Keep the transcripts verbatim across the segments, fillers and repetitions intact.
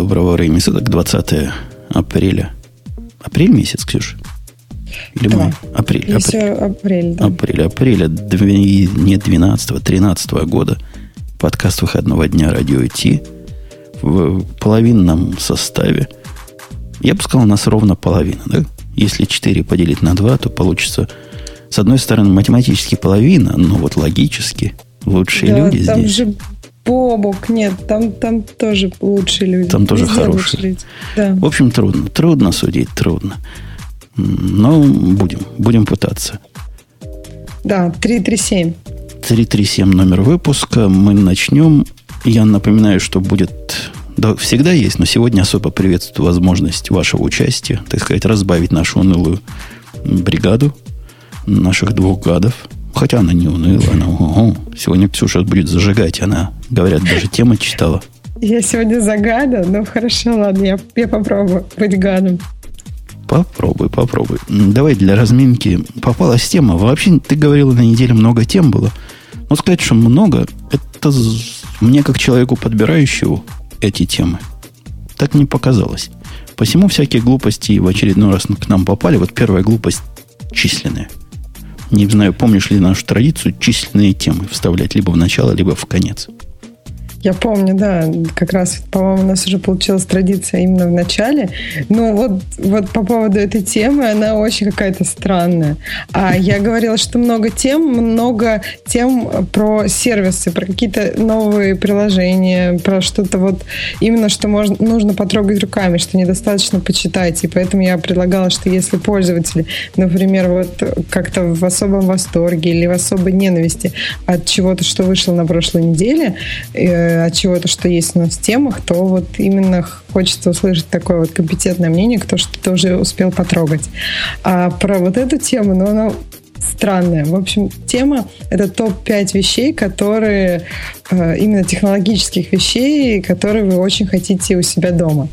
доброго времени суток, двадцатое апреля. Апрель месяц, Ксюша? Или да. май? Апрель. Апрель, апрель, да. апрель. Апреля, не двенадцатого, тринадцатого года. Подкаст выходного дня «Радио ИТ» в половинном составе. Я бы сказал, у нас ровно половина, да? Если четыре поделить на два, то получится, с одной стороны, математически половина, но вот логически лучшие да, люди там здесь. Же Бобок, нет, там, там тоже лучшие люди. Там тоже хорошие. Да. В общем, трудно. Трудно судить, трудно. Но будем, будем пытаться. Да, три три семь. три три семь номер выпуска. Мы начнем. Я напоминаю, что будет... Да, всегда есть, но сегодня особо приветствую возможность вашего участия, так сказать, разбавить нашу унылую бригаду наших двух гадов. Хотя она не унылая, она ого. Сегодня Ксюша будет зажигать. Она, говорят, даже тему читала. Я сегодня за гада, ну хорошо, ладно, я, я попробую быть гадом. Попробуй, попробуй. Давай для разминки. Попалась тема. Вообще, ты говорила, на неделе много тем было. Но сказать, что много, это мне, как человеку, подбирающему эти темы, так не показалось. Посему всякие глупости в очередной раз к нам попали. Вот первая глупость численная. Не знаю, помнишь ли нашу традицию численные темы вставлять либо в начало, либо в конец. Я помню, да, как раз, по-моему, у нас уже получилась традиция именно в начале. Но вот, вот по поводу этой темы, она очень какая-то странная. А я говорила, что много тем, много тем про сервисы, про какие-то новые приложения, про что-то вот именно, что можно, нужно потрогать руками, что недостаточно почитать. И поэтому я предлагала, что если пользователи, например, вот как-то в особом восторге или в особой ненависти от чего-то, что вышло на прошлой неделе, от чего-то, что есть у нас в темах, то вот именно хочется услышать такое вот компетентное мнение, кто что-то уже успел потрогать. А про вот эту тему, ну, она странная. В общем, тема — это топ пять вещей, которые, именно технологических вещей, которые вы очень хотите у себя дома.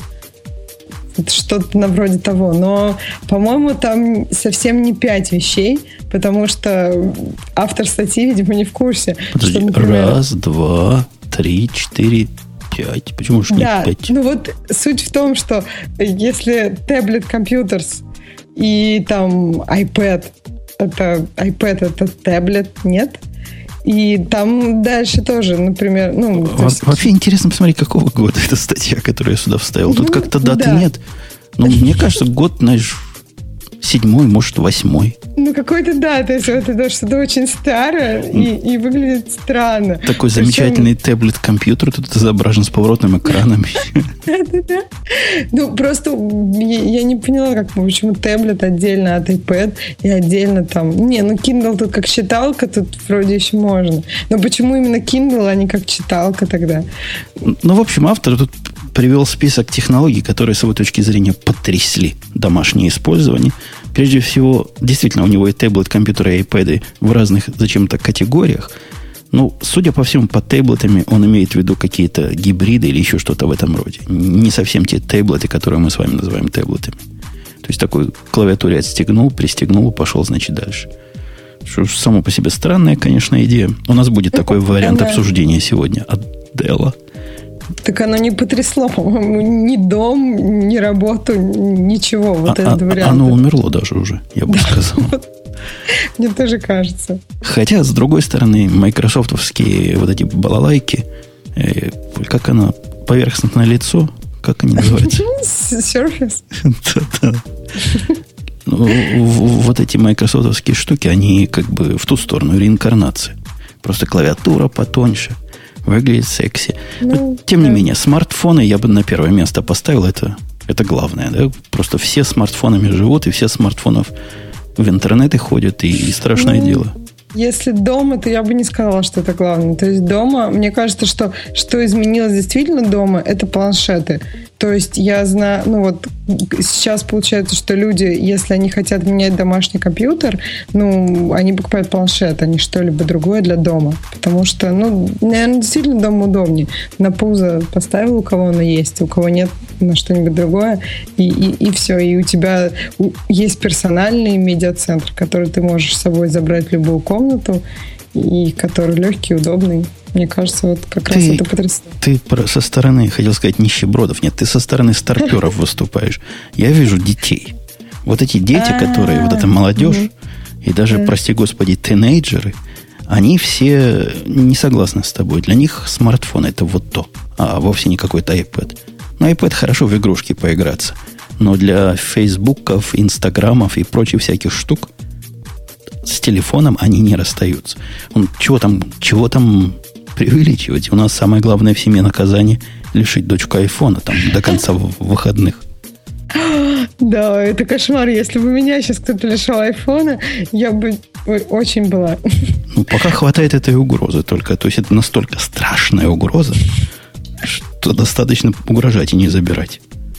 Что-то на вроде того. Но, по-моему, там совсем не пять вещей, потому что автор статьи, видимо, не в курсе. Подожди, что, например, раз, два, три, четыре, пять. Почему же не да, пять? Ну вот суть в том, что если таблет компьютерс и там iPad, это iPad это таблет, нет? И там дальше тоже, например... Ну, Во- есть... Вообще интересно посмотреть, какого года эта статья, которую я сюда вставил. Тут ну, как-то даты да. нет. Ну, мне кажется, год, знаешь, седьмой, может, восьмой. Ну, какой-то, да, то есть вот это что-то очень старое и, и выглядит странно. Такой Причем... замечательный таблет-компьютер тут изображен с поворотным экраном. Да-да-да. Ну, просто я не поняла, как, почему таблет отдельно от iPad и отдельно там... Не, ну, Kindle тут как читалка, тут вроде еще можно. Но почему именно Kindle, а не как читалка тогда? Ну, в общем, автор тут привел список технологий, которые, с его точки зрения, потрясли домашнее использование. Прежде всего, действительно, у него и таблет, компьютеры, и iPad в разных зачем-то категориях. Ну, судя по всему, под таблетами он имеет в виду какие-то гибриды или еще что-то в этом роде. Не совсем те таблеты, которые мы с вами называем таблетами. То есть, такой клавиатуре отстегнул, пристегнул и пошел, значит, дальше. Что ж, само по себе странная, конечно, идея. У нас будет такой вариант она... обсуждения сегодня от Dell. Так оно не потрясло, по-моему, ни дом, ни работу, ничего. Вот а, этот а, вариант. Оно умерло даже уже, я бы сказал. Мне тоже кажется. Хотя, с другой стороны, майкрософтовские вот эти балалайки, э, как оно, поверхностное лицо, как они называются? Surface. Да-да. Вот эти майкрософтовские штуки, они как бы в ту сторону, реинкарнации. Просто клавиатура потоньше. Выглядит секси. Ну, Но, тем да. не менее, смартфоны я бы на первое место поставил. Это, это главное. Да? Просто все смартфонами живут, и все смартфонов в интернете ходят, и, и страшное ну, дело. Если дома, то я бы не сказала, что это главное. То есть дома, мне кажется, что что изменилось действительно дома, это планшеты. То есть я знаю, ну вот сейчас получается, что люди, если они хотят менять домашний компьютер, ну, они покупают планшет, а не что-либо другое для дома. Потому что, ну, наверное, действительно дома удобнее. На пузо поставил, у кого оно есть, у кого нет, на что-нибудь другое, и, и, и все. И у тебя есть персональный медиацентр, который ты можешь с собой забрать в любую комнату, и который легкий, удобный. Мне кажется, вот как ты, раз это потрясающе. Ты со стороны, хотел сказать, нищебродов. Нет, ты со стороны старперов выступаешь. Я вижу детей. Вот эти дети, которые, вот эта молодежь, и даже, прости господи, тинейджеры, они все не согласны с тобой. Для них смартфон это вот то, а вовсе не какой-то iPad. Ну, iPad хорошо в игрушки поиграться. Но для фейсбуков, инстаграмов и прочих всяких штук с телефоном они не расстаются. Он, чего там, чего там преувеличивать? У нас самое главное в семье наказание лишить дочку айфона там, до конца выходных. Да, это кошмар. Если бы меня сейчас кто-то лишал айфона, я бы очень была. Ну, пока хватает этой угрозы только. То есть это настолько страшная угроза, что достаточно угрожать и не забирать.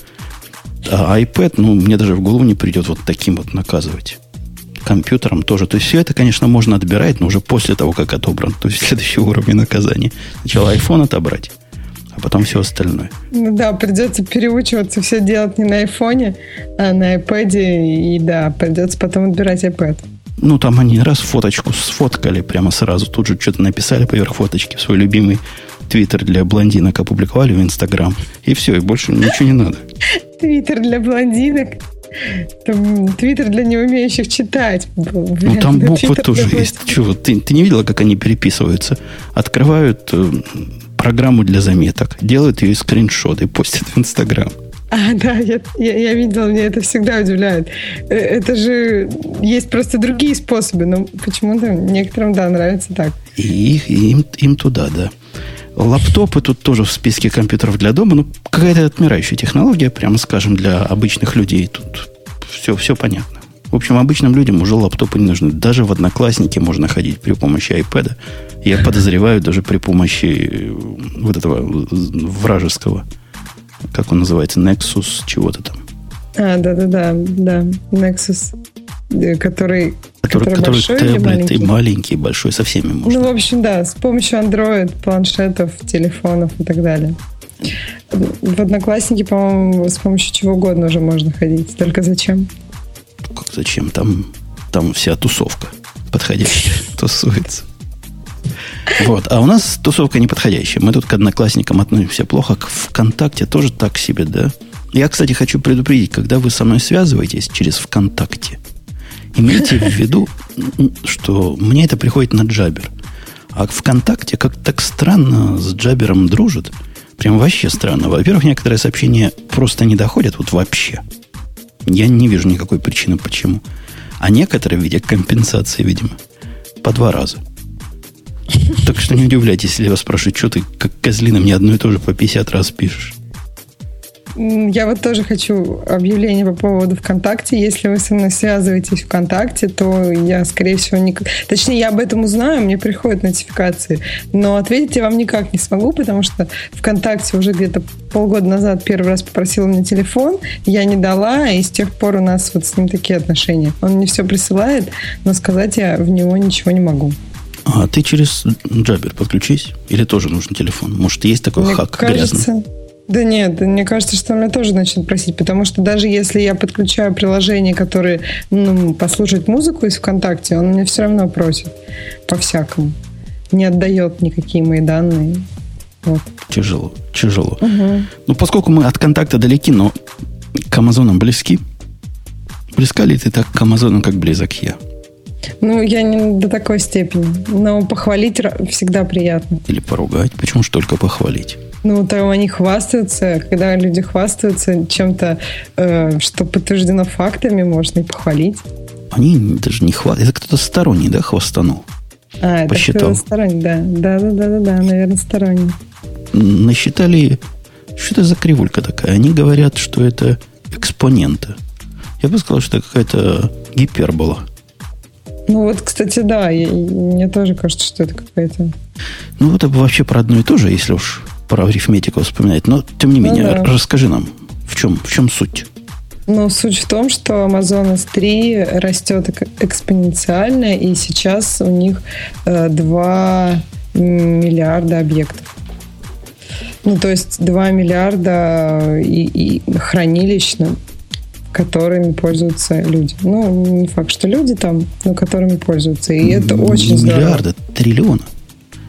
А iPad, ну, мне даже в голову не придет вот таким вот наказывать. Компьютером тоже. То есть все это, конечно, можно отбирать, но уже после того, как отобран. То есть следующий уровень наказания. Сначала iPhone отобрать, а потом все остальное. Ну да, придется переучиваться все делать не на айфоне, а на iPad. И да, придется потом отбирать iPad. Ну, там они раз фоточку сфоткали прямо сразу. Тут же что-то написали поверх фоточки в свой любимый Твиттер для блондинок, опубликовали в Инстаграм. И все, и больше ничего не надо. Твиттер для блондинок? Твиттер для неумеющих читать. Ну, там буквы тоже есть. Чего? Ты, ты не видела, как они переписываются? Открывают э, программу для заметок, делают ее скриншот и постят в Инстаграм. А, да, я, я, я видела, меня это всегда удивляет. Это же есть просто другие способы, но почему-то некоторым, да, нравится так. И, и им, им туда, да. Лаптопы тут тоже в списке компьютеров для дома. Ну, какая-то отмирающая технология, прямо скажем, для обычных людей. Тут все, все понятно. В общем, обычным людям уже лаптопы не нужны. Даже в Одноклассники можно ходить при помощи iPad. Я подозреваю, даже при помощи вот этого вражеского, как он называется, Nexus чего-то там. А, да-да-да, да, Nexus, который... Который, который, который таблет и маленький, большой, со всеми можно. Ну, в общем, да, с помощью Android, планшетов, телефонов и так далее. В Одноклассники, по-моему, с помощью чего угодно уже можно ходить. Только зачем? Как зачем? Там, там вся тусовка подходящая тусуется. Вот. А у нас тусовка неподходящая. Мы тут к Одноклассникам относимся плохо, к ВКонтакте тоже так себе, да? Я, кстати, хочу предупредить, когда вы со мной связываетесь через ВКонтакте, имейте в виду, что мне это приходит на Джабер. А ВКонтакте как-то так странно с Джабером дружит. Прям вообще странно. Во-первых, некоторые сообщения просто не доходят вот вообще. Я не вижу никакой причины, почему. А некоторые, в виде компенсации, видимо, по два раза. Так что не удивляйтесь, если я вас спрашиваю, что ты, как козлина, мне одно и то же по пятьдесят раз пишешь. Я вот тоже хочу объявление по поводу ВКонтакте. Если вы со мной связываетесь ВКонтакте, то я, скорее всего, никак... Точнее, я об этом узнаю, мне приходят нотификации. Но ответить я вам никак не смогу, потому что ВКонтакте уже где-то полгода назад первый раз попросил мне телефон, я не дала, и с тех пор у нас вот с ним такие отношения. Он мне все присылает, но сказать я в него ничего не могу. А ты через Джабер подключись? Или тоже нужен телефон? Может, есть такой мне хак кажется... грязный? Да нет, мне кажется, что он меня тоже начнет просить, потому что даже если я подключаю приложения, которые, ну, послушать музыку из ВКонтакте, он меня все равно просит по-всякому. Не отдает никакие мои данные. Вот. Тяжело, тяжело. Угу. Ну, поскольку мы от контакта далеки, но к Амазонам близки, близка ли ты так к Амазонам, как близок я? Ну, я не до такой степени. Но похвалить всегда приятно. Или поругать? Почему же только похвалить? Ну, там они хвастаются. Когда люди хвастаются чем-то, э, что подтверждено фактами, можно и похвалить. Они даже не хвастают. Это кто-то сторонний, да, хвастанул? А, это кто-то сторонний, да. Да-да-да, наверное, сторонний. Насчитали... Что это за кривулька такая? Они говорят, что это экспоненты. Я бы сказал, что это какая-то гипербола. Ну вот, кстати, да, я, мне тоже кажется, что это какая-то... Ну вот это вообще про одно и то же, если уж про арифметику вспоминать. Но, тем не ну, менее, да. Расскажи нам, в чем, в чем суть? Ну, суть в том, что Amazon эс три растет экспоненциально, и сейчас у них э, два миллиарда объектов. Ну, то есть два миллиарда и, и хранилищ, ну, которыми пользуются люди. Ну, не факт, что люди там, но которыми пользуются. И это очень здорово. Миллиарда, триллиона.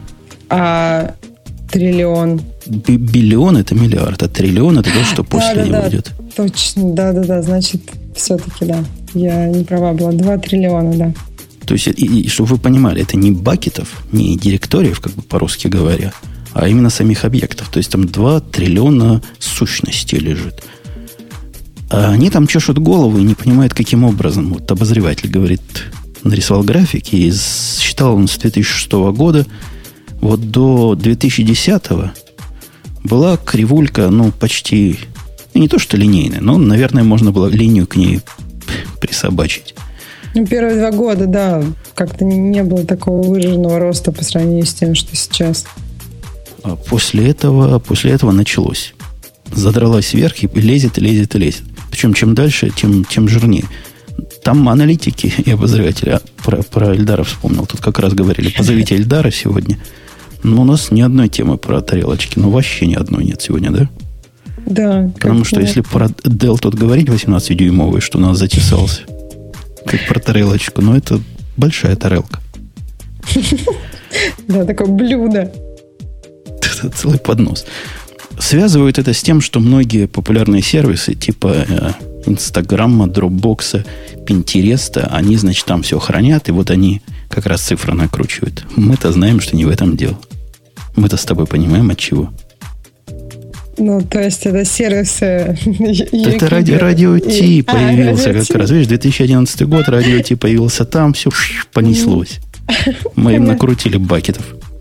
А триллион? Б- биллион – это миллиард, а триллион – это то, что после да, него да, идет. Точно, да-да-да, значит, все-таки, да. Я не права была. Два триллиона, да. То есть, и, и, чтобы вы понимали, это не бакетов, не директориев, как бы по-русски говоря, а именно самих объектов. То есть, там два триллиона сущностей лежит. А они там чешут голову и не понимают, каким образом. Вот обозреватель говорит, нарисовал графики, и считал он с две тысячи шестого года, вот до две тысячи десятого была кривулька, ну, почти, ну, не то что линейная, но, наверное, можно было линию к ней присобачить. Ну, первые два года, да, как-то не было такого выраженного роста по сравнению с тем, что сейчас. А после этого, после этого началось. Задралась вверх и лезет, и лезет, и лезет. Причем чем дальше, тем, тем жирнее. Там аналитики и обозреватели, а про, про Эльдара вспомнил, тут как раз говорили, позовите Эльдара сегодня. Но у нас ни одной темы про тарелочки, ну вообще ни одной нет сегодня, да? Да. Потому что если про Dell тут говорить восемнадцатидюймовый, что у нас затесался, как про тарелочку, ну это большая тарелка. Да, такое блюдо. Это целый поднос. Связывают это с тем, что многие популярные сервисы типа э, Инстаграма, Дропбокса, Пинтереста, они, значит, там все хранят, и вот они как раз цифры накручивают. Мы-то знаем, что не в этом дело. Мы-то с тобой понимаем, от чего. Ну, то есть это сервисы... Это ради, радио Ти появился как раз. Видишь, две тысячи одиннадцатый год, радио Ти появился там, все понеслось. Мы им накрутили бакетов.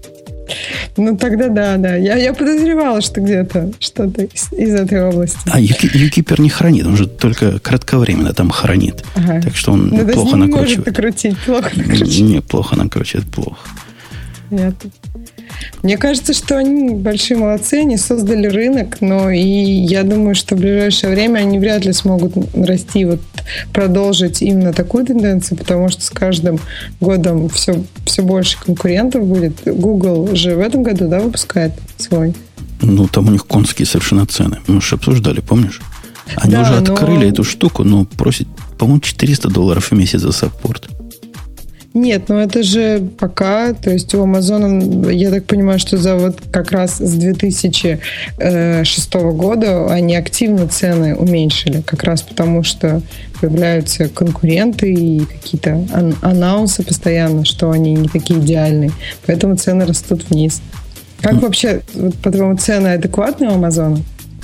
Ну, тогда да, да. Я, я подозревала, что где-то что-то из, из этой области. А Юкипер не хранит, он же только кратковременно там хранит. Ага. Так что он ну, плохо не накручивает. Может накрутить, плохо накручивает. Не, плохо накручивает, плохо. Понятно. Мне кажется, что они большие молодцы, они создали рынок, но и я думаю, что в ближайшее время они вряд ли смогут расти, вот продолжить именно такую тенденцию, потому что с каждым годом все, все больше конкурентов будет. Google же в этом году, да, выпускает свой. Ну, там у них конские совершенно цены. Мы же обсуждали, помнишь? Они да, уже открыли но... эту штуку, но просят, по-моему, четыреста долларов в месяц за саппорт. Нет, ну это же пока, то есть у Амазона, я так понимаю, что за вот как раз с две тысячи шестого года они активно цены уменьшили, как раз потому, что появляются конкуренты и какие-то ан- анонсы постоянно, что они не такие идеальные, поэтому цены растут вниз. Как вообще, вот, по-твоему, цены адекватные у Амазона?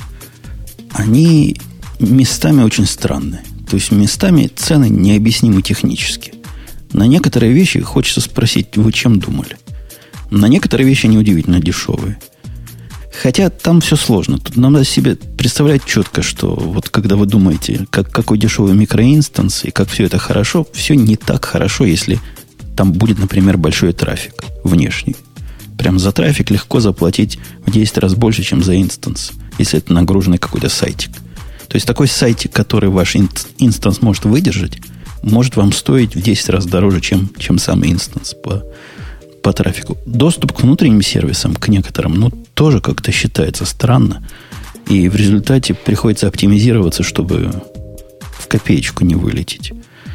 Они местами очень странные. То есть местами цены необъяснимы технически. На некоторые вещи хочется спросить, вы чем думали? На некоторые вещи они удивительно дешевые. Хотя там все сложно. Тут нам надо себе представлять четко, что вот когда вы думаете, как, какой дешевый микроинстанс и как все это хорошо, все не так хорошо, если там будет, например, большой трафик внешний. Прям за трафик легко заплатить в десять раз больше, чем за инстанс, если это нагруженный какой-то сайтик. То есть такой сайтик, который ваш инстанс может выдержать, может вам стоить в десять раз дороже, чем, чем сам инстанс по, по трафику. Доступ к внутренним сервисам, к некоторым, ну, тоже как-то считается странно. И в результате приходится оптимизироваться, чтобы в копеечку не вылететь.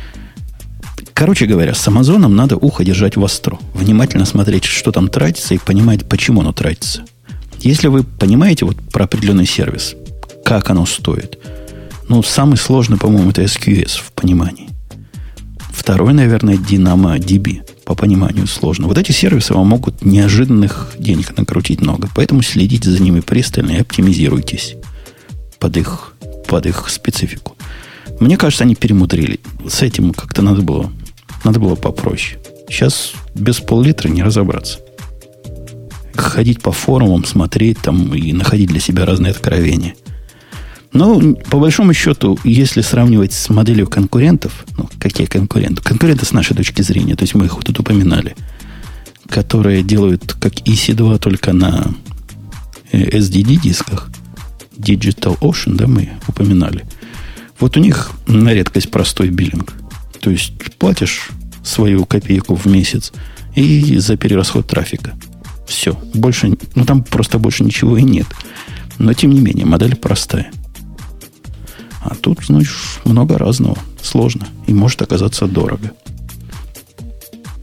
Короче говоря, с Амазоном надо ухо держать востро. Внимательно смотреть, что там тратится, и понимать, почему оно тратится. Если вы понимаете вот про определенный сервис, как оно стоит, ну, самый сложный, по-моему, это эс кью эс в понимании. Второй, наверное, DynamoDB. По пониманию сложно. Вот эти сервисы вам могут неожиданных денег накрутить много. Поэтому следите за ними пристально и оптимизируйтесь под их, под их специфику. Мне кажется, они перемудрили. С этим как-то надо было, надо было попроще. Сейчас без пол-литра не разобраться. Ходить по форумам, смотреть там и находить для себя разные откровения. Но, по большому счету, если сравнивать с моделью конкурентов, ну, какие конкуренты? Конкуренты с нашей точки зрения, то есть мы их тут упоминали, которые делают как и си два, только на эс ди ди-дисках, Digital Ocean, да, мы упоминали. Вот у них на редкость простой биллинг. То есть платишь свою копейку в месяц и за перерасход трафика. Все. Больше, ну, там просто больше ничего и нет. Но, тем не менее, модель простая. А тут, значит, много разного. Сложно. И может оказаться дорого.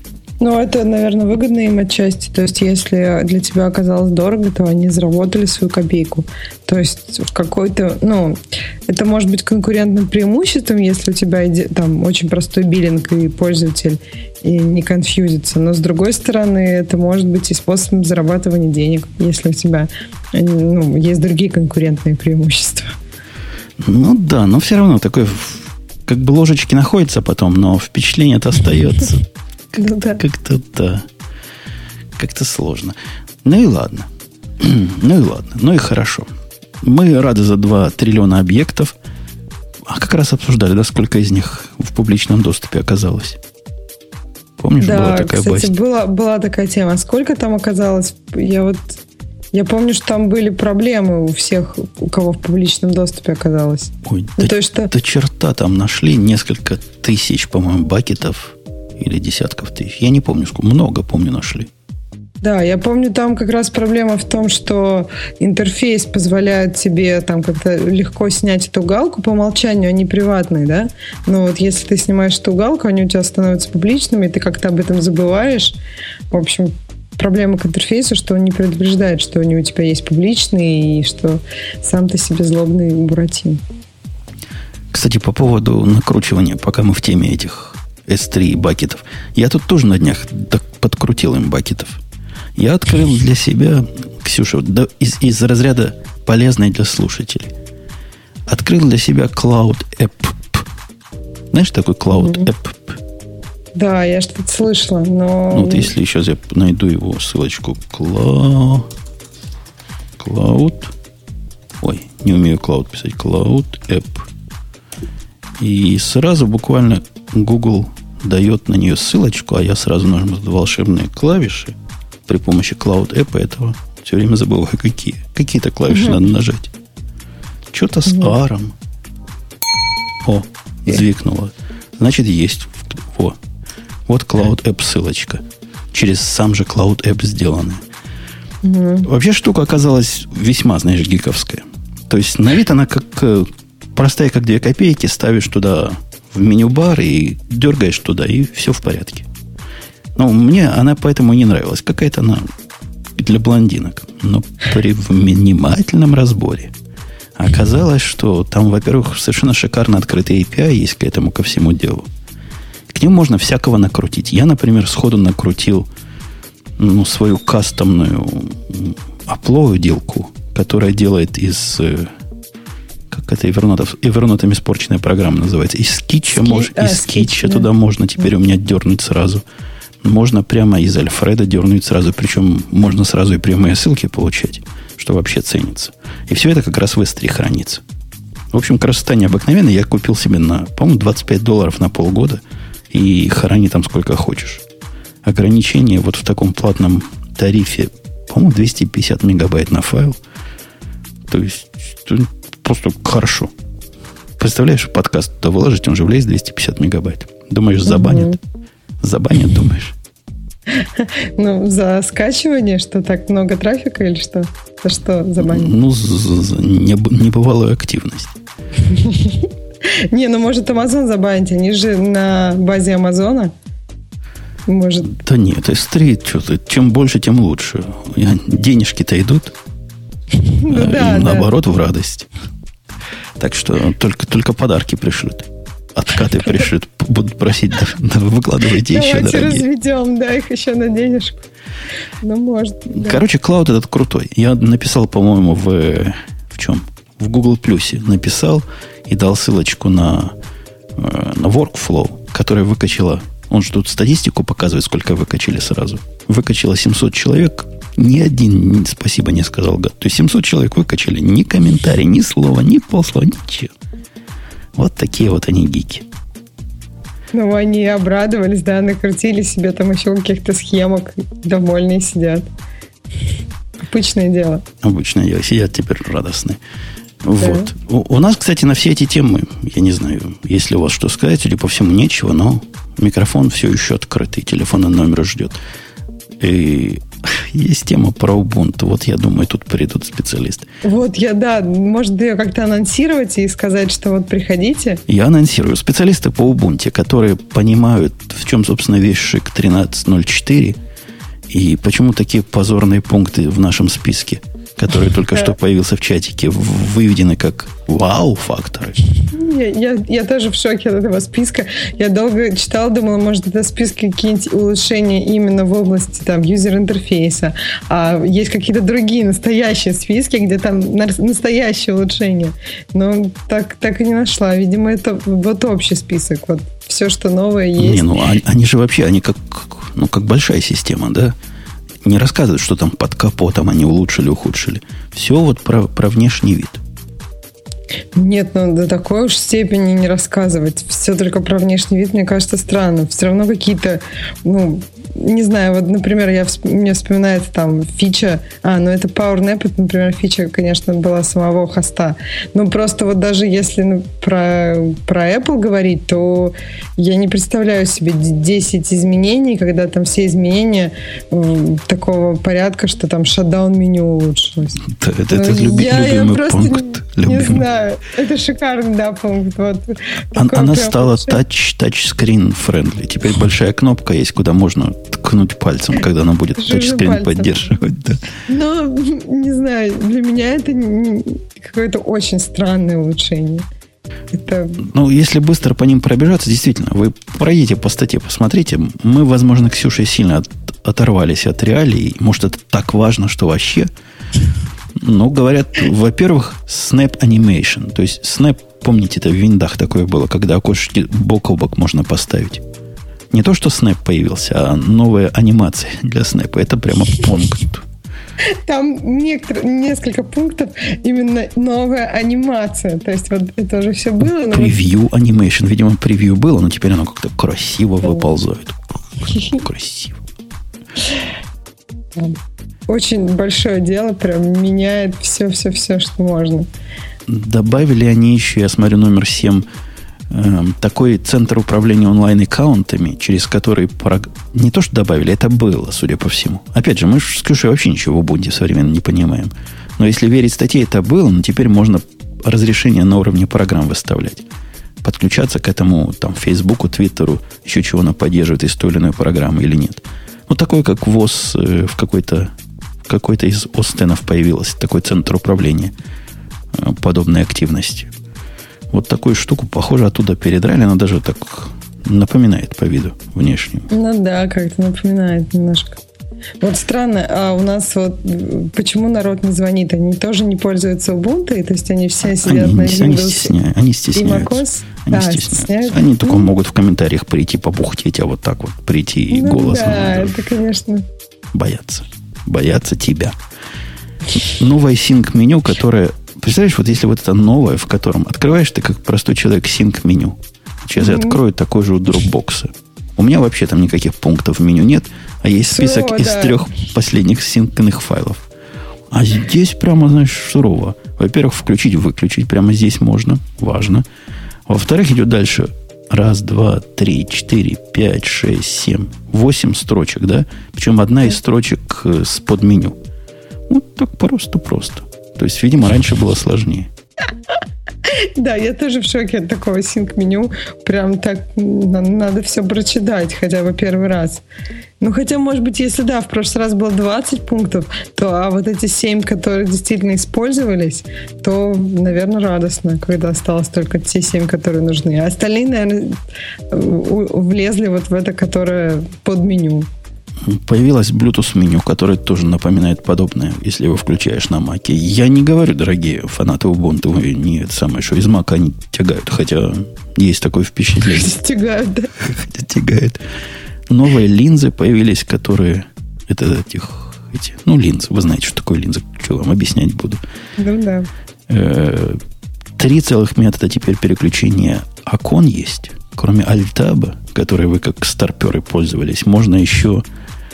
Ну, это, наверное, выгодно им отчасти. То есть, если для тебя оказалось дорого, то они заработали свою копейку. То есть, в какой-то... Ну, это может быть конкурентным преимуществом, если у тебя там очень простой биллинг и пользователь и не конфьюзится. Но, с другой стороны, это может быть и способом зарабатывания денег, если у тебя ну, есть другие конкурентные преимущества. Ну да, но все равно такой... Как бы ложечки находятся потом, но впечатление-то остается. Ну, да. Как-то, да. Как-то сложно. Ну и ладно. Ну и ладно. Ну и хорошо. Мы рады за два триллиона объектов. А как раз обсуждали, да, сколько из них в публичном доступе оказалось. Помнишь, да, была такая кстати, басня? была, была такая тема. Сколько там оказалось? Я вот... Я помню, что там были проблемы у всех, у кого в публичном доступе оказалось. Ой, ну, до, то, что... до черта там нашли несколько тысяч, по-моему, бакетов или десятков тысяч. Я не помню, сколько. Много, помню, нашли. Да, я помню, там как раз проблема в том, что интерфейс позволяет тебе там как-то легко снять эту галку. По умолчанию они приватные, да? Но вот если ты снимаешь эту галку, они у тебя становятся публичными, и ты как-то об этом забываешь. В общем... Проблема к интерфейсу, что он не предупреждает, что они у тебя есть публичные, и что сам ты себе злобный буратин. Кстати, по поводу накручивания, пока мы в теме этих эс три бакетов. Я тут тоже на днях подкрутил им бакетов. Я открыл для себя, Ксюша, да, из, из разряда полезной для слушателей. Открыл для себя Cloud App. Знаешь, такой Cloud mm-hmm. App? Да, я что-то слышала, но... Ну, вот если сейчас я найду его ссылочку. Cloud... Cloud... Ой, не умею Cloud писать. Cloud App. И сразу буквально Google дает на нее ссылочку, а я сразу нажму волшебные клавиши при помощи Cloud App этого. Все время забываю, какие. Какие-то клавиши uh-huh. надо нажать. Что-то uh-huh. с аром. О, yeah. звикнуло. Значит, есть. О. Вот Cloud App ссылочка. Через сам же Cloud App сделанная. Mm-hmm. Вообще штука оказалась весьма, знаешь, гиковская. То есть на вид она как простая, как две копейки. Ставишь туда в меню-бар и дергаешь туда, и все в порядке. Но мне она поэтому не нравилась. Какая-то она для блондинок. Но при внимательном разборе оказалось, что там, во-первых, совершенно шикарно открытый эй пи ай есть к этому, ко всему делу. К ним можно всякого накрутить. Я, например, сходу накрутил ну, свою кастомную аплоудилку, которая делает из... Как это Evernote, Evernote испорченная программа называется. Из скетча, Ски... мож... а, из скетча да. туда можно теперь да. у меня дернуть сразу. Можно прямо из Альфреда дернуть сразу. Причем можно сразу и прямые ссылки получать, что вообще ценится. И все это как раз в эс три хранится. В общем, красота необыкновенная. Я купил себе на, по-моему, двадцать пять долларов на полгода. И храни там сколько хочешь. Ограничение вот в таком платном тарифе, по-моему, двести пятьдесят мегабайт на файл. То есть, просто хорошо. Представляешь, подкаст туда выложить, он же влезет двести пятьдесят мегабайт. Думаешь, забанят? Угу. Забанят, думаешь? Ну, за скачивание, что так много трафика или что? За что забанят? Ну, за небывалую активность. Не, ну может Amazon забанить, они же на базе Амазона. Может. Да нет, эс три, что-то, чем больше, тем лучше. Денежки-то идут. Ну, да, им да. наоборот в радость. Так что только, только подарки пришлют. Откаты пришлют. Будут просить, да, выкладывайте еще, дорогие. Давайте разведем, да, их еще на денежку. Ну, может. Да. Короче, клауд этот крутой. Я написал, по-моему, в... В чем? В Google Плюсе написал и дал ссылочку на, на Workflow, которая выкачала... Он же тут статистику показывает, сколько выкачали сразу. Выкачало семьсот человек. Ни один спасибо не сказал. То есть семьсот человек выкачали. Ни комментарий, ни слова, ни полслова, ничего. Вот такие вот они гики. Ну, они обрадовались, да, накрутили себе там еще каких-то схемок. Довольные сидят. Обычное дело. Обычное дело. Сидят теперь радостные. Да. Вот. У, у нас, кстати, на все эти темы, я не знаю, есть ли у вас что сказать, или по всему нечего, но микрофон все еще открытый, телефонный номер ждет. И Есть тема про Ubuntu. Вот я думаю, тут придут специалисты. Вот я, да, может ее как-то анонсировать и сказать, что вот приходите. Я анонсирую. Специалисты по Ubuntu, которые понимают, в чем, собственно, весь шик тринадцать ноль четыре и почему такие позорные пункты в нашем списке, который только что появился в чатике, выведены как вау-факторы. Я, я, я тоже в шоке от этого списка. Я долго читала, думала, может, это списки какие-нибудь улучшения именно в области там юзер-интерфейса. А есть какие-то другие настоящие списки, где там настоящие улучшения. Но так, так и не нашла. Видимо, это вот общий список. Вот все, что новое есть. Не, ну они, они же вообще, они как, ну, как большая система, да? Не рассказывают, что там под капотом они улучшили, ухудшили. Все вот про, про внешний вид. Нет, ну до такой уж степени не рассказывать. Все только про внешний вид, мне кажется, странно. Все равно какие-то, ну, не знаю, вот, например, я, мне вспоминается там фича, а, ну это PowerNap, это, например, фича, конечно, была самого хоста. Но просто вот даже если ну, про, про Apple говорить, то я не представляю себе десять изменений, когда там все изменения э, такого порядка, что там шатдаун-меню улучшилось. Это, это, это люби, я, любимый я пункт. Не, любимый. не знаю, это шикарный, да, пункт. Вот. Она, она стала touch, touchscreen friendly. Теперь большая кнопка есть, куда можно ткнуть пальцем, когда она будет тачскрин поддерживать. Да. Но, не знаю, для меня это не, какое-то очень странное улучшение. Это... Ну, если быстро по ним пробежаться, действительно, вы пройдите по статье, посмотрите. Мы, возможно, Ксюшей сильно от, оторвались от реалий. Может, это так важно, что вообще... Но говорят, во-первых, Snap Animation. То есть Snap, помните, это в виндах такое было, когда окошечки бок о бок можно поставить. Не то, что Snap появился, а новая анимация для Snap. Это прямо пункт. Там некоторые, несколько пунктов, именно новая анимация. То есть вот это уже все было. Превью вот... Animation. Видимо, превью было, но теперь оно как-то красиво выползает. Красиво. Очень большое дело, прям меняет все-все-все, что можно. Добавили они еще, я смотрю, номер семь, э, такой центр управления онлайн-аккаунтами, через который прог... не то, что добавили, это было, судя по всему. Опять же, мы с Ксюшей вообще ничего в Ubuntu современно не понимаем. Но если верить статье, это было, но теперь можно разрешение на уровне программ выставлять. Подключаться к этому, там, Фейсбуку, Твиттеру, еще чего она поддерживает из той или иной программы или нет. Ну, такой, как ВОЗ э, в какой-то какой-то из Остенов появилось, такой центр управления э, подобной активностью. Вот такую штуку, похоже, оттуда передрали, она даже так напоминает по виду внешнему. Ну да, как-то напоминает немножко. Вот странно, а у нас вот почему народ не звонит? Они тоже не пользуются Ubuntu, то есть они все сидят они, на Windows они стесняют, они стесняются. Они, да, стесняются. стесняются. Они только могут в комментариях прийти побухтеть, а вот так вот прийти и ну, голосом. Да, это, конечно. Боятся. Боятся тебя. Новое синк-меню, которое... Представляешь, вот если вот это новое, в котором открываешь ты как простой человек синк-меню. Сейчас mm-hmm. я открою такой же у Dropbox. У меня вообще там никаких пунктов в меню нет, а есть список Сурово, из да. трех последних синкных файлов. А здесь прямо, знаешь, сурово. Во-первых, включить, выключить. Прямо здесь можно. Важно. Во-вторых, идет дальше. Раз, два, три, четыре, пять, шесть, семь, восемь строчек, да? Причем одна из строчек с подменю. Вот так просто-просто. То есть, видимо, раньше было сложнее. Да, я тоже в шоке от такого синк-меню. Прям так надо все прочитать хотя бы первый раз. Ну, хотя, может быть, если да, в прошлый раз было двадцать пунктов, то а вот эти семь, которые действительно использовались, то, наверное, радостно, когда осталось только те семь, которые нужны. А остальные, наверное, влезли вот в это, которое под меню. Появилось Bluetooth-меню, которое тоже напоминает подобное, если его включаешь на Mac. Я не говорю, дорогие фанаты Ubuntu, не это самое, что из Mac они тягают, хотя есть такое впечатление. Тягают, да. Хотя тягают. Новые линзы появились, которые... Это этих... Эти, ну, линзы. Вы знаете, что такое линза. Что вам объяснять буду. Ну, да. Три целых метода теперь переключения окон есть. Кроме Alt-Tab, который вы как старперы пользовались, можно еще...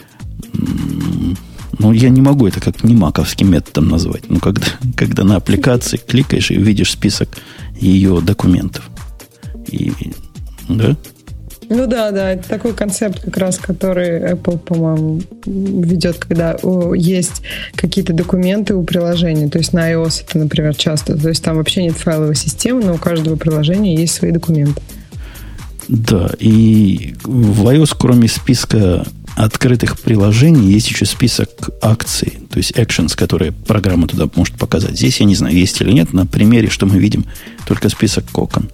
Ну, я не могу это как не маковским методом назвать. Ну, когда, когда на аппликации кликаешь и видишь список ее документов. И, да? Ну да, да, это такой концепт как раз, который Apple, по-моему, ведет, когда есть какие-то документы у приложения. То есть на iOS это, например, часто. То есть там вообще нет файловой системы, но у каждого приложения есть свои документы. Да, и в iOS, кроме списка открытых приложений, есть еще список акций, то есть actions, которые программа туда может показать. Здесь я не знаю, есть или нет. На примере, что мы видим, только список окон.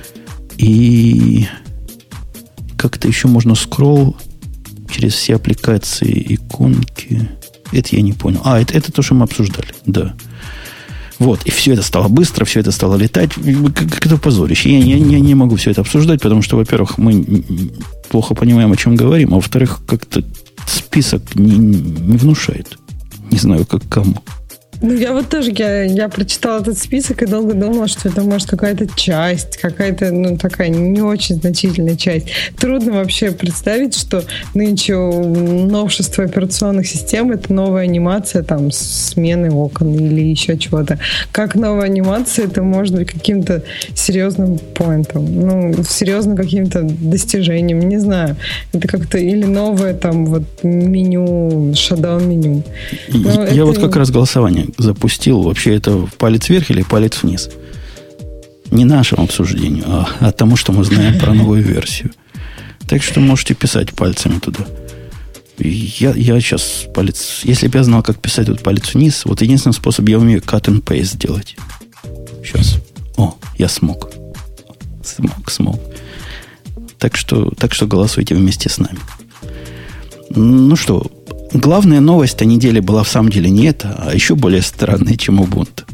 И как-то еще можно скролл через все аппликации, иконки. Это я не понял. А, это, это то, что мы обсуждали. Да. Вот. И все это стало быстро, все это стало летать. Как это позорище. Я, я, я не могу все это обсуждать, потому что, во-первых, мы плохо понимаем, о чем говорим, а во-вторых, как-то список не, не внушает. Не знаю, как кому. Ну, я вот тоже, я, я прочитала этот список и долго думала, что это, может, какая-то часть, какая-то, ну, такая не очень значительная часть. Трудно вообще представить, что нынче новшество операционных систем — это новая анимация, там, смены окон или еще чего-то. Как новая анимация, это может быть каким-то серьезным поинтом, ну, серьезным каким-то достижением, не знаю. Это как-то или новое, там, вот, меню, шатдаун-меню. Я это... вот как раз голосование запустил. Вообще это палец вверх или палец вниз? Не нашему обсуждению, а, а тому, что мы знаем про новую версию. Так что можете писать пальцами туда. Я, я сейчас палец... Если бы я знал, как писать тут палец вниз, вот единственный способ, я умею cut and paste сделать. Сейчас. О, я смог. Смог, смог. Так что, так что голосуйте вместе с нами. Ну что, главная новость о неделе была в самом деле не это, а еще более странная, чем Ubuntu.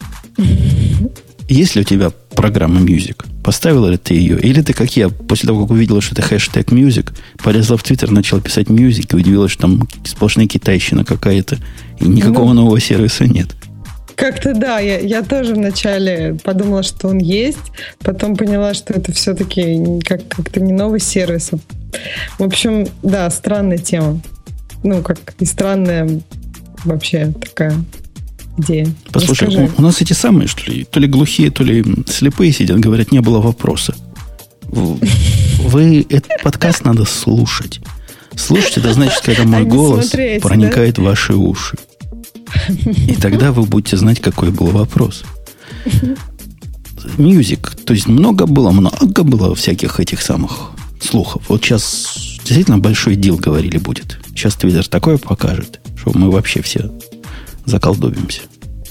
Есть ли у тебя программа Music? Поставила ли ты ее? Или ты, как я, после того, как увидела, что это хэштег Music, полезла в Твиттер, начала писать Music и удивилась, что там сплошная китайщина какая-то, и никакого ну, нового сервиса нет. Как-то да, я, я тоже вначале подумала, что он есть, потом поняла, что это все-таки как, как-то не новый сервис. В общем, да, странная тема. Ну, как и странная вообще такая идея. Послушай, у, у нас эти самые, что ли, то ли глухие, то ли слепые сидят, говорят, не было вопроса. Вы, этот подкаст надо слушать. Слушать, это значит, когда мой голос смотреть, проникает да? в ваши уши. И тогда вы будете знать, какой был вопрос. Music. То есть много было, много было всяких этих самых слухов. Вот сейчас действительно большой дел, говорили, будет. Сейчас Твиттер такое покажет, что мы вообще все заколдобимся.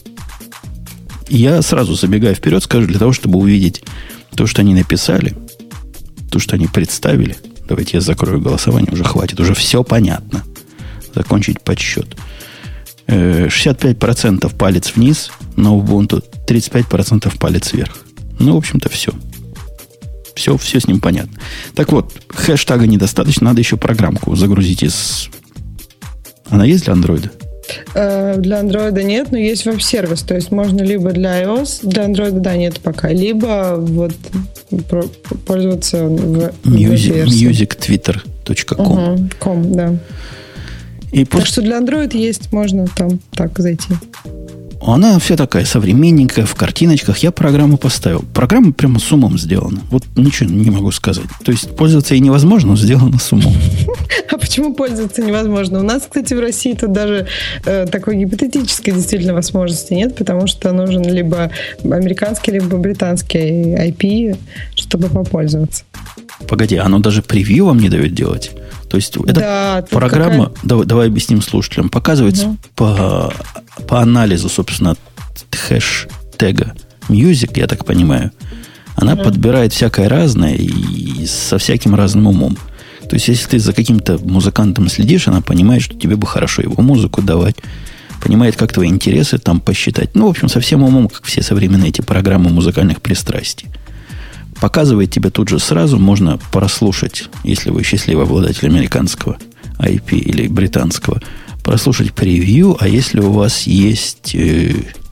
Я сразу, забегая вперед, скажу, для того, чтобы увидеть то, что они написали, то, что они представили. Давайте я закрою голосование, уже хватит, уже все понятно. Закончить подсчет. шестьдесят пять процентов палец вниз на Ubuntu, тридцать пять процентов палец вверх. Ну, в общем-то, все. Все, все с ним понятно. Так вот, хэштага недостаточно, надо еще программку загрузить из... Она есть для Android? Для Android нет, но есть веб-сервис. То есть можно либо для iOS, для Android, да, нет пока, либо вот пользоваться в music, music twitter точка ком. Угу, ком, да. И так пусть... что для Android есть, можно там так зайти. Она вся такая современненькая, в картиночках. Я программу поставил. Программа прямо с умом сделана. Вот ничего не могу сказать. То есть пользоваться ей невозможно, но сделана с умом. А почему пользоваться невозможно? У нас, кстати, в России тут даже э, такой гипотетической действительно возможности нет, потому что нужен либо американский, либо британский ай пи, чтобы попользоваться. Погоди, оно даже превью вам не дает делать? То есть эта да, программа, какая... давай, давай объясним слушателям, показывает угу. по, по анализу, собственно, хэштега music, я так понимаю, она угу. подбирает всякое разное и со всяким разным умом. То есть, если ты за каким-то музыкантом следишь, она понимает, что тебе бы хорошо его музыку давать, понимает, как твои интересы там посчитать. Ну, в общем, со всем умом, как все современные эти программы музыкальных пристрастий. Показывает тебе тут же сразу, можно прослушать, если вы счастливый обладатель американского ай пи или британского, прослушать превью, а если у вас есть э,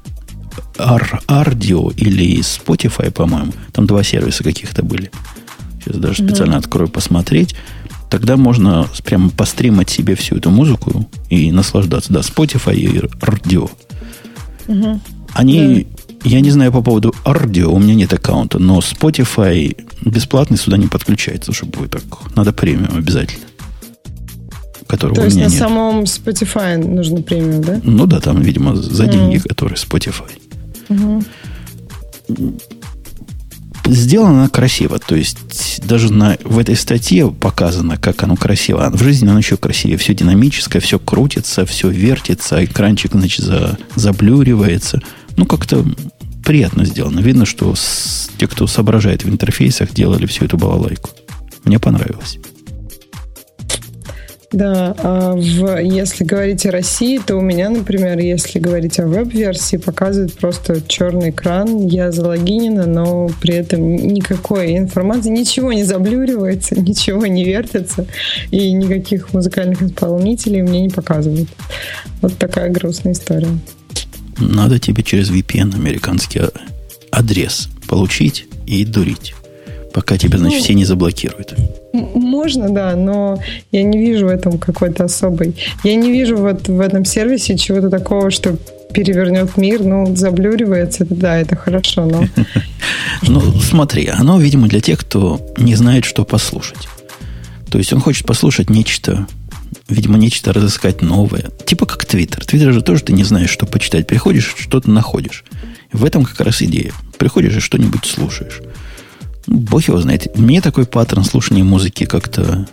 Ardio или Spotify, по-моему, там два сервиса каких-то были, сейчас даже mm-hmm. специально открою посмотреть, тогда можно прямо постримать себе всю эту музыку и наслаждаться. Да, Spotify и Ardio. Mm-hmm. Они... Yeah. Я не знаю по поводу Ardeo, у меня нет аккаунта, но Spotify бесплатный сюда не подключается, чтобы вы так... Надо премиум обязательно. Которого То у есть меня на нет. самом Spotify нужно премиум, да? Ну да, там, видимо, за Mm. деньги, которые Spotify. Мгм. Сделано она красиво. То есть даже на, в этой статье показано, как оно красиво. А в жизни оно еще красивее. Все динамическое, все крутится, все вертится, экранчик, значит, за, заблюривается. Ну, как-то приятно сделано. Видно, что с, те, кто соображает в интерфейсах, делали всю эту балалайку. Мне понравилось. Да, а в, если говорить о России, то у меня, например, если говорить о веб-версии, показывает просто черный экран, я залогинена, но при этом никакой информации, ничего не заблюривается, ничего не вертится, и никаких музыкальных исполнителей мне не показывают. Вот такая грустная история. Надо тебе через ви пи эн американский адрес получить и дурить, пока тебя, значит, Ну, все не заблокируют. Можно, да, но я не вижу в этом какой-то особой... Я не вижу вот в этом сервисе чего-то такого, что перевернет мир. Ну, заблюривается, да, это хорошо, но... Ну, смотри, оно, видимо, для тех, кто не знает, что послушать. То есть он хочет послушать нечто, видимо, нечто разыскать новое. Типа как Твиттер. Твиттер же тоже ты не знаешь, что почитать. Приходишь, что-то находишь. В этом как раз идея. Приходишь и что-нибудь слушаешь. Бог его знает. Мне такой паттерн слушания музыки как-то...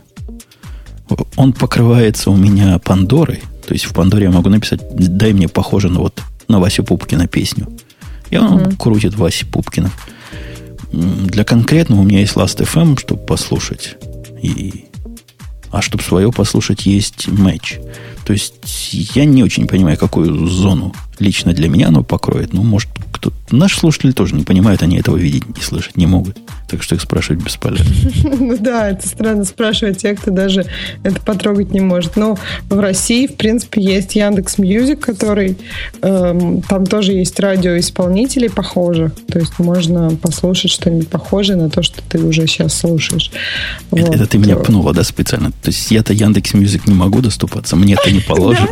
Он покрывается у меня Пандорой. То есть в Пандоре я могу написать, дай мне похоже на вот на Васю Пупкина песню. И он mm-hmm. крутит Васи Пупкина. Для конкретного у меня есть Last эф эм, чтобы послушать. И... А чтобы свое послушать, есть Match. То есть я не очень понимаю, какую зону лично для меня оно покроет. Ну, может, кто-то... Наши слушатели тоже не понимают, они этого видеть, не слышать не могут. Так что их спрашивать бесполезно. Ну да, это странно спрашивать тех, кто даже это потрогать не может. Но в России, в принципе, есть Яндекс.Мьюзик, который... Эм, там тоже есть радиоисполнителей похожих. То есть можно послушать что-нибудь похожее на то, что ты уже сейчас слушаешь. Это, вот. это ты меня пнула, да, специально? То есть я-то Яндекс.Мьюзик не могу доступаться, мне это не положено.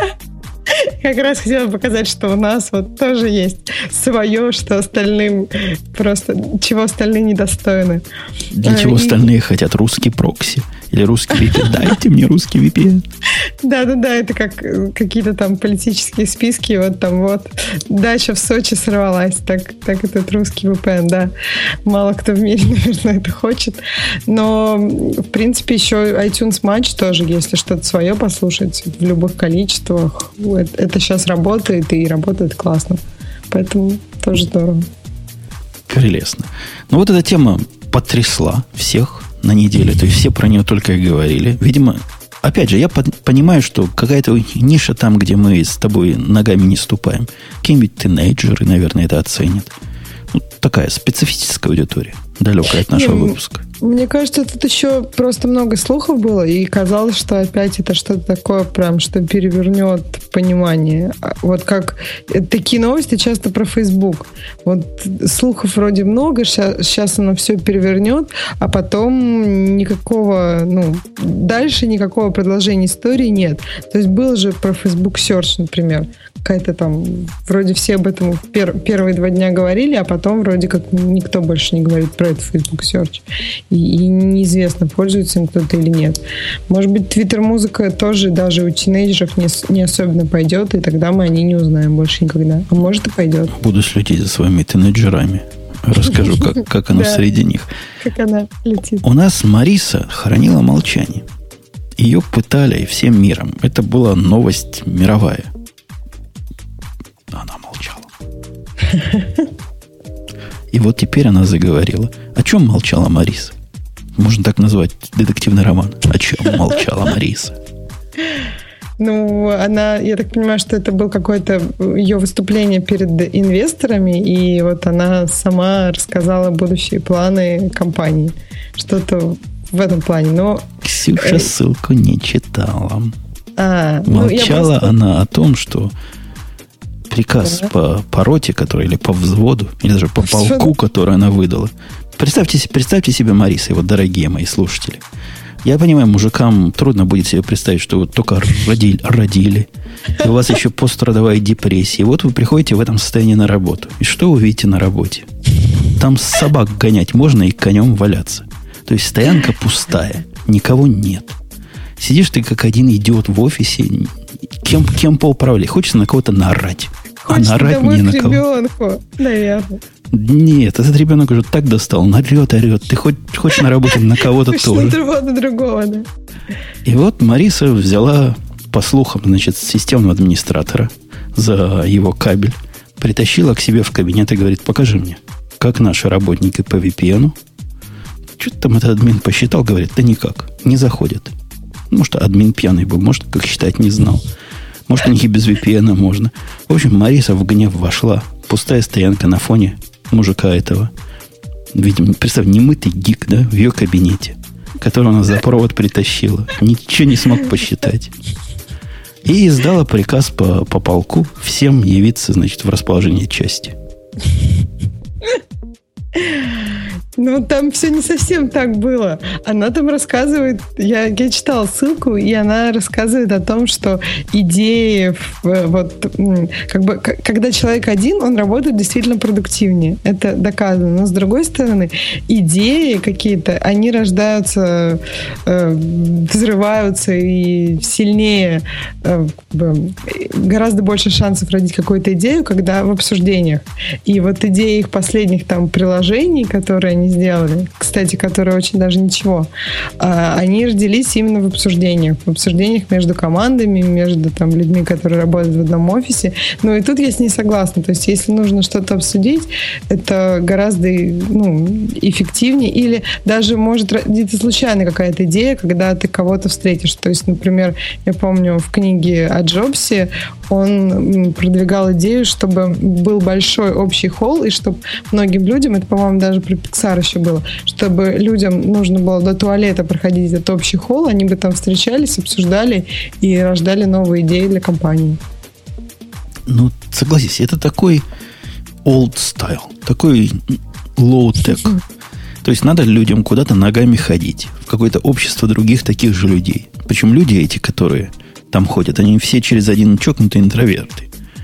Как раз хотела показать, что у нас вот тоже есть свое, что остальным просто, чего остальные недостойны. Для чего И... остальные хотят русский прокси или русский ви пи эн. Дайте мне русский ви пи эн. Да-да-да, это как какие-то там политические списки, вот там вот дача в Сочи сорвалась, так, так этот русский ви пи эн, да. Мало кто в мире, наверное, это хочет. Но, в принципе, еще iTunes Match тоже, если что-то свое послушать в любых количествах, это сейчас работает и работает классно. Поэтому тоже здорово. Прелестно. Ну, вот эта тема потрясла всех на неделе. То есть все про нее только и говорили. Видимо, опять же, я под, понимаю, что какая-то ниша там, где мы с тобой ногами не ступаем. Какие-нибудь тинейджеры, наверное, это оценят. Ну, такая специфическая аудитория, далекая от нашего Не, выпуска. Мне кажется, тут еще просто много слухов было, и казалось, что опять это что-то такое прям, что перевернет понимание. Вот как такие новости часто про Facebook. Вот слухов вроде много, сейчас, сейчас оно все перевернет, а потом никакого, ну, дальше никакого продолжения истории нет. То есть было же про Facebook Search, например. Какая-то там, вроде все об этом пер, первые два дня говорили, а потом вроде как никто больше не говорит про это Facebook Search. И, и неизвестно, пользуется им кто-то или нет. Может быть, Twitter-музыка тоже даже у тинейджеров не, не особенно пойдет, и тогда мы о ней не узнаем больше никогда. А может и пойдет. Буду следить за своими тинейджерами. Расскажу, как, как оно среди них. Как она летит. У нас Мариса хранила молчание. Ее пытали всем миром. Это была новость мировая. Она молчала. И вот теперь она заговорила. О чем молчала Мариса? Можно так назвать детективный роман. О чем молчала Мариса? Ну, она, я так понимаю, что это было какое-то ее выступление перед инвесторами, и вот она сама рассказала будущие планы компании. Что-то в этом плане. Но... Ксюша ссылку не читала. А, молчала ну, просто... она о том, что приказ да. по, по роте, который, или по взводу, или даже по полку, который она выдала. Представьте, представьте себе Мариса, вот, дорогие мои слушатели. Я понимаю, мужикам трудно будет себе представить, что вы только родили, родили и у вас еще пострадовая депрессия. И вот вы приходите в этом состоянии на работу. И что вы видите на работе? Там собак гонять можно и конем валяться. То есть стоянка пустая, никого нет. Сидишь ты как один идиот в офисе, кем, кем поуправлять. Хочется на кого-то наорать. Хочется а наорать не на кого. Ребенку, наверное. Нет, этот ребенок уже так достал. Он орет, орет. Ты хоть, хочешь на работе на кого-то тоже. На другого, на другого, да. И вот Мариса взяла, по слухам, значит, системного администратора за его кабель, притащила к себе в кабинет и говорит: покажи мне, как наши работники по ви пи эн. Что-то там этот админ посчитал, говорит: да никак, не заходят. Может, админ пьяный был, может, как считать, не знал. Может, у них и без ви пи эн можно. В общем, Мариса в гнев вошла. Пустая стоянка на фоне мужика этого. Видимо, представь, немытый гик, да, в ее кабинете, который она за провод притащила. Ничего не смог посчитать. И издала приказ по, по полку всем явиться, значит, в расположение части. Ну, там все не совсем так было. Она там рассказывает, я, я читала ссылку, и она рассказывает о том, что идеи, вот, как бы, когда человек один, он работает действительно продуктивнее. Это доказано. Но, с другой стороны, идеи какие-то, они рождаются, э, взрываются и сильнее, э, гораздо больше шансов родить какую-то идею, когда в обсуждениях. И вот идеи их последних там приложений, которые они сделали, кстати, которые очень даже ничего, они родились именно в обсуждениях. В обсуждениях между командами, между там людьми, которые работают в одном офисе. Ну, и тут я с ней согласна. То есть, если нужно что-то обсудить, это гораздо, ну, эффективнее. Или даже может родиться случайно какая-то идея, когда ты кого-то встретишь. То есть, например, я помню в книге о Джобсе он продвигал идею, чтобы был большой общий холл, и чтобы многим людям, это, по-моему, даже при Pixar еще было, чтобы людям нужно было до туалета проходить этот общий холл, они бы там встречались, обсуждали и рождали новые идеи для компании. Ну, согласись, это такой old style, такой low-tech. То есть надо людям куда-то ногами ходить, в какое-то общество других таких же людей. Причем люди эти, которые там ходят, они все через один чокнутые интроверты.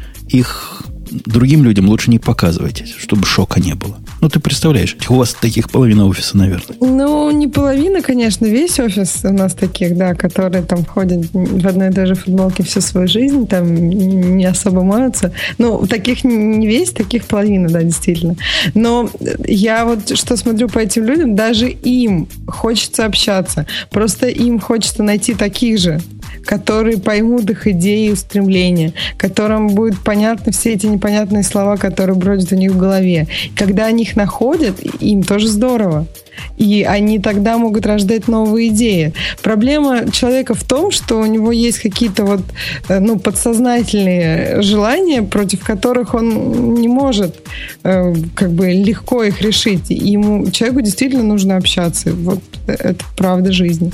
Их другим людям лучше не показывать, чтобы шока не было. Ну, ты представляешь, у вас таких половина офиса, наверное. Ну, не половина, конечно, весь офис у нас таких, да, которые там ходят в одной и той же футболке всю свою жизнь, там не особо моются. Ну, таких не весь, таких половина, да, действительно. Но я вот что смотрю по этим людям, даже им хочется общаться. Просто им хочется найти таких же, которые поймут их идеи и устремления, которым будут понятны все эти непонятные слова, которые бродят у них в голове. Когда они их находят, им тоже здорово. И они тогда могут рождать новые идеи. Проблема человека в том, что у него есть какие-то вот, ну, подсознательные желания, против которых он не может э, как бы легко их решить. И ему, человеку действительно нужно общаться. Вот это правда жизни.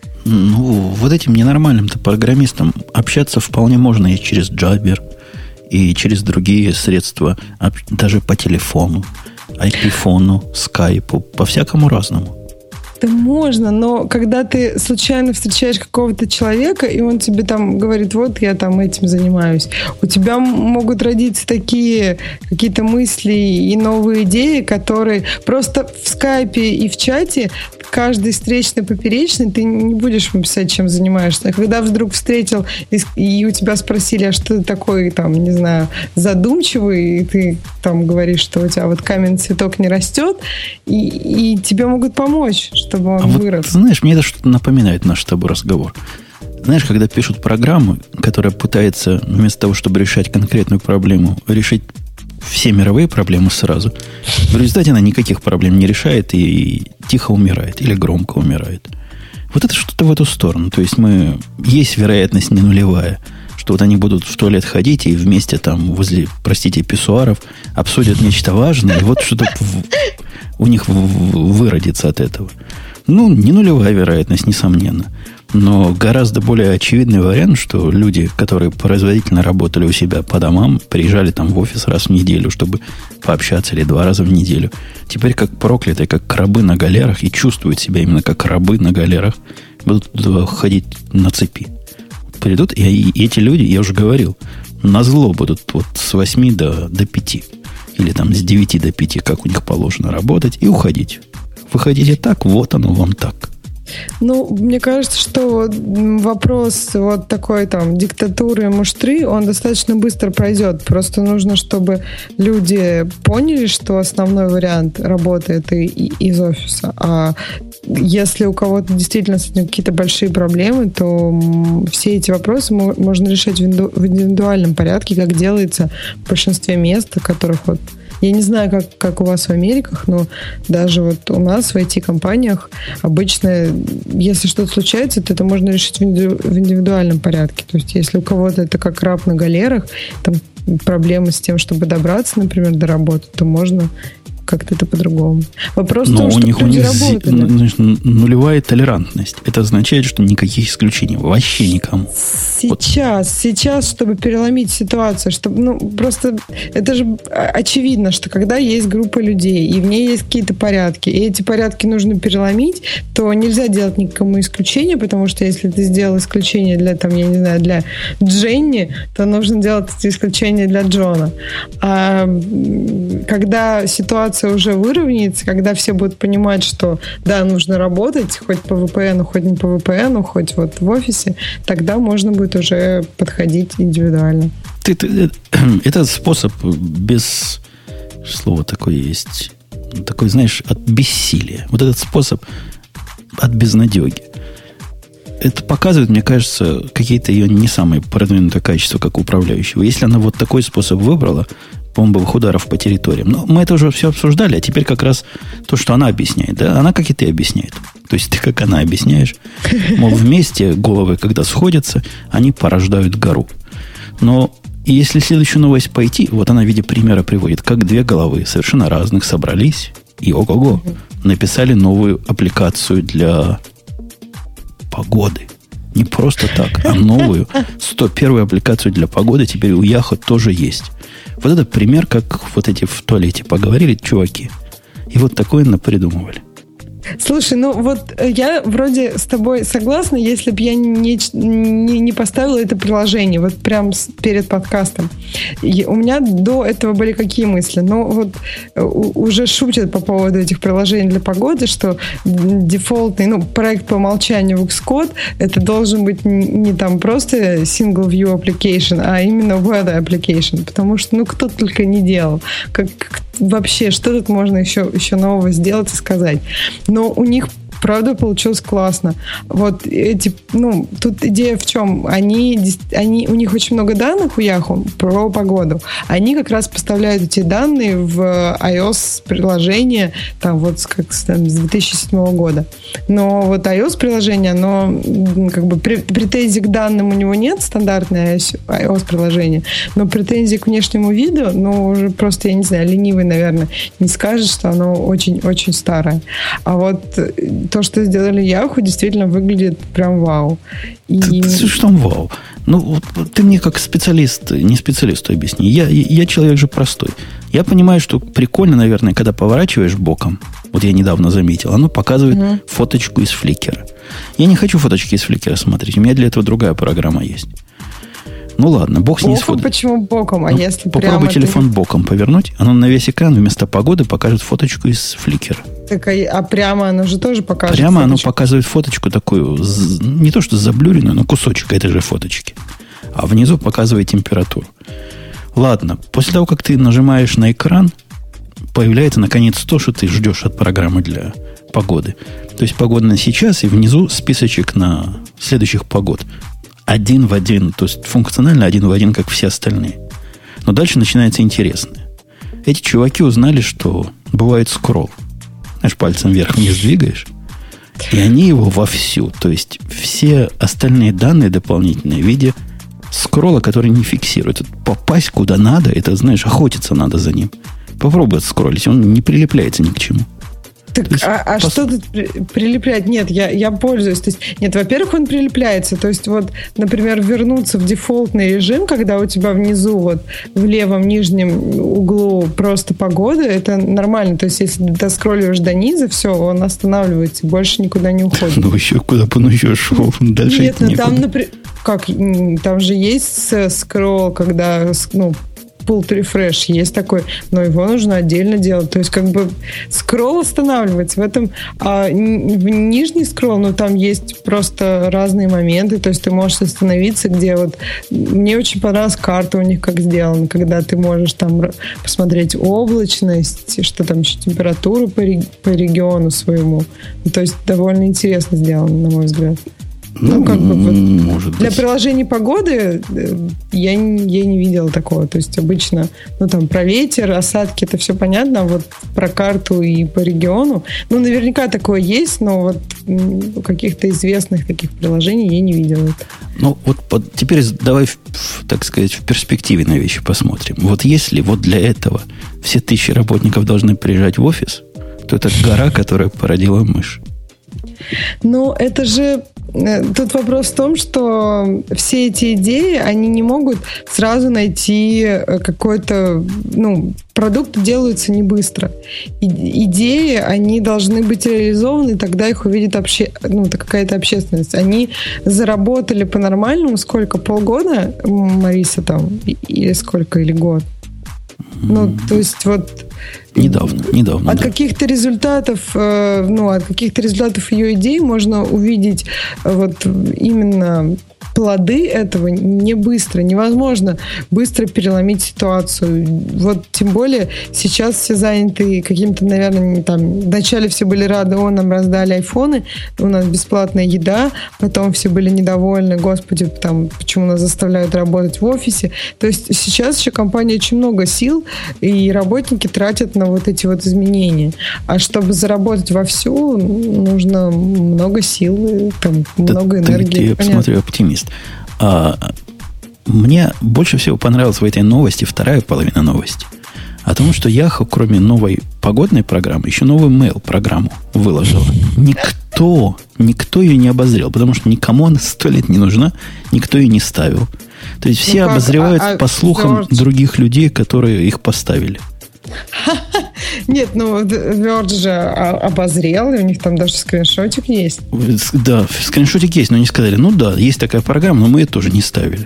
Ну, вот этим ненормальным-то программистам общаться вполне можно и через Jabber, и через другие средства, даже по телефону, айпифону, скайпу, по-всякому разному. Да можно, но когда ты случайно встречаешь какого-то человека, и он тебе там говорит: вот я там этим занимаюсь, у тебя могут родиться такие какие-то мысли и новые идеи, которые просто в скайпе и в чате каждый встречный, поперечный, ты не будешь ему писать, чем занимаешься. А когда вдруг встретил, и, и у тебя спросили: а что ты такой, там, не знаю, задумчивый, и ты там говоришь, что у тебя вот каменный цветок не растет, и, и тебе могут помочь, чтобы он а вырос. Вот, знаешь, мне это что-то напоминает наш с тобой разговор. Знаешь, когда пишут программу, которая пытается вместо того, чтобы решать конкретную проблему, решить все мировые проблемы сразу, в результате она никаких проблем не решает и тихо умирает или громко умирает. Вот это что-то в эту сторону. То есть мы, есть вероятность не нулевая, что вот они будут в туалет ходить и вместе там возле, простите, писсуаров обсудят нечто важное, и вот что-то в, у них в, в, выродится от этого. Ну, не нулевая вероятность, несомненно. Но гораздо более очевидный вариант, что люди, которые производительно работали у себя по домам, приезжали там в офис раз в неделю, чтобы пообщаться, или два раза в неделю, теперь как проклятые, как рабы на галерах, и чувствуют себя именно как рабы на галерах, будут ходить на цепи. Придут, и, и эти люди, я уже говорил, назло будут вот с восьми до, до пяти. Или там с девяти до пяти, как у них положено работать, и уходить. Вы хотите так, вот оно вам так. Ну, мне кажется, что вопрос вот такой там диктатуры и муштры, он достаточно быстро пройдет. Просто нужно, чтобы люди поняли, что основной вариант работает и, и, из офиса. А если у кого-то действительно с этим какие-то большие проблемы, то все эти вопросы можно решать в индивидуальном порядке, как делается в большинстве мест, в которых вот я не знаю, как, как у вас в Америках, но даже вот у нас в ай ти-компаниях обычно, если что-то случается, то это можно решить в индивидуальном порядке. То есть, если у кого-то это как раб на галерах, там проблемы с тем, чтобы добраться, например, до работы, то можно как-то это по-другому. Вопрос в том, что люди работали. Значит, нулевая толерантность. Это означает, что никаких исключений. Вообще никому. Сейчас, вот. сейчас, чтобы переломить ситуацию, чтобы, ну, просто это же очевидно, что когда есть группа людей, и в ней есть какие-то порядки, и эти порядки нужно переломить, то нельзя делать никому исключения, потому что если ты сделал исключение для, там, я не знаю, для Дженни, то нужно делать исключение для Джона. А когда ситуация уже выровняется, когда все будут понимать, что да, нужно работать, хоть по ви пи эн, хоть не по ви пи эн, хоть вот в офисе, тогда можно будет уже подходить индивидуально. Ты, ты, это способ без... Слово такое есть. Такой, знаешь, от бессилия. Вот этот способ от безнадеги. Это показывает, мне кажется, какие-то ее не самые продвинутые качества, как управляющего. Если она вот такой способ выбрала, бомбовых ударов по территориям. Но мы это уже все обсуждали, а теперь как раз то, что она объясняет. Да? Она, как и ты, объясняет. То есть ты, как она, объясняешь. Мол, вместе головы, когда сходятся, они порождают гору. Но если следующую новость пойти, вот она в виде примера приводит, как две головы совершенно разных собрались и, ого-го, написали новую аппликацию для погоды. Не просто так, а новую сто первую аппликацию для погоды теперь у Яхо тоже есть. Вот это пример, как вот эти в туалете поговорили чуваки. И вот такое напридумывали. Слушай, ну вот я вроде с тобой согласна, если бы я не, не, не поставила это приложение вот прям перед подкастом. И у меня до этого были какие мысли? Ну вот уже шутят по поводу этих приложений для погоды, что дефолтный, ну, проект по умолчанию в Xcode, это должен быть не там просто single view application, а именно weather application, потому что, ну, кто только не делал. Как, как вообще, что тут можно еще, еще нового сделать и сказать? Но у них, правда, получилось классно. Вот эти, ну, тут идея в чем? Они, они, у них очень много данных у Yahoo про погоду. Они как раз поставляют эти данные в iOS-приложение там вот как, там, с две тысячи седьмого года. Но вот iOS-приложение, оно как бы претензий к данным у него нет, стандартное iOS-приложение, но претензий к внешнему виду, ну, уже просто, я не знаю, ленивый, наверное, не скажет, что оно очень-очень старое. А вот то, что сделали Yahoo, действительно выглядит прям вау. И... Ты, ты, что там вау? Ну, вот, ты мне как специалист, не специалисту объясни. Я, я человек же простой. Я понимаю, что прикольно, наверное, когда поворачиваешь боком, вот я недавно заметил, оно показывает угу. фоточку из фликера. Я не хочу фоточки из фликера смотреть. У меня для этого другая программа есть. Ну ладно, бог с ней с фото. Почему боком? А ну, если попробуй телефон ты... боком повернуть, оно на весь экран вместо погоды покажет фоточку из фликера. Так, а, а прямо оно же тоже покажет Прямо фоточку. Оно показывает фоточку такую, не то что заблюренную, но кусочек этой же фоточки. А внизу показывает температуру. Ладно, после того, как ты нажимаешь на экран, появляется наконец то, что ты ждешь от программы для погоды. То есть погода на сейчас, и внизу списочек на следующих погод. Один в один, то есть функционально один в один, как все остальные. Но дальше начинается интересное. Эти чуваки узнали, что бывает скролл. Знаешь, пальцем вверх-вниз двигаешь, и они его вовсю. То есть все остальные данные дополнительные в виде скролла, который не фиксирует. Попасть куда надо, это, знаешь, охотиться надо за ним. Попробуй отскроллить, он не прилепляется ни к чему. Так, а, а пос... что тут прилеплять? Нет, я, я пользуюсь. То есть, нет, во-первых, он прилепляется. То есть, вот, например, вернуться в дефолтный режим, когда у тебя внизу, вот, в левом нижнем углу просто погода, это нормально. То есть, если ты доскролливаешь до низа, все, он останавливается, больше никуда не уходит. Ну, еще куда бы он еще шел. Дальше нет, ну там, например, как, там же есть скролл, когда, ну, pull to refresh есть такой, но его нужно отдельно делать. То есть, как бы скролл останавливается. В этом а, в нижний скролл, ну, там есть просто разные моменты. То есть, ты можешь остановиться, где вот... Мне очень понравилась карта у них, как сделана, когда ты можешь там посмотреть облачность, что там еще температуру по, по региону своему. То есть, довольно интересно сделано, на мой взгляд. Ну, как бы вот может для быть. Приложений погоды я, я не видела такого. То есть обычно, ну там про ветер, осадки, это все понятно, а вот про карту и по региону, ну наверняка такое есть, но вот каких-то известных таких приложений я не видела. Ну вот под, теперь давай, в, в, так сказать, в перспективе на вещи посмотрим. Вот если вот для этого все тысячи работников должны приезжать в офис, то это гора, которая породила мышь. Ну, это же... Тут вопрос в том, что все эти идеи, они не могут сразу найти какой-то... Ну, продукты делаются не быстро. И, идеи, они должны быть реализованы, тогда их увидит обще, ну, какая-то общественность. Они заработали по-нормальному сколько? Полгода, Мариса, там? Или сколько? Или год? Ну, то есть вот... Недавно, недавно. От да. каких-то результатов, ну, от каких-то результатов ее идей можно увидеть вот именно плоды этого не быстро. Невозможно быстро переломить ситуацию. Вот тем более сейчас все заняты каким-то, наверное, там, вначале все были рады, о, нам раздали айфоны, у нас бесплатная еда, потом все были недовольны, господи, там, почему нас заставляют работать в офисе. То есть сейчас еще компания очень много сил, и работники тратят на вот эти вот изменения. А чтобы заработать вовсю, нужно много сил, там, да, много энергии. Я посмотрю, оптимист. А, мне больше всего понравилась в этой новости вторая половина новости. О том, что Yahoo, кроме новой погодной программы, еще новую mail-программу выложила. Никто, никто ее не обозрел, потому что никому она сто лет не нужна, никто ее не ставил. То есть все ну обозревают а, а, по слухам George. других людей, которые их поставили. Нет, ну Verge же обозрел, и у них там даже скриншотик есть. Да, скриншотик есть, но они сказали, ну да, есть такая программа, но мы ее тоже не ставили.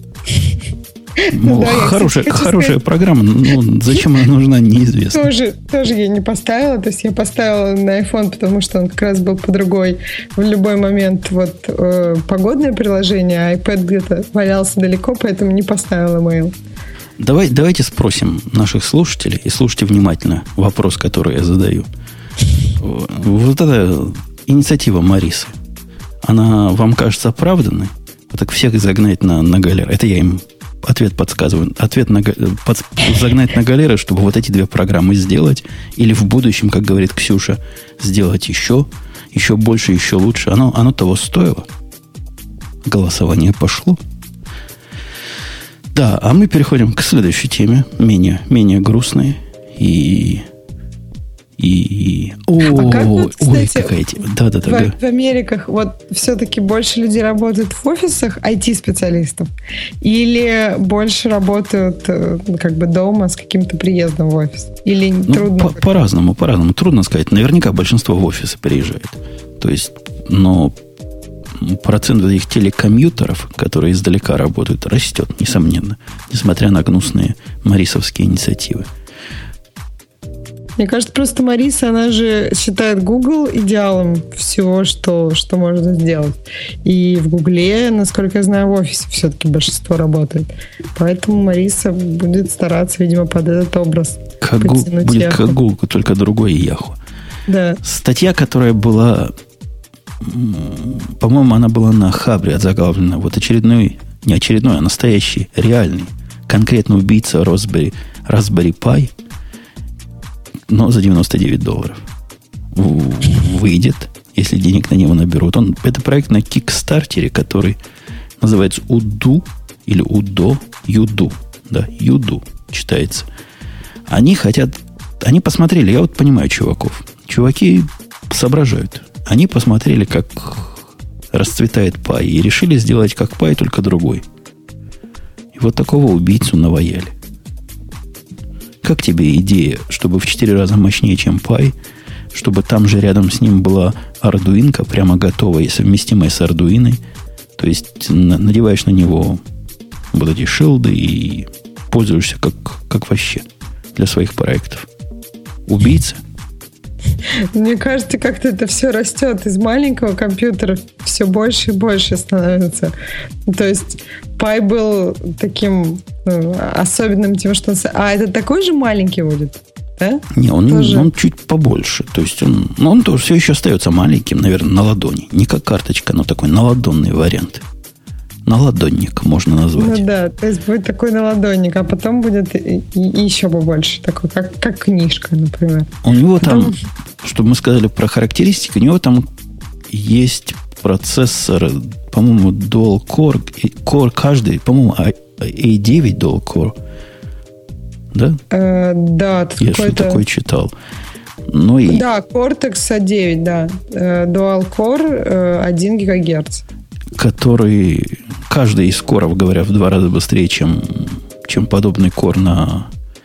Мол, хорошая, хорошая программа, но зачем она нужна, неизвестно. Тоже, тоже я не поставила, то есть я поставила на iPhone, потому что он как раз был по другой. В любой момент вот э, погодное приложение, а iPad где-то валялся далеко, поэтому не поставила mail. Давай, давайте спросим наших слушателей, и слушайте внимательно вопрос, который я задаю. Вот эта инициатива Марисы, она вам кажется оправданной? Вот так всех загнать на, на галеры. Это я им ответ подсказываю. Ответ на, под, загнать на галеры, чтобы вот эти две программы сделать, или в будущем, как говорит Ксюша, сделать еще, еще больше, еще лучше. Оно, оно того стоило. Голосование пошло. Да, а мы переходим к следующей теме, менее, менее грустной и... и... О, а как вот, кстати, ой, какая тема. Да, да, да, в, в Америках вот все-таки больше людей работают в офисах ай ти-специалистов или больше работают как бы дома с каким-то приездом в офис? Или ну, трудно? По- по-разному, по-разному. Трудно сказать. Наверняка большинство в офисы приезжает. То есть, но... процент этих телекомьютеров, которые издалека работают, растет, несомненно, несмотря на гнусные марисовские инициативы. Мне кажется, просто Мариса, она же считает Google идеалом всего, что, что можно сделать. И в Гугле, насколько я знаю, в офисе все-таки большинство работает. Поэтому Мариса будет стараться, видимо, под этот образ как подтянуть Будет Yahoo. Как Google, только другой Yahoo. Да. Статья, которая была... По-моему, она была на Хабре отзаглавлена. Вот очередной, не очередной, а настоящий, реальный, конкретно убийца Raspberry, Raspberry Pi, но за девяносто девять долларов. Выйдет, если денег на него наберут. Он, это проект на Кикстартере, который называется Уду или Удо, Юду, да, Юду читается. Они хотят, они посмотрели, я вот понимаю чуваков. чуваки соображают. Они посмотрели, как расцветает пай, и решили сделать как пай, только другой. И вот такого убийцу наваяли. Как тебе идея, чтобы в четыре раза мощнее, чем пай, чтобы там же рядом с ним была ардуинка, прямо готовая и совместимая с ардуиной, то есть надеваешь на него вот эти шилды и пользуешься как, как вообще для своих проектов. Убийца? Мне кажется, как-то это все растет. Из маленького компьютера все больше и больше становится. То есть Пай был таким ну, особенным тем, что он... А это такой же маленький будет? Да? Не, он, он чуть побольше. То есть он, ну, он тоже все еще остается маленьким, наверное, на ладони. Не как карточка, но такой наладонный вариант. Наладонник можно назвать. Ну да, то есть будет такой наладонник, а потом будет и, и еще побольше, такой, как, как книжка, например. У него потом... там, чтобы мы сказали про характеристики, у него там есть процессор, по-моему, Dual Core, Core каждый, по-моему, эй девять Dual Core. Да? Э, да, тут я что-то такое читал. Ну и... Да, Cortex эй девять, да. Dual Core один гигагерц. Который каждый из коров, говоря, в два раза быстрее, чем, чем подобный кор на,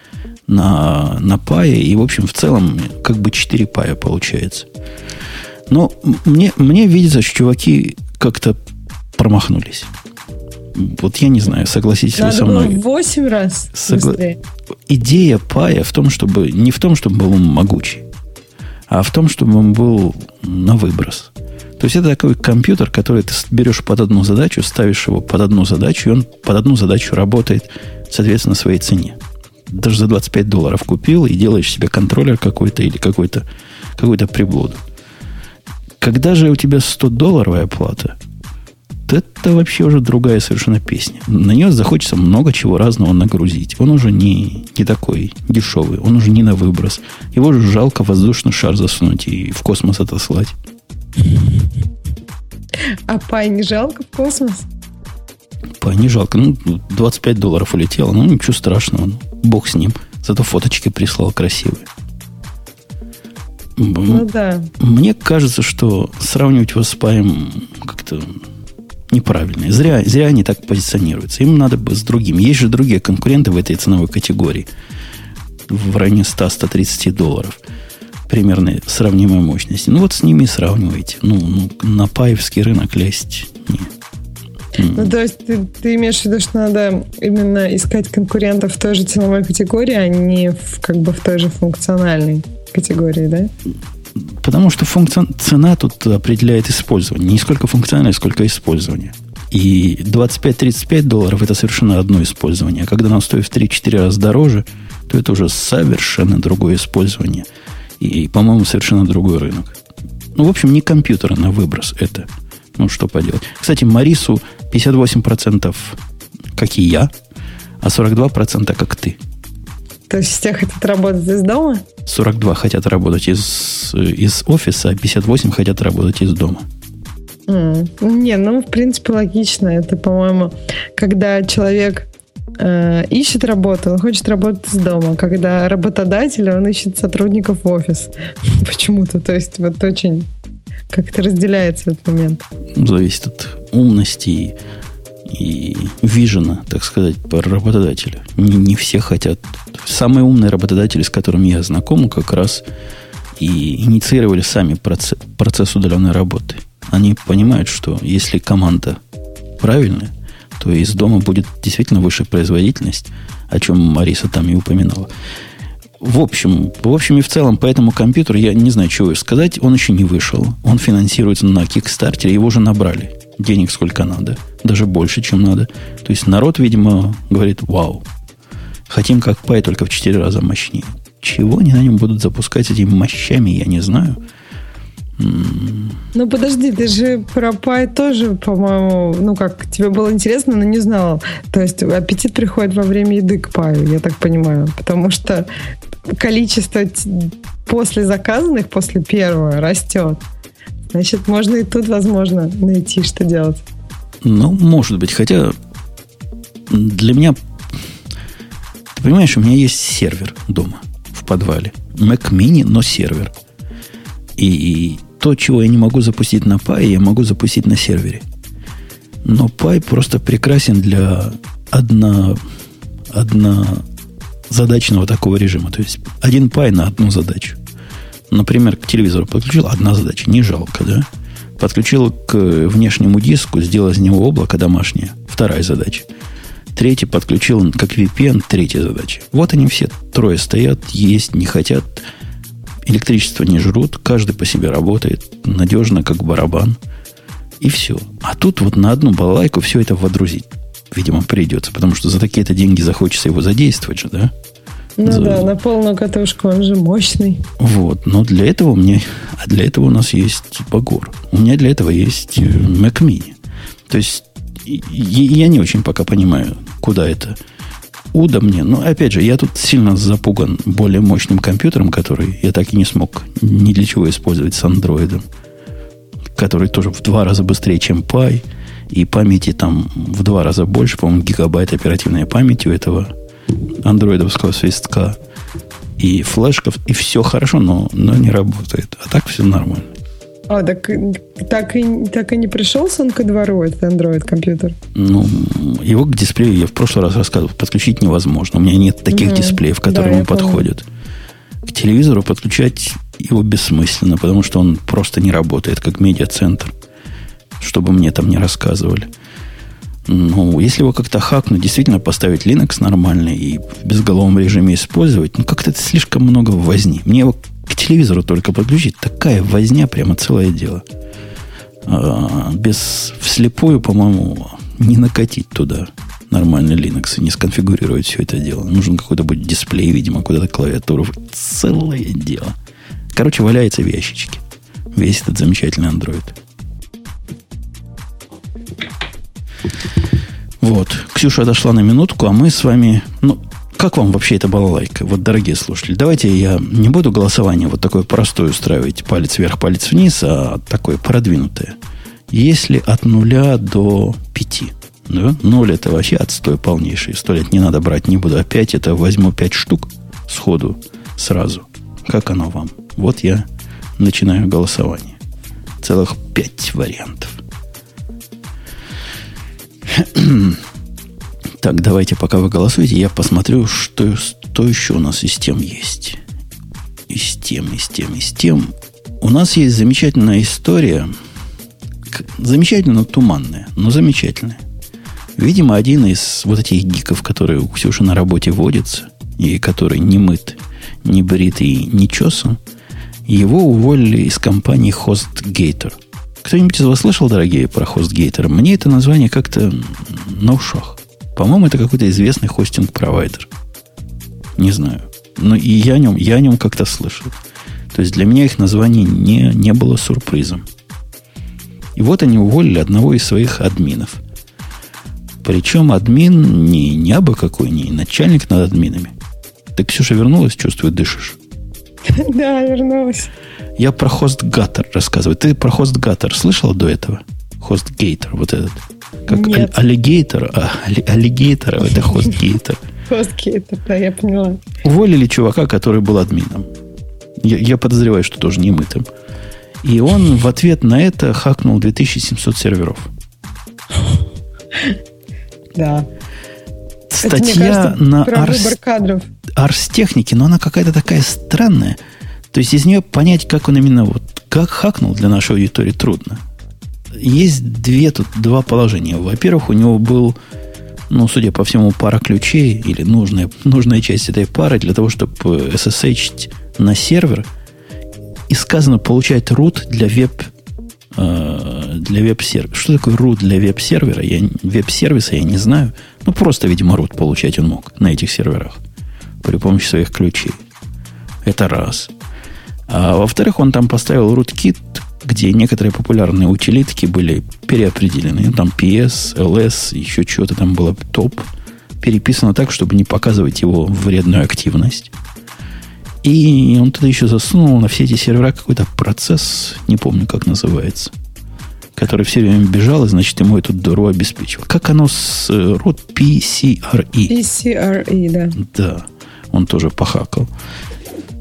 на, на пае. И, в общем, в целом, как бы четыре пая получается. Но мне, мне видится, что чуваки как-то промахнулись. Вот я не знаю, согласитесь Надо вы со мной. в восемь раз Согла... быстрее. Идея пая в том, чтобы не в том, чтобы был он могучий, а в том, чтобы он был на выброс. То есть это такой компьютер, который ты берешь под одну задачу, ставишь его под одну задачу, и он под одну задачу работает, соответственно, своей цене. Даже за двадцать пять долларов купил и делаешь себе контроллер какой-то или какой-то, какую-то приблуду. Когда же у тебя сто долларовая плата, то это вообще уже другая совершенно песня. На нее захочется много чего разного нагрузить. Он уже не, не такой дешевый, он уже не на выброс. Его же жалко воздушный шар засунуть и в космос отослать. А пай не жалко в космос? Пай не жалко. Ну, двадцать пять долларов улетело. Ну, ничего страшного. Ну, бог с ним. Зато фоточки прислал красивые. Ну, да. Мне кажется, что сравнивать его с паем как-то неправильно. Зря, зря они так позиционируются. Им надо бы с другим. Есть же другие конкуренты в этой ценовой категории. В районе сто - сто тридцать долларов. Примерно сравнимой мощности. Ну, вот с ними сравнивайте. Ну, ну на паевский рынок лезть. Нет. Ну, то есть ты, ты имеешь в виду, что надо именно искать конкурентов в той же ценовой категории, а не в, как бы в той же функциональной категории, да? Потому что функци... цена тут определяет использование. Не сколько функциональное, сколько использование. И двадцать пять - тридцать пять долларов это совершенно одно использование. А когда оно стоит в три-четыре раза дороже, то это уже совершенно другое использование. И, по-моему, совершенно другой рынок. Ну, в общем, не компьютер на выброс это. Ну, что поделать. Кстати, Марису пятьдесят восемь процентов как и я, а сорок два процента как ты. То есть все хотят работать из дома? сорок два хотят работать из, из офиса, а пятьдесят восемь хотят работать из дома. Mm. Не, ну, в принципе, логично. Это, по-моему, когда человек э, ищет работу, он хочет работать из дома. Когда работодатель, он ищет сотрудников в офис. Почему-то. То есть вот очень как-то разделяется этот момент. Зависит от умности и вижена, так сказать, по работодателю. Не, не все хотят. Самые умные работодатели, с которыми я знаком, как раз и инициировали сами процесс, процесс удаленной работы. Они понимают, что если команда правильная, то из дома будет действительно высшая производительность, о чем Мариса там и упоминала. В общем, в общем и в целом, по этому компьютеру я не знаю, чего сказать. Он еще не вышел. Он финансируется на Kickstarter. Его уже набрали. Денег сколько надо. Даже больше, чем надо. То есть народ, видимо, говорит: вау, хотим как Пай, только в четыре раза мощнее. Чего они на нем будут запускать этими мощами, я не знаю. Ну, подожди, ты же про Пай тоже, по-моему, ну как, тебе было интересно, но не знала. То есть аппетит приходит во время еды к Паю, я так понимаю. Потому что количество после заказанных, после первого растет. Значит, можно и тут, возможно, найти, что делать. Ну, может быть. Хотя для меня... Ты понимаешь, у меня есть сервер дома в подвале. Mac Mini, но сервер. И, и то, чего я не могу запустить на Pi, я могу запустить на сервере. Но Pi просто прекрасен для одно, однозадачного такого режима. То есть один Pi на одну задачу. Например, к телевизору подключил, одна задача, не жалко, да? Подключил к внешнему диску, сделал из него облако домашнее, вторая задача. Третий подключил как ви пи эн, третья задача. Вот они все трое стоят, есть не хотят, электричество не жрут, каждый по себе работает, надежно, как барабан. И все. А тут вот на одну балалайку все это водрузить, видимо, придется, потому что за такие-то деньги захочется его задействовать же, да? Ну за... да, на полную катушку, он же мощный. Вот, но для этого у меня, а для этого у нас есть Багор. У меня для этого есть Mac Mini. То есть я не очень пока понимаю, куда это уда мне. Но, опять же, я тут сильно запуган более мощным компьютером, который я так и не смог ни для чего использовать с андроидом, который тоже в два раза быстрее, чем Pi, и памяти там в два раза больше, по-моему, гигабайт оперативной памяти у этого андроидовского свистка, и флешков, и все хорошо, но, но не работает. А так все нормально. А, так, так, и, так и не пришелся он ко двору, этот Android-компьютер? Ну, его к дисплею, я в прошлый раз рассказывал, подключить невозможно. У меня нет таких угу. дисплеев, которые да, ему подходят. Помню. К телевизору подключать его бессмысленно, потому что он просто не работает, как медиацентр, чтобы мне там не рассказывали. Ну, если его как-то хакнуть, действительно поставить Linux нормальный и в безголовом режиме использовать, ну, как-то это слишком много возни. Мне его к телевизору только подключить, такая возня, прямо целое дело. А, без вслепую, по-моему, не накатить туда нормальный Linux и не сконфигурировать все это дело. Нужен какой-то будет дисплей, видимо, куда-то клавиатуру. Целое дело. Короче, валяется в ящичке. Весь этот замечательный Android. Вот. Ксюша отошла на минутку, а мы с вами... Ну, как вам вообще эта балалайка? Вот, дорогие слушатели, давайте я не буду голосование вот такое простое устраивать, палец вверх, палец вниз, а такое продвинутое. Если от нуля до пяти, да? Ноль это вообще отстой полнейший. Сто лет не надо брать, не буду. А пять это возьму пять штук сходу сразу. Как оно вам? Вот я начинаю голосование. Целых пять вариантов. Так, давайте, пока вы голосуете, я посмотрю, что, что еще у нас из тем есть. Из тем, из тем, из тем. У нас есть замечательная история. Замечательно, но туманная, но замечательная. Видимо, один из вот этих гиков, которые у Ксюши на работе водятся, и который не мыт, не брит и не чесан, его уволили из компании HostGator. Кто-нибудь из вас слышал, дорогие, про HostGator? Мне это название как-то на ушах. По-моему, это какой-то известный хостинг-провайдер. Не знаю. Но и я о нем, я о нем как-то слышал. То есть для меня их название не, не было сюрпризом. И вот они уволили одного из своих админов. Причем админ не, не абы какой, не начальник над админами. Ты, Ксюша, вернулась, чувствую, дышишь? Да, вернулась. Я про HostGator рассказываю. Ты про HostGator слышала до этого? HostGator, вот этот. Как Нет. аллигейтор, а аллигейтор, это HostGator. HostGator, да, я поняла. Уволили чувака, который был админом. Я, я подозреваю, что тоже не мытым. И он в ответ на это хакнул две тысячи семьсот серверов. Да. Статья это, мне кажется, на про Арс... выбор кадров. Арстехнике, но она какая-то такая странная. То есть из нее понять, как он именно вот как хакнул, для нашей аудитории трудно. Есть две тут два положения. Во-первых, у него был, ну, судя по всему, пара ключей или нужная, нужная часть этой пары для того, чтобы эс эс эйч на сервер. И сказано получать root для веб э, для веб-сервера. Что такое root для веб-сервера? Я, веб-сервиса я не знаю. Ну, просто, видимо, root получать он мог на этих серверах при помощи своих ключей. Это раз. А во-вторых, он там поставил rootkit, где некоторые популярные утилитки были переопределены. Там пи эс, эл эс, еще что-то там было топ. Переписано так, чтобы не показывать его вредную активность. И он туда еще засунул на все эти сервера какой-то процесс, не помню, как называется, который все время бежал, и, значит, ему эту дыру обеспечивал. Как оно с root пи си ар и? пи си ар и, да. Да, он тоже похакал.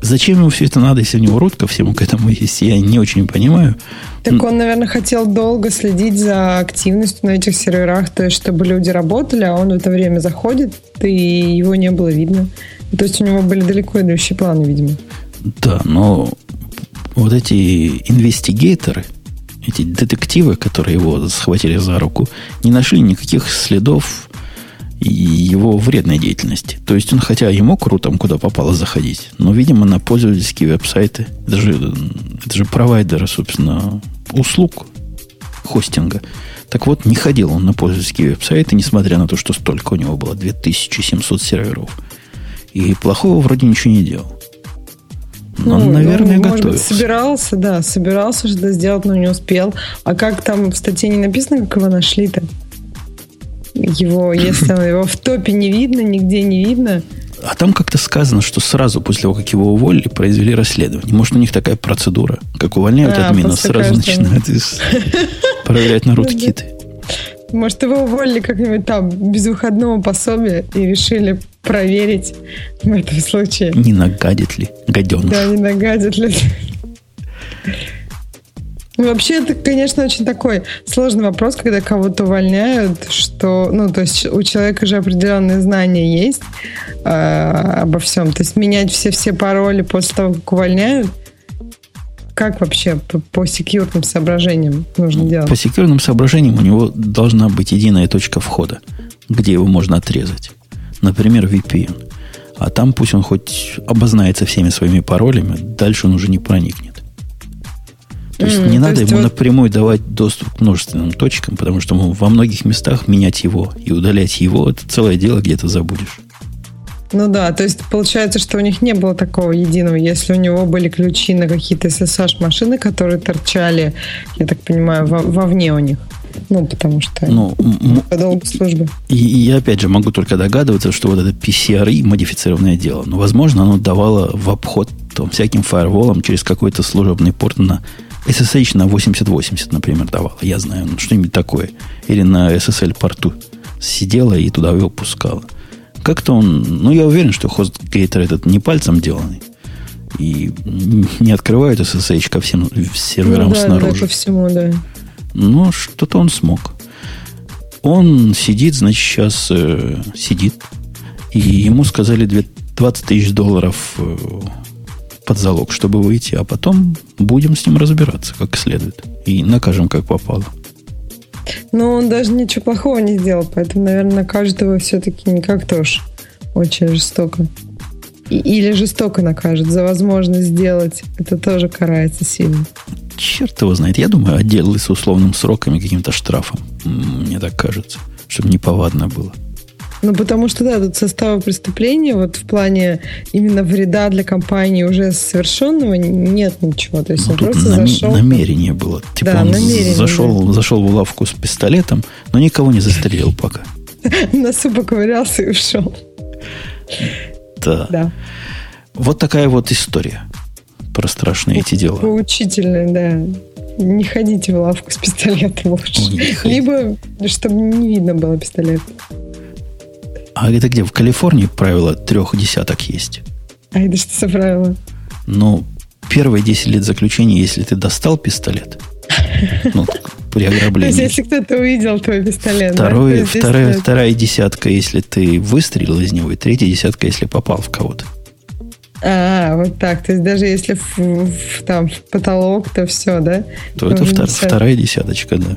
Зачем ему все это надо, если у него рот ко всему к этому есть, я не очень понимаю. Так он, наверное, хотел долго следить за активностью на этих серверах, то есть, чтобы люди работали, а он в это время заходит, и его не было видно. То есть, у него были далеко идущие планы, видимо. Да, но вот эти инвестигаторы, эти детективы, которые его схватили за руку, не нашли никаких следов его вредной деятельности. То есть он, хотя и мог рутом куда попало заходить, но, видимо, на пользовательские веб-сайты, это же, это же провайдеры, собственно, услуг хостинга. Так вот, не ходил он на пользовательские веб-сайты, несмотря на то, что столько у него было, две тысячи семьсот серверов. И плохого вроде ничего не делал. Но, ну, наверное, ну, готовился. Может быть, собирался, да, собирался что-то сделать, но не успел. А как там в статье не написано, как его нашли-то? Его, если его в топе не видно, нигде не видно. А там как-то сказано, что сразу после того, как его уволили, произвели расследование. Может, у них такая процедура, как увольняют а, админа, сразу начинают проверять на руткиты. Может, его уволили как-нибудь там без выходного пособия и решили проверить в этом случае. Не нагадит ли гаденыш? Да, не нагадит ли. Ну, вообще, это, конечно, очень такой сложный вопрос, когда кого-то увольняют, что, ну, то есть у человека же определенные знания есть э, обо всем. То есть менять все-все пароли после того, как увольняют, как вообще по, по секьюрным соображениям нужно делать? По секьюрным соображениям у него должна быть единая точка входа, где его можно отрезать. Например, ви пи эн. А там пусть он хоть обознается всеми своими паролями, дальше он уже не проникнет. То есть mm, не то надо есть ему вот... напрямую давать доступ к множественным точкам, потому что во многих местах менять его и удалять его, это целое дело, где ты забудешь. Ну да, то есть получается, что у них не было такого единого. Если у него были ключи на какие-то эс эс эйч-машины, которые торчали, я так понимаю, во- вовне у них. Ну, потому что ну, по долгу службы. И, и я, опять же, могу только догадываться, что вот это пи си ар и модифицированное дело, но, возможно, оно давало в обход там, всяким фаерволам через какой-то служебный порт на эс эс эйч на восемьдесят восемьдесят, например, давала. Я знаю, ну, что-нибудь такое. Или на эс эс эль-порту сидела и туда его пускала. Как-то он... Ну, я уверен, что хостгейтер этот не пальцем деланный. И не открывают эс эс эйч ко всем серверам ну, да, снаружи. Да, по всему, да. Но что-то он смог. Он сидит, значит, сейчас э, сидит. И ему сказали двадцать тысяч долларов э, под залог, чтобы выйти. А потом будем с ним разбираться как следует. И накажем, как попало. Но он даже ничего плохого не сделал. Поэтому, наверное, накажет его все-таки не как-то уж очень жестоко. И, или жестоко накажет за возможность сделать. Это тоже карается сильно. Черт его знает. Я думаю, отделали с условным сроком и каким-то штрафом. Мне так кажется. Чтобы неповадно было. Ну, потому что, да, тут состава преступления, вот в плане именно вреда для компании уже совершенного нет ничего. То есть ну, он просто нам, зашел... намерение было. Типа да, он намерение, зашел, да. зашел в лавку с пистолетом, но никого не застрелил пока. Носу поковырялся и ушел. Да. да. Вот такая вот история про страшные эти дела. Поучительная, да. Не ходите в лавку с пистолетом лучше. Ой, либо, чтобы не видно было пистолет. А это где? В Калифорнии правило трех десяток есть. А это что за правило? Ну, первые десять лет заключения, если ты достал пистолет, ну, при ограблении. То есть, если кто-то увидел твой пистолет. Второй, да? вторая, вторая десятка, если ты выстрелил из него, и третья десятка, если попал в кого-то. А, вот так. То есть, даже если в, в, там, в потолок, то все, да? То это втор, вторая десяточка, да.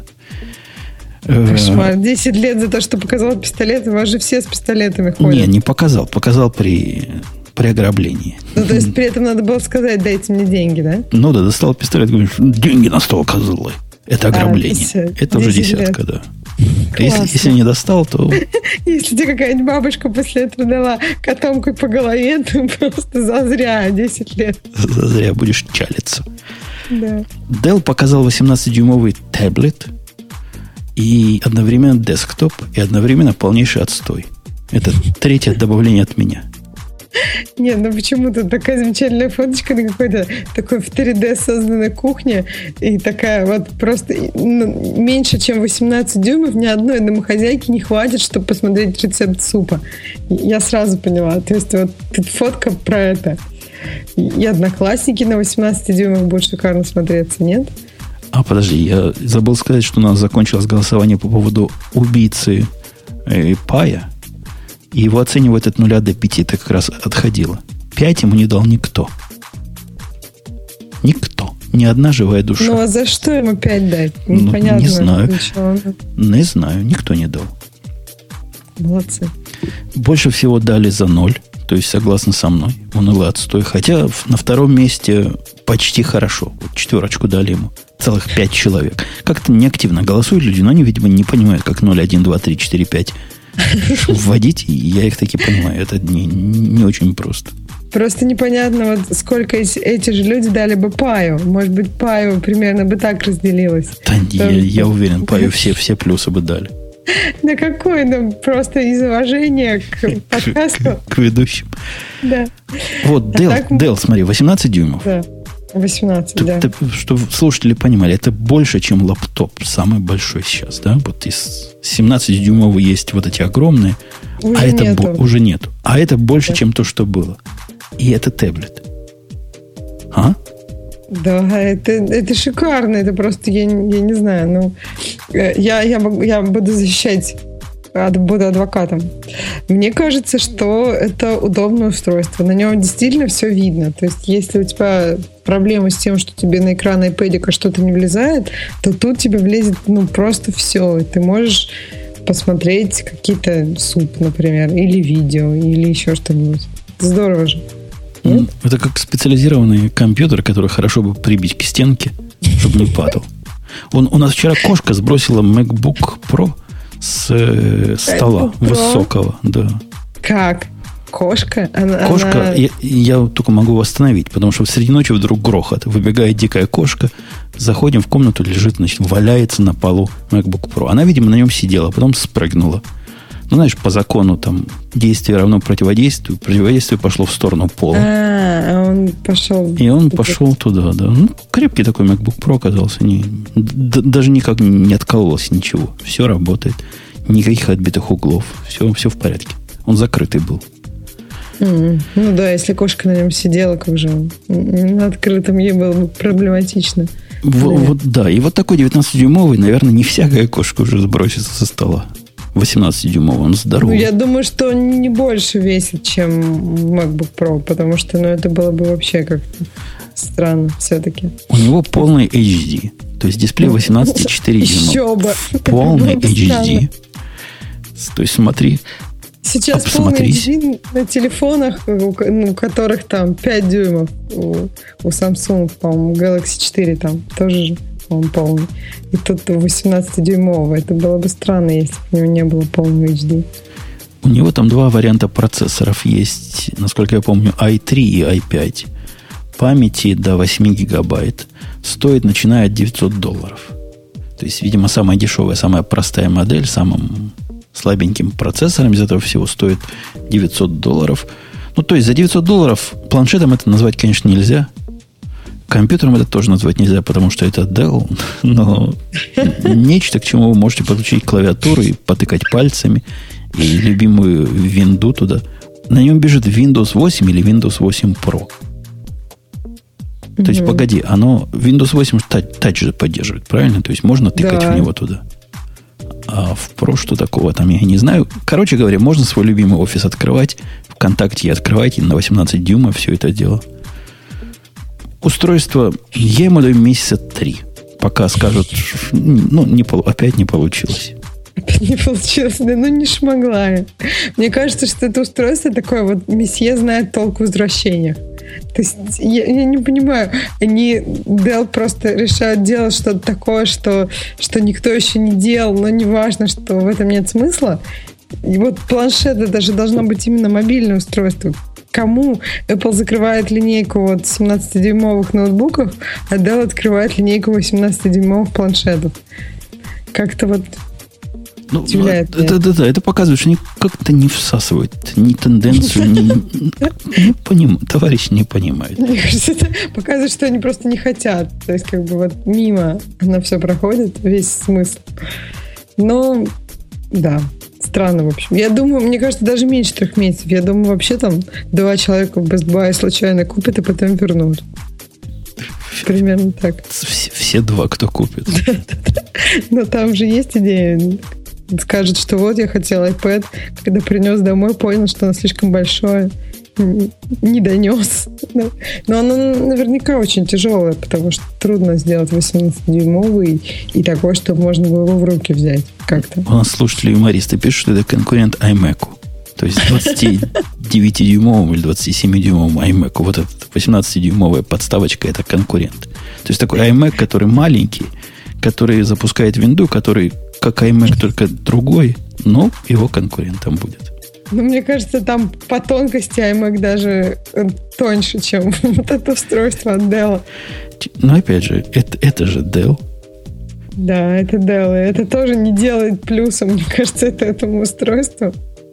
Кошмар. десять лет за то, что показал пистолет. У вас же все с пистолетами ходят. Не, не показал. Показал при, при ограблении. Ну, то есть, при этом надо было сказать, дайте мне деньги, да? Ну, да, достал пистолет, говоришь, деньги на стол, козлы. Это ограбление. А, это, это уже десятка, лет. Да. Если, если не достал, то... Если тебе какая-нибудь бабушка после этого дала котомкой по голове, то просто зазря десять лет. Зазря будешь чалиться. Да. Dell показал восемнадцатидюймовый таблет и одновременно десктоп, и одновременно полнейший отстой. Это третье добавление от меня. Нет, ну почему-то такая замечательная фоточка на какой-то такой в три дэ созданной кухне, и такая вот просто ну, меньше, чем восемнадцать дюймов, ни одной домохозяйки не хватит, чтобы посмотреть рецепт супа. Я сразу поняла. То есть вот тут фотка про это. И одноклассники на восемнадцати дюймах будут шикарно смотреться, нет? А, подожди, я забыл сказать, что у нас закончилось голосование по поводу убийцы э, Пая. И его оценивают от нуля до пяти. Это как раз отходило. Пять ему не дал никто. Никто. Ни одна живая душа. Ну, а за что ему пять дать? Ну, непонятно. не знаю. Ничего. Не знаю. Никто не дал. Молодцы. Больше всего дали за ноль. То есть, согласно со мной. Унылый отстой. Хотя на втором месте почти хорошо. Вот четверочку дали ему. Целых пять человек. Как-то неактивно голосуют люди, но они, видимо, не понимают, как ноль, один, два, три, четыре, пять вводить. И я их таки понимаю. Это не, не очень просто. Просто непонятно, вот сколько эти же люди дали бы Паю. Может быть, Паю примерно бы так разделилось. Да, я, я уверен, Паю все, все плюсы бы дали. Да какой? Ну, просто из уважения к подкасту. К, к ведущим. Да. Вот, Dell, а так... Dell, смотри, восемнадцать дюймов. Да, восемнадцать, ты, да. Ты, чтобы слушатели понимали, это больше, чем лаптоп, самый большой сейчас, да? Вот из семнадцатидюймовых есть вот эти огромные, уже а это нету. Бо- уже нету. А это больше, да. чем то, что было. И это таблет. А? Да, это, это шикарно. Это просто, я, я не знаю, ну, я, я, я буду защищать, буду адвокатом. Мне кажется, что это удобное устройство. На нем действительно все видно. То есть, если у тебя проблемы с тем, что тебе на экран айпэдика что-то не влезает, то тут тебе влезет, ну, просто все. И ты можешь посмотреть какие-то суп, например, или видео, или еще что-нибудь. Здорово же. Нет? Это как специализированный компьютер, который хорошо бы прибить к стенке, чтобы не падал. Он, у нас вчера кошка сбросила MacBook Pro с э, стола MacBook Pro? высокого. Да. Как? Кошка? Она, кошка, она... Я, я только могу восстановить, потому что среди ночи вдруг грохот. Выбегает дикая кошка, заходим в комнату, лежит, значит, валяется на полу MacBook Pro. Она, видимо, на нем сидела, потом спрыгнула. Ну, знаешь, по закону там действие равно противодействию. Противодействие пошло в сторону пола. А, он пошел. И он пошел туда, да. Ну, крепкий такой MacBook Pro оказался. Не, д- даже никак не откололось ничего. Все работает. Никаких отбитых углов. Все, все в порядке. Он закрытый был. Mm. Ну да, если кошка на нем сидела, как же он на открытом ей было бы проблематично. В, вот да, и вот такой девятнадцатидюймовый, наверное, не всякая кошка уже сбросится со стола. восемнадцатидюймовый, он здоровый. Ну, я думаю, что он не больше весит, чем MacBook Pro, потому что, ну, это было бы вообще как-то странно все-таки. У него полный эйч ди. То есть дисплей восемнадцать целых четыре дюйма. Еще бы. Полный эйч ди. То есть смотри. Сейчас полный эйч ди на телефонах, у которых там пять дюймов. У, у Samsung, по-моему, Galaxy четыре там тоже же. Он полный. И тут восемнадцатидюймовый. Это было бы странно, если бы у него не было полного эйч ди. У него там два варианта процессоров есть, насколько я помню, ай три и ай пять. Памяти до восемь гигабайт. Стоит, начиная от девятьсот долларов. То есть, видимо, самая дешевая, самая простая модель, самым слабеньким процессором из этого всего стоит девятьсот долларов. Ну, то есть, за девятьсот долларов планшетом это назвать, конечно, нельзя. Компьютером это тоже назвать нельзя, потому что это Dell, но нечто, к чему вы можете подключить клавиатуру и потыкать пальцами, и любимую винду туда. На нем бежит Windows восемь или Windows восемь Pro. То mm-hmm. есть, погоди, оно Windows восемь Touch же поддерживает, правильно? То есть, можно тыкать да. в него туда. А в Pro что такого там, я не знаю. Короче говоря, можно свой любимый офис открывать, ВКонтакте открывать, и на восемнадцать дюймов все это дело. Устройство, я ему даю месяца три. Пока скажут, ну, не, опять не получилось. Опять не получилось, да, ну не шмогла я. Мне кажется, что это устройство такое, вот месье знает толк в возвращениях. То есть, я, я не понимаю, они, Dell просто решают делать что-то такое, что, что никто еще не делал, но не важно, что в этом нет смысла. И вот планшет, это даже должно быть именно мобильное устройство. Кому Apple закрывает линейку вот семнадцатидюймовых ноутбуков, а Dell открывает линейку восемнадцатидюймовых планшетов. Как-то вот ну, удивляет это, да, да, это показывает, что они как-то не всасывают ни тенденцию, ни, не понимают. Товарищ не понимает. Мне кажется, это показывает, что они просто не хотят. То есть, как бы вот мимо оно все проходит, весь смысл. Но, да. Странно, в общем. Я думаю, мне кажется, даже меньше трех месяцев. Я думаю, вообще там два человека в Best Buy случайно купят и потом вернут. Примерно так. Все, все два, кто купит. Но там же есть идея. Скажет, что вот я хотел iPad, когда принес домой, понял, что оно слишком большое. Не донес. Но оно наверняка очень тяжелое, потому что трудно сделать восемнадцатидюймовый и такой, чтобы можно было его в руки взять как-то. У нас слушатели-юмористы пишут, что это конкурент iMac. То есть двадцатидевятидюймовому или двадцатисемидюймовому iMac. Вот эта восемнадцатидюймовая подставочка – это конкурент. То есть такой iMac, который маленький, который запускает винду, который как iMac, только другой, но его конкурентом будет. Ну, мне кажется, там по тонкости iMac даже тоньше, чем вот это устройство от Dell. Но опять же, это, это же Dell. Да, это Dell. И это тоже не делает плюсом, мне кажется, это этому устройству.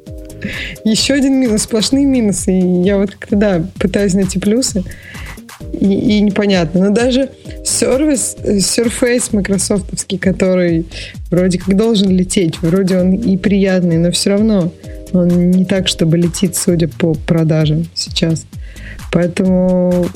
Еще один минус, сплошные минусы. И я вот как-то, да, пытаюсь найти плюсы. И, и непонятно. Но даже сервис, Surface майкрософтовский, который вроде как должен лететь, вроде он и приятный, но все равно он не так, чтобы летит, судя по продажам сейчас. Поэтому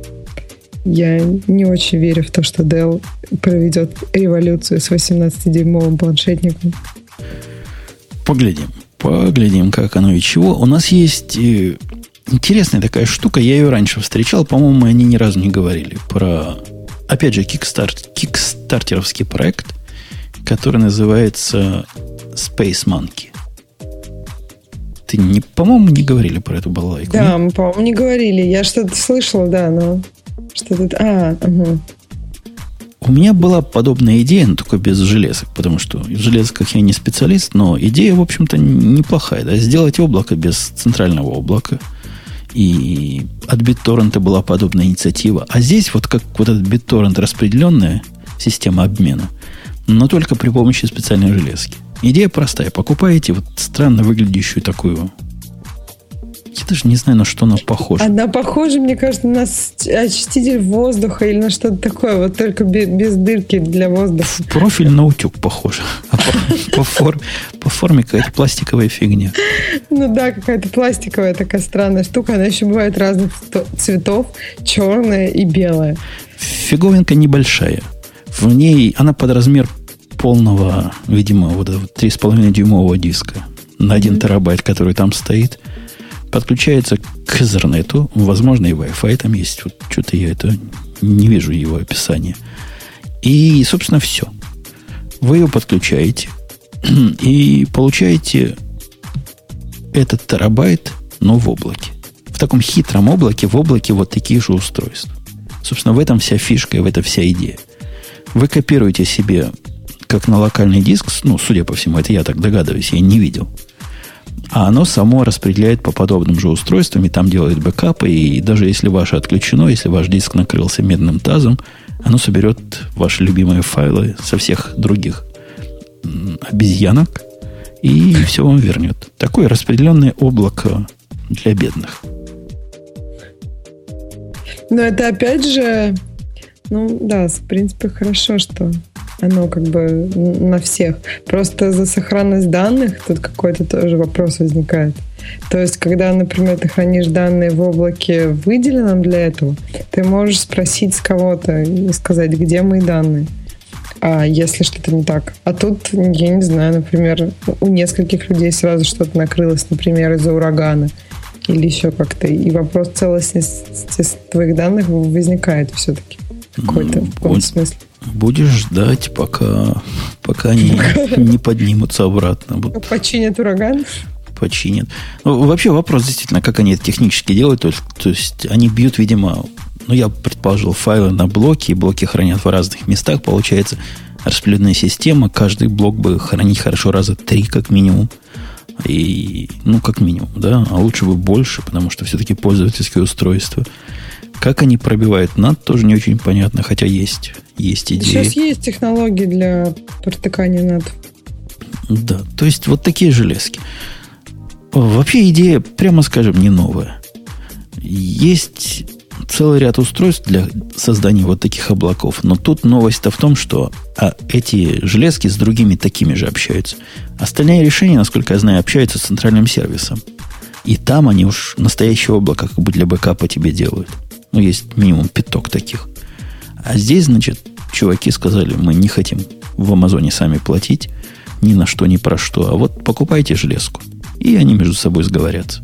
я не очень верю в то, что Dell проведет революцию с восемнадцатидюймовым планшетником. Поглядим. Поглядим, как оно и чего. У нас есть интересная такая штука. Я ее раньше встречал. По-моему, мы о ней ни разу не говорили. Про, опять же, кикстарт, кикстартеровский проект, который называется Space Monkey. Ты, не, по-моему, не говорили про эту балалайку. Да, мы, по-моему, не говорили. Я что-то слышала, да, но что-то... А, угу. У меня была подобная идея, но только без железок, потому что в железках я не специалист, но идея, в общем-то, неплохая. Да? Сделать облако без центрального облака. И от BitTorrent была подобная инициатива. А здесь вот как вот этот BitTorrent распределенная система обмена, но только при помощи специальной железки. Идея простая. Покупаете вот странно выглядящую такую... Я даже не знаю, на что она похожа. Она похожа, мне кажется, на очиститель воздуха или на что-то такое, вот только без, без дырки для воздуха. В профиль на утюг похоже. А по, по, форм, по форме какая-то пластиковая фигня. Ну да, какая-то пластиковая такая странная штука. Она еще бывает разных цветов. Черная и белая. Фиговинка небольшая. В ней она под размер полного, видимо, вот этого три с половиной дюймового диска на один mm-hmm. терабайт, который там стоит. Подключается к Ethernet, возможно, и Wi-Fi там есть. Вот что-то я это не вижу его описания. И, собственно, все. Вы ее подключаете и получаете этот терабайт, но в облаке. В таком хитром облаке, в облаке вот такие же устройства. Собственно, в этом вся фишка и в этом вся идея. Вы копируете себе, как на локальный диск, ну, судя по всему, это я так догадываюсь, я не видел. А оно само распределяет по подобным же устройствам, и там делает бэкапы, и даже если ваше отключено, если ваш диск накрылся медным тазом, оно соберет ваши любимые файлы со всех других обезьянок и все вам вернет. Такое распределенное облако для бедных. Но это опять же, ну да, в принципе, хорошо, что оно как бы на всех. Просто за сохранность данных тут какой-то тоже вопрос возникает. То есть, когда, например, ты хранишь данные в облаке выделенном для этого, ты можешь спросить с кого-то и сказать, где мои данные. А если что-то не так? А тут, я не знаю, например, у нескольких людей сразу что-то накрылось, например, из-за урагана или еще как-то. И вопрос целостности твоих данных возникает все-таки какой-то в каком-то смысле. Будешь ждать, пока, пока они не поднимутся обратно. Починят ураган? Починят. Ну, вообще вопрос действительно, как они это технически делают. То есть, то есть они бьют, видимо, ну, я предположил, файлы на блоки, и блоки хранят в разных местах. Получается распределенная система. Каждый блок бы хранить хорошо раза три, как минимум. И, ну, как минимум, да. А лучше бы больше, потому что все-таки пользовательские устройства. Как они пробивают над, тоже не очень понятно, хотя есть, есть идеи. Сейчас есть технологии для протыкания над. Да, то есть вот такие железки. Вообще идея, прямо скажем, не новая. Есть целый ряд устройств для создания вот таких облаков. Но тут новость-то в том, что а, эти железки с другими такими же общаются. Остальные решения, насколько я знаю, общаются с центральным сервисом. И там они уж настоящее облако как бы для бэкапа тебе делают. Ну, есть минимум пяток таких. А здесь, значит, чуваки сказали, мы не хотим в Амазоне сами платить ни на что, ни про что. А вот покупайте железку. И они между собой сговорятся.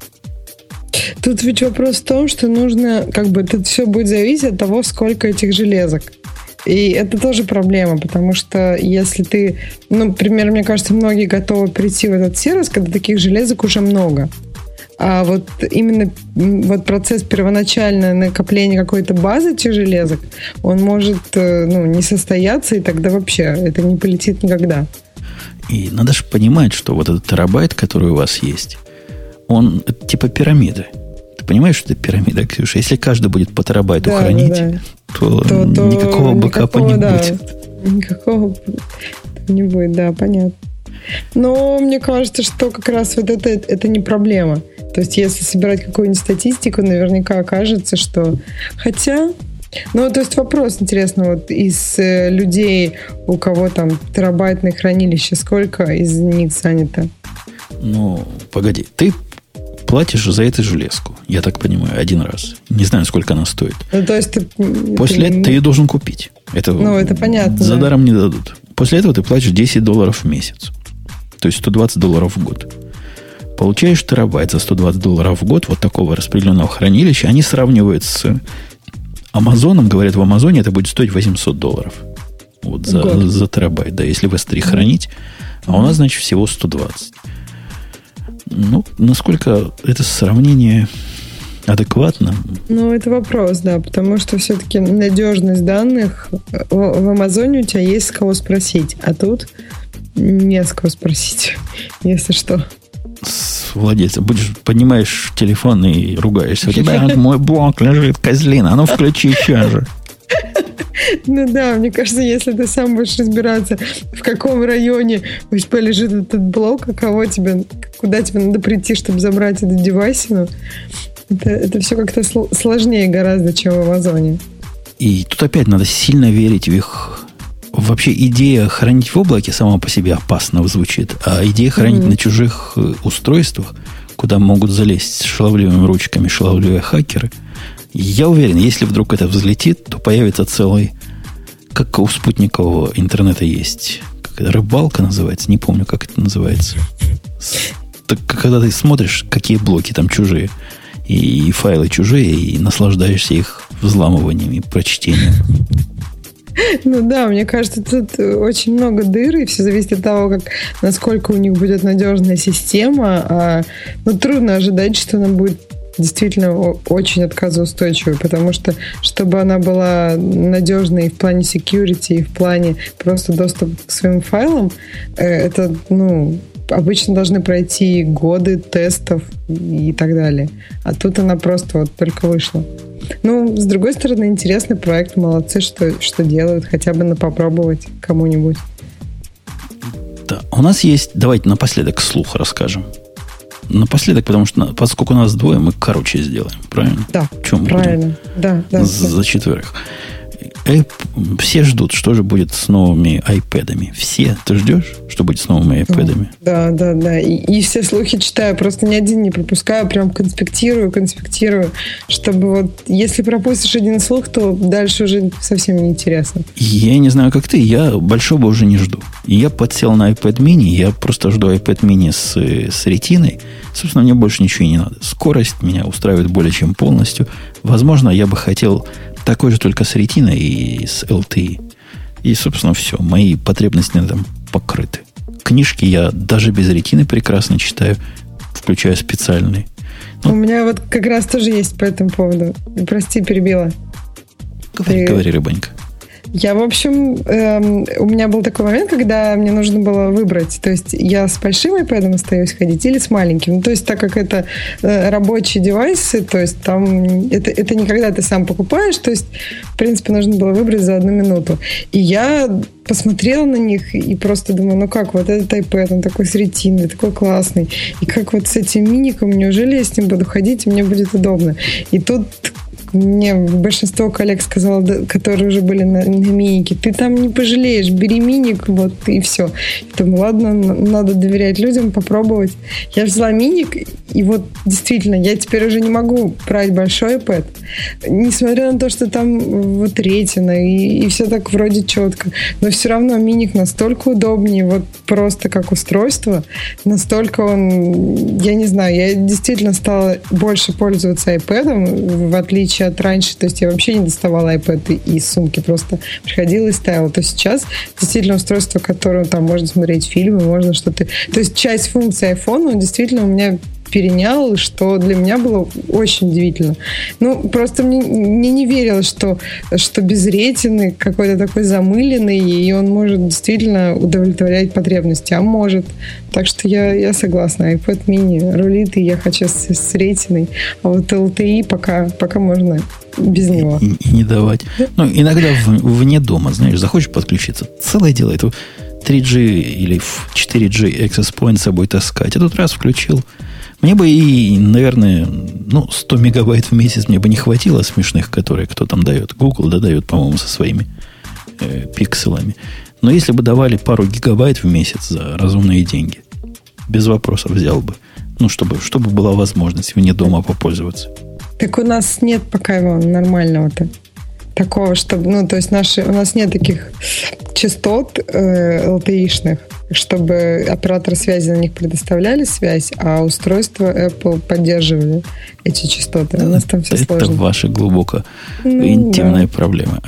Тут ведь вопрос в том, что нужно, как бы, это все будет зависеть от того, сколько этих железок. И это тоже проблема, потому что если ты, ну, например, мне кажется, многие готовы прийти в этот сервис, когда таких железок уже много. А вот именно вот процесс первоначального накопления какой-то базы этих железок, он может, ну, не состояться, и тогда вообще это не полетит никогда. И надо же понимать, что вот этот терабайт, который у вас есть, он типа пирамиды. Ты понимаешь, что это пирамида, Ксюша? Если каждый будет по терабайту да, хранить, да. То, то, то никакого бэкапа не да, будет. Никакого не будет, да, понятно. Но мне кажется, что как раз вот это, это не проблема. То есть, если собирать какую-нибудь статистику, наверняка окажется, что... Хотя... Ну, то есть, вопрос интересный. Вот из э, людей, у кого там терабайтное хранилище, сколько из них занято? Ну, погоди. Ты платишь за эту железку, я так понимаю, один раз. Не знаю, сколько она стоит. Ну, то есть, ты... После этого ты ее должен купить. Это ну, это понятно. За даром не дадут. После этого ты платишь десять долларов в месяц. То есть сто двадцать долларов в год. Получаешь терабайт за сто двадцать долларов в год вот такого распределенного хранилища. Они сравнивают с Амазоном. Говорят, в Амазоне это будет стоить восемьсот долларов. Вот за, за терабайт. Да, если в эс три хранить. А у нас, значит, всего сто двадцать. Ну, насколько это сравнение адекватно? Ну, это вопрос, да. Потому что все-таки надежность данных в, в Амазоне у тебя есть с кого спросить. А тут... Не с кого спросить, если что. С владельцем. Будешь, поднимаешь телефон и ругаешься. У тебя мой блок лежит, козлина. А ну включи сейчас же. Ну да, мне кажется, если ты сам будешь разбираться, в каком районе у тебя лежит этот блок, а кого тебе, куда тебе надо прийти, чтобы забрать этот девайс, ну, это, это все как-то сложнее гораздо, чем в Амазоне. И тут опять надо сильно верить в их... Вообще идея хранить в облаке сама по себе опасно звучит, а идея хранить mm-hmm. на чужих устройствах, куда могут залезть с шаловливыми ручками шаловливые хакеры, я уверен, если вдруг это взлетит, то появится целый, как у спутникового интернета есть, как это, рыбалка называется, не помню, как это называется. Так, когда ты смотришь, какие блоки там чужие, и файлы чужие, и наслаждаешься их взламыванием и прочтением. Ну да, мне кажется, тут очень много дыр, и все зависит от того, как, насколько у них будет надежная система. А, ну, трудно ожидать, что она будет действительно очень отказоустойчивой, потому что, чтобы она была надежной и в плане security, и в плане просто доступа к своим файлам, это, ну, обычно должны пройти годы тестов и так далее. А тут она просто вот только вышла. Ну, с другой стороны, интересный проект. Молодцы, что, что делают. Хотя бы на попробовать кому-нибудь. Да, у нас есть... Давайте напоследок слух расскажем. Напоследок, потому что поскольку у нас двое, мы короче сделаем. Правильно? Да, Чем правильно. Да, да, За да. четверых. Все ждут, что же будет с новыми iPad'ами. Все. Ты ждешь, что будет с новыми iPad'ами? Да, да, да. И, и все слухи читаю. Просто ни один не пропускаю. Прям конспектирую, конспектирую. Чтобы вот... Если пропустишь один слух, то дальше уже совсем неинтересно. Я не знаю, как ты. Я большого уже не жду. Я подсел на iPad mini. Я просто жду iPad mini с, с ретиной. Собственно, мне больше ничего и не надо. Скорость меня устраивает более чем полностью. Возможно, я бы хотел... Такой же только с ретиной и с эл ти и. И, собственно, все. Мои потребности на этом покрыты. Книжки я даже без ретины прекрасно читаю, включая специальные. Ну, у меня вот как раз тоже есть по этому поводу. Прости, перебила. Говори, Ты... говори, рыбонька. Я, в общем, эм, у меня был такой момент, когда мне нужно было выбрать, то есть я с большим iPad'ом остаюсь ходить или с маленьким. Ну, то есть так как это э, рабочие девайсы, то есть там это, это не когда ты сам покупаешь, то есть, в принципе, нужно было выбрать за одну минуту. И я посмотрела на них и просто думаю, ну как, вот этот iPad, он такой с ретиной, такой классный. И как вот с этим миником, неужели я с ним буду ходить, и мне будет удобно. И тут мне большинство коллег сказало, которые уже были на, на минике, ты там не пожалеешь, бери миник, вот, и все. Я думаю, ладно, надо доверять людям, попробовать. Я взяла миник, и вот действительно, я теперь уже не могу брать большой iPad. Несмотря на то, что там вот ретина, и, и все так вроде четко, но все равно миник настолько удобнее, вот просто как устройство, настолько он, я не знаю, я действительно стала больше пользоваться iPad, в отличие от раньше, то есть я вообще не доставала iPad из сумки, просто приходила и ставила. То сейчас действительно устройство, которое там можно смотреть фильмы, можно что-то... То есть часть функций iPhone, он действительно у меня перенял, что для меня было очень удивительно. Ну, просто мне, мне не верилось, что, что без ретины какой-то такой замыленный, и он может действительно удовлетворять потребности. А может. Так что я, я согласна. iPad mini рулит, и я хочу с, с ретиной. А вот эл ти и пока, пока можно без него. И, и не давать. Ну, иногда в, вне дома, знаешь, захочешь подключиться, целое дело. Это три джи или четыре джи Access Point с собой таскать. А тут раз включил. Мне бы и, наверное, ну, сто мегабайт в месяц мне бы не хватило смешных, которые кто там дает. Google да, дает, по-моему, со своими э, пикселами. Но если бы давали пару гигабайт в месяц за разумные деньги, без вопросов взял бы. Ну, чтобы, чтобы была возможность вне дома попользоваться. Так у нас нет пока его нормального-то. Такого, чтобы, ну, то есть наши, у нас нет таких частот э, эл ти и-шных, чтобы операторы связи на них предоставляли связь, а устройства Apple поддерживали эти частоты. У нас там все это сложно. Это ваши глубоко ну, интимные да. проблемы.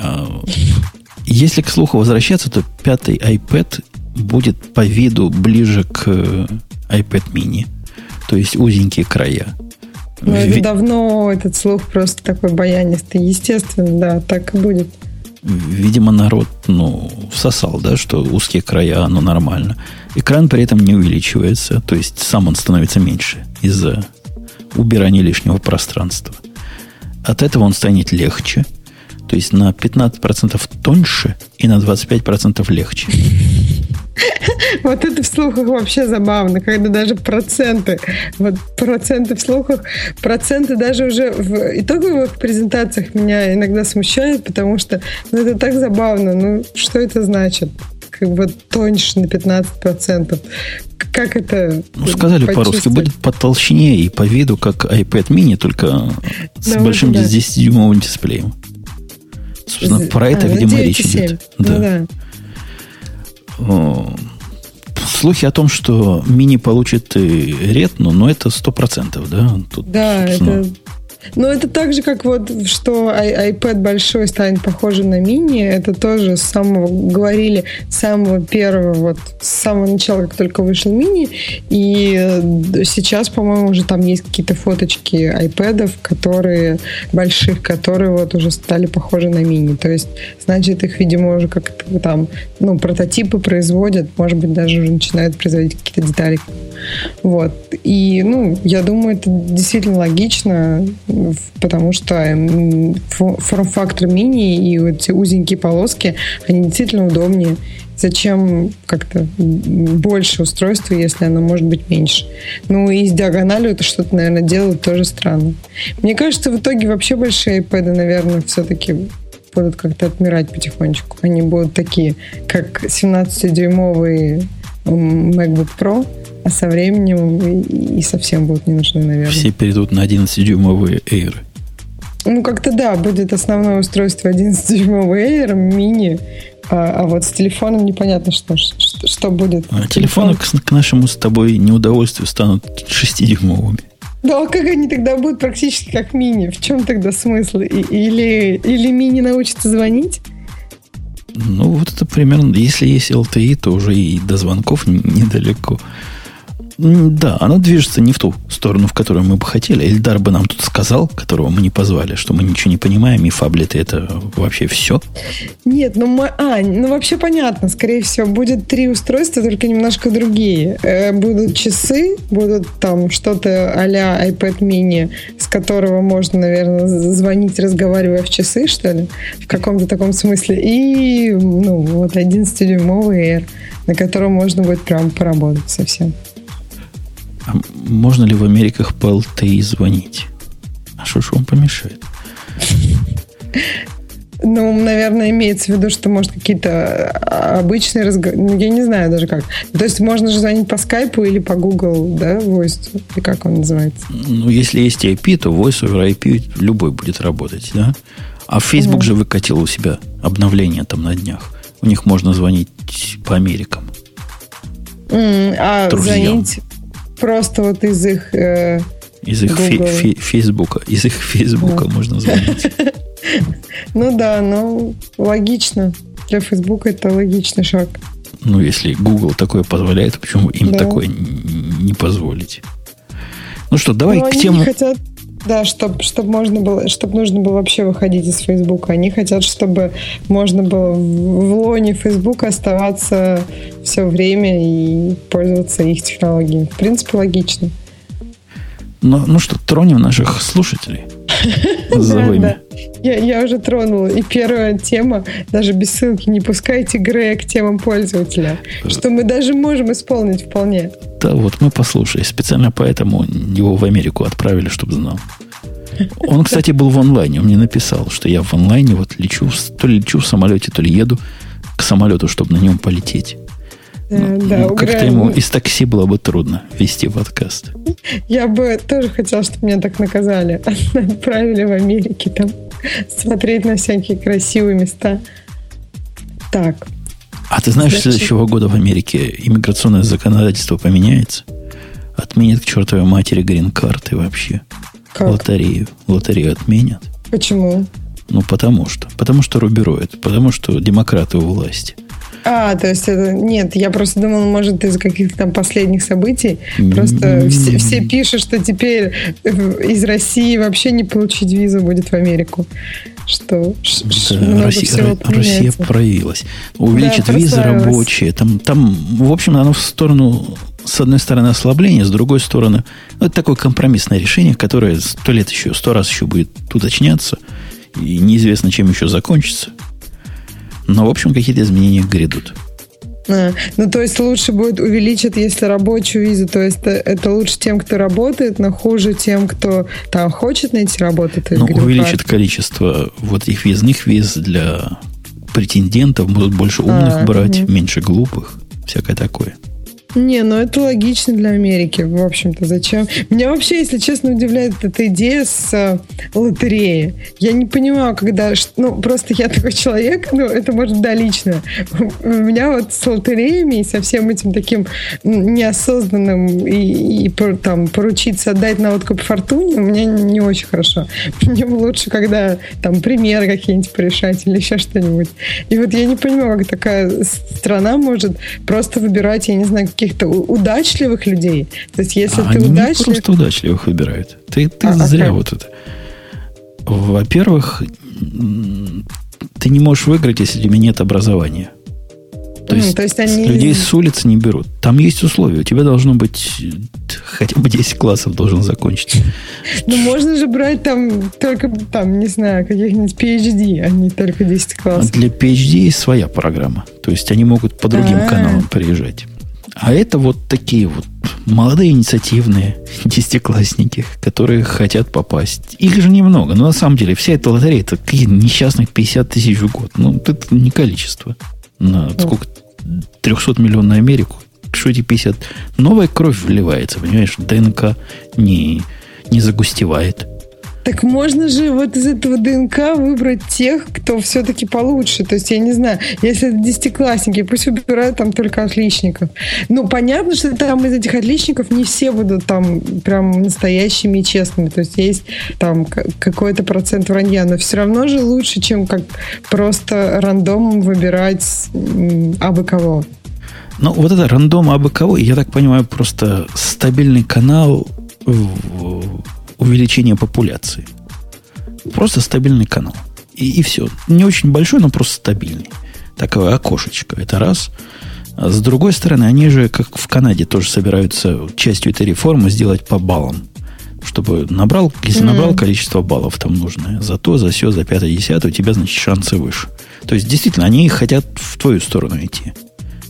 Если к слуху возвращаться, то пятый iPad будет по виду ближе к iPad mini. То есть узенькие края. Ну, это давно этот слух просто такой баянистый. Естественно, да, так и будет. Видимо, народ, ну, всосал, да, что узкие края, оно нормально. Экран при этом не увеличивается, то есть сам он становится меньше из-за убирания лишнего пространства. От этого он станет легче, то есть на пятнадцать процентов тоньше и на двадцать пять процентов легче. Вот это в слухах вообще забавно, когда даже проценты, вот проценты в слухах, проценты даже уже в итоговых презентациях меня иногда смущают, потому что, ну, это так забавно, ну, что это значит? Как бы тоньше на пятнадцать процентов. Как это? Ну, сказали по-русски, будет потолщнее и по виду, как iPad mini, только с да, большим да. десятидюймовым дисплеем. Собственно, про это, а, видимо, речь идет. Да. Ну, да. Слухи о том, что мини получит и ретну, но это сто процентов, да? Тут, да, собственно... это... Но это так же, как вот, что iPad большой станет похожим на мини, это тоже с самого, говорили, с самого первого, вот, с самого начала, как только вышел мини, и сейчас, по-моему, уже там есть какие-то фоточки iPad'ов, которые, больших, которые вот уже стали похожи на мини, то есть, значит, их, видимо, уже как-то там, ну, прототипы производят, может быть, даже уже начинают производить какие-то детали. Вот. И, ну, я думаю, это действительно логично, потому что форм-фактор мини и вот эти узенькие полоски, они действительно удобнее. Зачем как-то больше устройства, если оно может быть меньше? Ну, и с диагональю это что-то, наверное, делают тоже странно. Мне кажется, в итоге вообще большие iPad'ы, наверное, все-таки будут как-то отмирать потихонечку. Они будут такие, как семнадцатидюймовые MacBook Pro, а со временем и, и совсем будут не нужны, наверное. Все перейдут на одиннадцатидюймовые Air. Ну, как-то да, будет основное устройство одиннадцатидюймовый Air, мини, а, а вот с телефоном непонятно, что, что, что будет. А телефоны к, к нашему с тобой неудовольствию станут шестидюймовыми. Да, а как они тогда будут практически как мини? В чем тогда смысл? И, или, или мини научится звонить? Ну, вот это примерно... Если есть эл ти и, то уже и до звонков недалеко. Да, оно движется не в ту сторону, в которую мы бы хотели. Эльдар бы нам тут сказал, которого мы не позвали, что мы ничего не понимаем, и фаблеты это вообще все. Нет, ну, мы, а, ну вообще понятно. Скорее всего, будет три устройства, только немножко другие. Э, будут часы, будут там что-то а-ля iPad mini, с которого можно, наверное, звонить, разговаривая в часы, что ли, в каком-то таком смысле. И, ну, вот одиннадцатидюймовый Air, на котором можно будет прям поработать совсем. А можно ли в Америках по эл ти и звонить? А что ж вам помешает? Ну, наверное, имеется в виду, что, может, какие-то обычные разговоры. Ну, я не знаю даже как. То есть можно же звонить по скайпу или по Google, да, Voice, или как он называется? Ну, если есть ай пи, то Voice over ай пи любой будет работать, да? А Facebook угу. же выкатил у себя обновление там на днях. У них можно звонить по Америкам. Mm, а друзьям. Звонить просто вот из их э, Из их фе- фе- Фейсбука. Из их Фейсбука yeah. можно звонить. Ну да, ну логично. Для Фейсбука это логичный шаг. Ну, если Google такое позволяет, почему им да. такое не позволить? Ну что, давай ну, к тему... Хотят, да, чтобы чтоб можно было, чтобы нужно было вообще выходить из Фейсбука. Они хотят, чтобы можно было в лоне Фейсбука оставаться все время и пользоваться их технологией. В принципе, логично. Ну, ну что, тронем наших слушателей. Да, да. Я, я уже тронула. И первая тема, даже без ссылки, не пускайте Грея к темам пользователя. Что мы даже можем исполнить вполне. Да, вот мы послушали. Специально поэтому его в Америку отправили, чтобы знал. Он, кстати, был в онлайне. Он мне написал, что я в онлайне вот лечу, то ли лечу в самолете, то ли еду к самолету, чтобы на нем полететь. Ну, да, ну, как-то ему из такси было бы трудно вести подкаст. Я бы тоже хотела, чтобы меня так наказали. Отправили в Америке там смотреть на всякие красивые места. Так. А ты знаешь, с следующего года в Америке иммиграционное законодательство поменяется? Отменят к чертовой матери грин-карты вообще. Как? Лотерею. Лотерею отменят. Почему? Ну, потому что. Потому что рубируют. Потому что демократы у власти. А, то есть это... Нет, я просто думала, может, из каких-то там последних событий просто все, все пишут, что теперь из России вообще не получить визу будет в Америку. Что да, Россия, Россия проявилась. Увеличит да, визы рабочие. Там, там, в общем, оно в сторону, с одной стороны, ослабления, с другой стороны, ну, это такое компромиссное решение, которое сто лет еще, сто раз еще будет уточняться, и неизвестно, чем еще закончится. Но, в общем, какие-то изменения грядут. А, ну, то есть лучше будет увеличить, если рабочую визу. То есть это, это лучше тем, кто работает, но хуже тем, кто там хочет найти работу. Ну, увеличит количество вот их въездных виз для претендентов. Будут больше умных а, брать, угу. меньше глупых. Всякое такое. Не, ну это логично для Америки, в общем-то. Зачем? Меня вообще, если честно, удивляет эта идея с а, лотереей. Я не понимаю, когда... Ну, просто я такой человек, ну, это может, да, лично. У меня вот с лотереями и со всем этим таким неосознанным и, и там поручиться отдать на откуп фортуне у меня не очень хорошо. Мне лучше, когда там примеры какие-нибудь порешать или еще что-нибудь. И вот я не понимаю, как такая страна может просто выбирать, я не знаю, каких-то удачливых людей. То есть, если а ты они удачлив... не просто удачливых выбирают. Ты, ты а, зря а вот это. Во-первых, ты не можешь выиграть, если у тебя нет образования. То, mm, есть, то есть они... людей с улицы не берут. Там есть условия. У тебя должно быть хотя бы десять классов должен закончить. Ну, можно же брать там только, там, не знаю, каких-нибудь пи эйч ди, а не только десять классов. Для пи эйч ди есть своя программа. То есть, они могут по другим А-а-а. каналам приезжать. А это вот такие вот молодые инициативные десятиклассники, которые хотят попасть. Их же немного. Но на самом деле вся эта лотерея, это какие несчастных пятьдесят тысяч в год. Ну, это не количество. На сколько? триста миллионов на Америку. Что эти пятьдесят? Новая кровь вливается, понимаешь? ДНК не, не загустевает. Так можно же вот из этого ДНК выбрать тех, кто все-таки получше. То есть, я не знаю, если это десятиклассники, пусть выбирают там только отличников. Ну, понятно, что там из этих отличников не все будут там прям настоящими и честными. То есть, есть там какой-то процент вранья, но все равно же лучше, чем как просто рандомом выбирать абы кого. Ну, вот это рандом абы кого, я так понимаю, просто стабильный канал в увеличение популяции. Просто стабильный канал. И, и все. Не очень большой, но просто стабильный. Такое окошечко. Это раз. А с другой стороны, они же, как в Канаде, тоже собираются частью этой реформы сделать по баллам. Чтобы набрал, если mm-hmm. набрал количество баллов там нужное, за то, за все, за пятое, десятое, у тебя, значит, шансы выше. То есть, действительно, они хотят в твою сторону идти.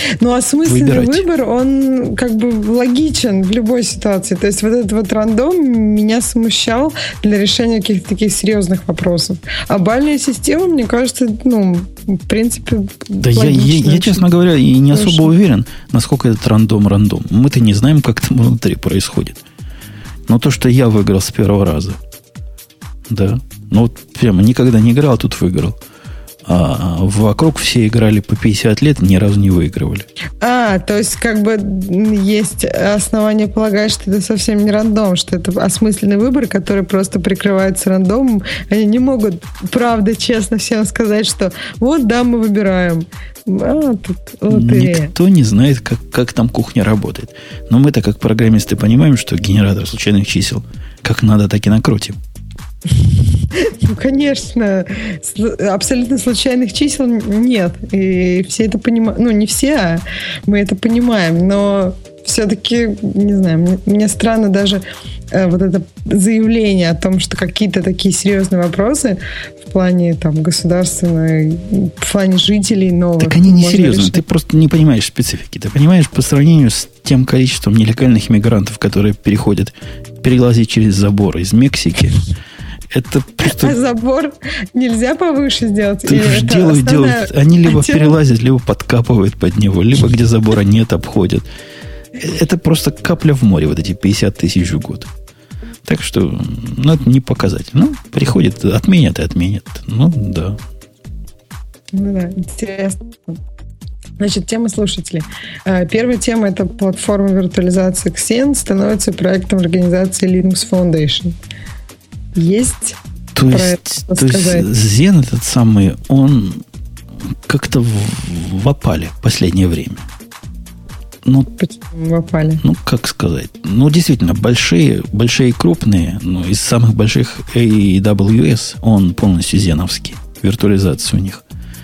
Ну, осмысленный выбор, он как бы логичен в любой ситуации. То есть вот этот вот рандом меня смущал для решения каких-то таких серьезных вопросов. А бальная система, мне кажется, ну, в принципе, да я, я, я, честно говоря, и не особо Слушай. уверен, насколько этот рандом рандом. Мы-то не знаем, как там внутри происходит. Но то, что я выиграл с первого раза, да, ну вот прямо никогда не играл, а тут выиграл. А вокруг все играли по пятьдесят лет, ни разу не выигрывали. А, то есть как бы есть основания полагать, что это совсем не рандом, что это осмысленный выбор, который просто прикрывается рандомом. Они не могут, правда, честно всем сказать, что вот, да, мы выбираем. А, тут лотерея. Никто не знает, как, как там кухня работает. Но мы-то, как программисты, понимаем, что генератор случайных чисел как надо, так и накрутим. Ну, конечно, абсолютно случайных чисел нет. И все это понимают. Ну, не все, а мы это понимаем. Но все-таки, не знаю, мне, мне странно даже э, вот это заявление о том, что какие-то такие серьезные вопросы в плане там государственной, в плане жителей новых. Так они не серьезные. Решить. Ты просто не понимаешь специфики. Ты понимаешь, по сравнению с тем количеством нелегальных мигрантов, которые переходят, перелазить через забор из Мексики. Это просто... А забор нельзя повыше сделать? Ты уж делают, делают. Они либо тема? перелазят, либо подкапывают под него, либо где забора нет, обходят. Это просто капля в море, вот эти пятьдесят тысяч в год. Так что, ну, это не показатель. Ну, приходит, отменят и отменят. Ну, да. Ну, да, интересно. Значит, тема слушателей. Первая тема – это платформа виртуализации Xen становится проектом организации Linux Foundation. Есть то есть, то есть Xen этот самый, он как-то в, в опале в последнее время. Ну, Почему в опале? Ну, как сказать? Ну, действительно, большие, большие и крупные, ну, из самых больших эй дабл ю эс, он полностью зеновский. Виртуализация у них.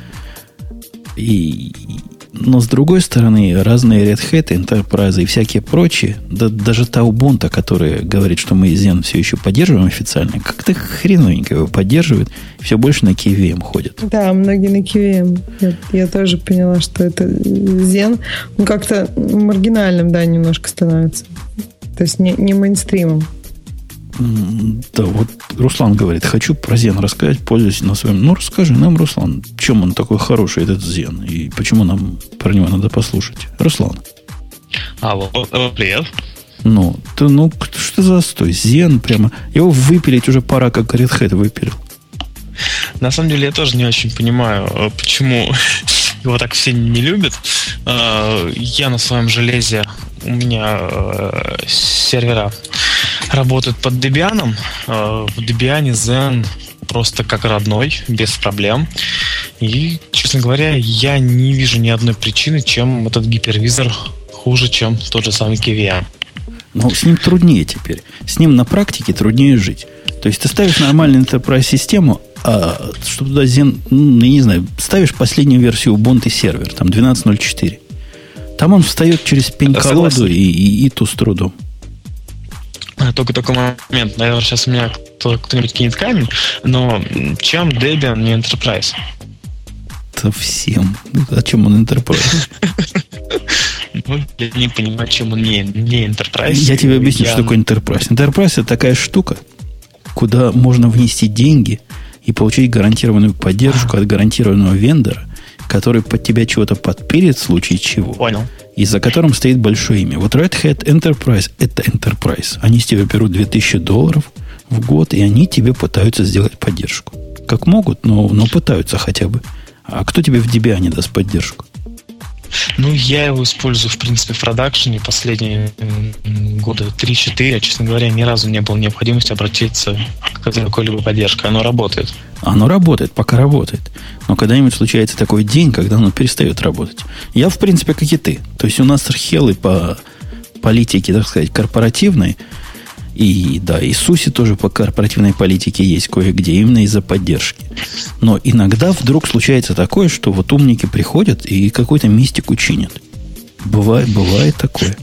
И... Но, с другой стороны, разные Red Hat, Enterprise и всякие прочие, да, даже та Ubuntu, которая говорит, что мы Xen все еще поддерживаем официально, как-то хреновенько его поддерживают, все больше на кей ви эм ходят. Да, многие на кей ви эм. Я, я тоже поняла, что это Xen, он как-то маргинальным, да, немножко становится. То есть не, не мейнстримом. Да, вот Руслан говорит, хочу про Xen рассказать, пользуясь на своем. Ну, расскажи нам, Руслан, чем он такой хороший, этот Xen, и почему нам про него надо послушать. Руслан. Алло, привет. Ну, ты, ну, что за застой? Xen прямо, его выпилить уже пора, как Red Hat выпилил. На самом деле, я тоже не очень понимаю, почему его так все не любят. Я на своем железе, у меня сервера работают под Debian. В Debian Xen просто как родной, без проблем. И, честно говоря, я не вижу ни одной причины, чем этот гипервизор хуже, чем тот же самый кей ви эм. Но с ним труднее теперь. С ним на практике труднее жить. То есть ты ставишь нормальную enterprise-систему, а чтобы туда Xen, ну, я не знаю, ставишь последнюю версию Ubuntu сервер, там двенадцать ноль четыре. Там он встает через пень-колоду и, и, и ту с трудом. Только такой момент. Наверное, сейчас у меня кто-нибудь кинет камень, но чем Debian не Enterprise? Совсем. А чем он Enterprise? Ну, я не понимаю, чем он не, не Enterprise. Я тебе объясню, я... что такое Enterprise. Enterprise – это такая штука, куда можно внести деньги и получить гарантированную поддержку от гарантированного вендора, который под тебя чего-то подпилит в случае чего. Понял. И за которым стоит большое имя. Вот Red Hat Enterprise – это Enterprise. Они с тебя берут две тысячи долларов в год, и они тебе пытаются сделать поддержку. Как могут, но, но пытаются хотя бы. А кто тебе в Debian даст поддержку? Ну, я его использую, в принципе, в продакшене последние года три-четыре. Честно говоря, ни разу не было необходимости обратиться к какой-либо поддержке. Оно работает. Оно работает, пока работает. Но когда-нибудь случается такой день, когда оно перестает работать. Я, в принципе, как и ты. То есть у нас архелы по политике, так сказать, корпоративной. И да, и Суси тоже по корпоративной политике есть кое-где, именно из-за поддержки. Но иногда вдруг случается такое, что вот умники приходят и какую-то мистику чинят. Бывает, бывает такое.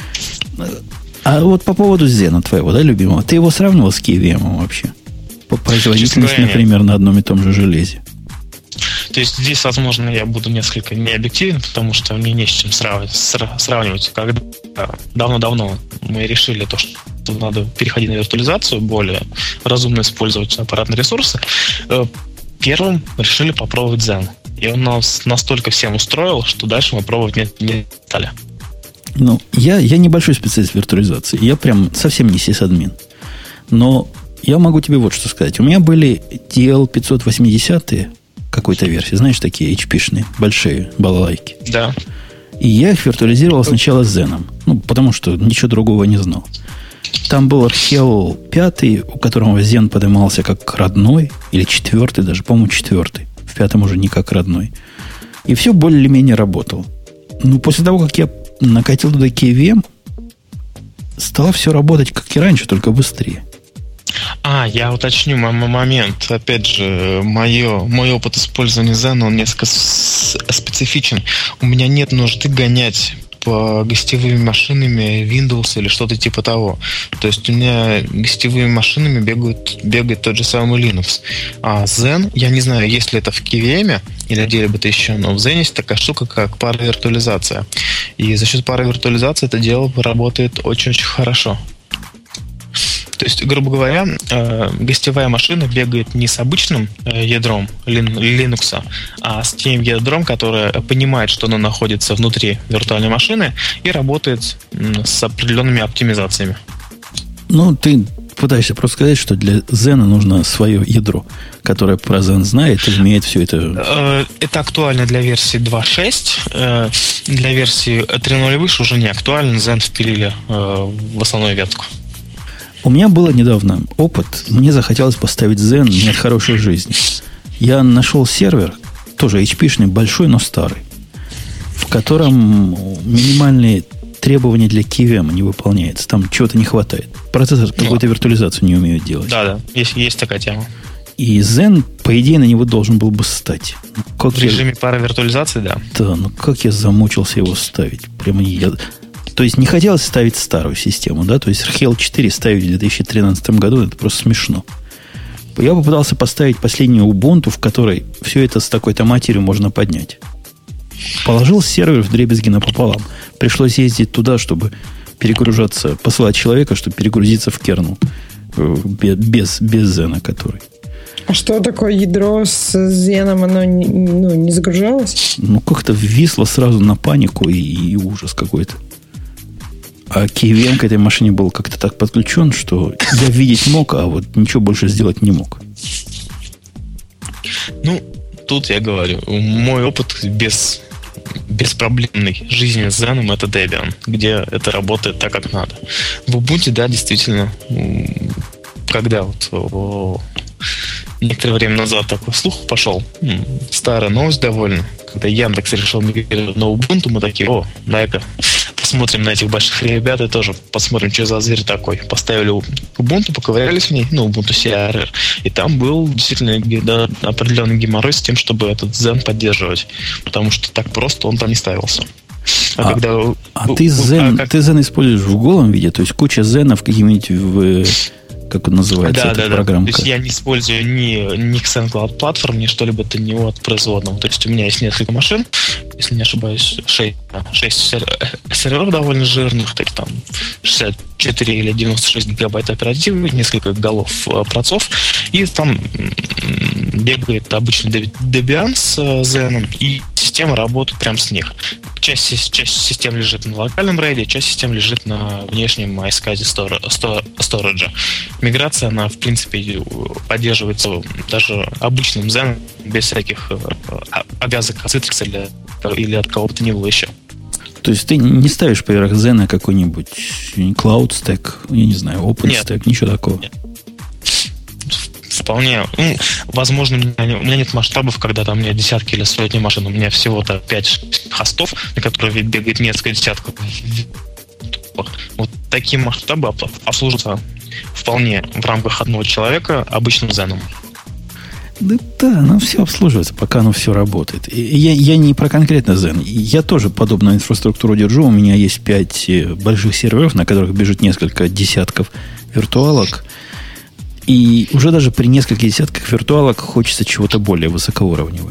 А вот по поводу Xen твоего, да, любимого, ты его сравнивал с кей ви эм вообще? По производительности, например, на одном и том же железе. То есть здесь, возможно, я буду несколько необъективен, потому что мне не с чем сравнивать. сравнивать. Когда давно-давно мы решили то, что надо переходить на виртуализацию, более разумно использовать аппаратные ресурсы, первым решили попробовать Zen. И он нас настолько всем устроил, что дальше мы пробовать не, не стали. Ну, я, я небольшой специалист виртуализации. Я прям совсем не сисадмин. Но я могу тебе вот что сказать. У меня были ди эл пятьсот восемьдесят какой-то версии. Знаешь, такие эйч пи-шные, большие балалайки. Да. И я их виртуализировал сначала с Zen. Ну, потому что ничего другого не знал. Там был Archeo пять, у которого Zen поднимался как родной, или четвертый даже, по-моему, четвертый. В пятом уже не как родной. И все более-менее работало. Ну, после того, как я накатил туда кей ви эм, стало все работать, как и раньше, только быстрее. А, я уточню момент. Опять же, мое, мой опыт использования Zen, он несколько специфичен. У меня нет нужды гонять по гостевыми машинами Windows или что-то типа того. То есть у меня гостевыми машинами бегают, бегает тот же самый Linux. А Zen, я не знаю, есть ли это в кей ви эм или где-либо еще, но в Zen есть такая штука, как паравиртуализация. И за счет паравиртуализации это дело работает очень-очень хорошо. То есть, грубо говоря, э, гостевая машина бегает не с обычным э, ядром Linux, а с тем ядром, которое понимает, что оно находится внутри виртуальной машины и работает м, с определенными оптимизациями. Ну, ты пытаешься просто сказать, что для Zen нужно свое ядро, которое про Zen знает и умеет все это... Э, это актуально для версии два точка шесть. Э, для версии три ноль и выше уже не актуально. Zen впилили э, в основную ветку. У меня было недавно опыт. Мне захотелось поставить Zen «Нет хорошей жизни». Я нашел сервер, тоже эйч пи-шный, большой, но старый, в котором минимальные требования для кей ви эм не выполняются. Там чего-то не хватает. Процессор какую-то виртуализацию не умеет делать. Да-да, есть, есть такая тема. И Zen, по идее, на него должен был бы стать. Как в режиме я... паравиртуализации, да. Да, ну как я замучился его ставить. Прямо я... То есть не хотелось ставить старую систему, да? То есть Archeo четыре ставить в две тысячи тринадцатом году, это просто смешно. Я попытался поставить последнюю Ubuntu, в которой все это с такой-то матерью можно поднять. Положил сервер вдребезги напополам. Пришлось ездить туда, чтобы перегружаться, посылать человека, чтобы перегрузиться в кернел. Без, без Zen, который. А что такое ядро с Zen? Оно не, ну, не загружалось? Ну, как-то ввисло сразу на панику и, и ужас какой-то. А кей ви эм к этой машине был как-то так подключен, что я видеть мог, а вот ничего больше сделать не мог. Ну, тут я говорю, мой опыт без, беспроблемной жизни с Zen — это Debian, где это работает так, как надо. В Ubuntu, да, действительно, когда вот о, некоторое время назад такой слух пошел, старая новость довольно, когда Яндекс решил мигрировать на Ubuntu, мы такие: о, дай-ка посмотрим на этих больших ребят и тоже посмотрим, что за зверь такой. Поставили Ubuntu, поковырялись в ней, ну, Ubuntu си ар ар, и там был действительно да, определенный геморрой с тем, чтобы этот Zen поддерживать, потому что так просто он там не ставился. А, а, когда, а, ты, Zen, а как... ты Zen используешь в голом виде, то есть куча Zen'ов какими-нибудь в... Как он называется, да, эта да, программка? Да. То есть я не использую ни, ни XenCloud Platform, ни что-либо то не от производного. То есть у меня есть несколько машин, если не ошибаюсь, шесть, шесть серверов довольно жирных, так там шестьдесят четыре или девяносто шесть гигабайт оперативы, несколько голов процов, и там бегает обычный Debian с Zen, и система работает прямо с них. Часть, часть систем лежит на локальном рейде, часть систем лежит на внешнем iSCSI storage. Миграция, она, в принципе, поддерживается даже обычным Zen, без всяких обвязок от Citrix или, или от кого-то не было еще. То есть ты не ставишь поверх Zen какой-нибудь Cloud Stack, я не знаю, OpenStack, нет, ничего такого? Нет. Вполне. Ну, возможно, у меня, у меня нет масштабов, когда там у меня десятки или сотни машин. У меня всего-то пять хостов, на которые бегает несколько десятков. Вот такие масштабы обслуживаются вполне в рамках одного человека обычным Zen. Да, да, оно все обслуживается, пока оно все работает. Я, я не про конкретно Zen. Я тоже подобную инфраструктуру держу. У меня есть пять больших серверов, на которых бежит несколько десятков виртуалок. И уже даже при нескольких десятках виртуалок хочется чего-то более высокоуровневого.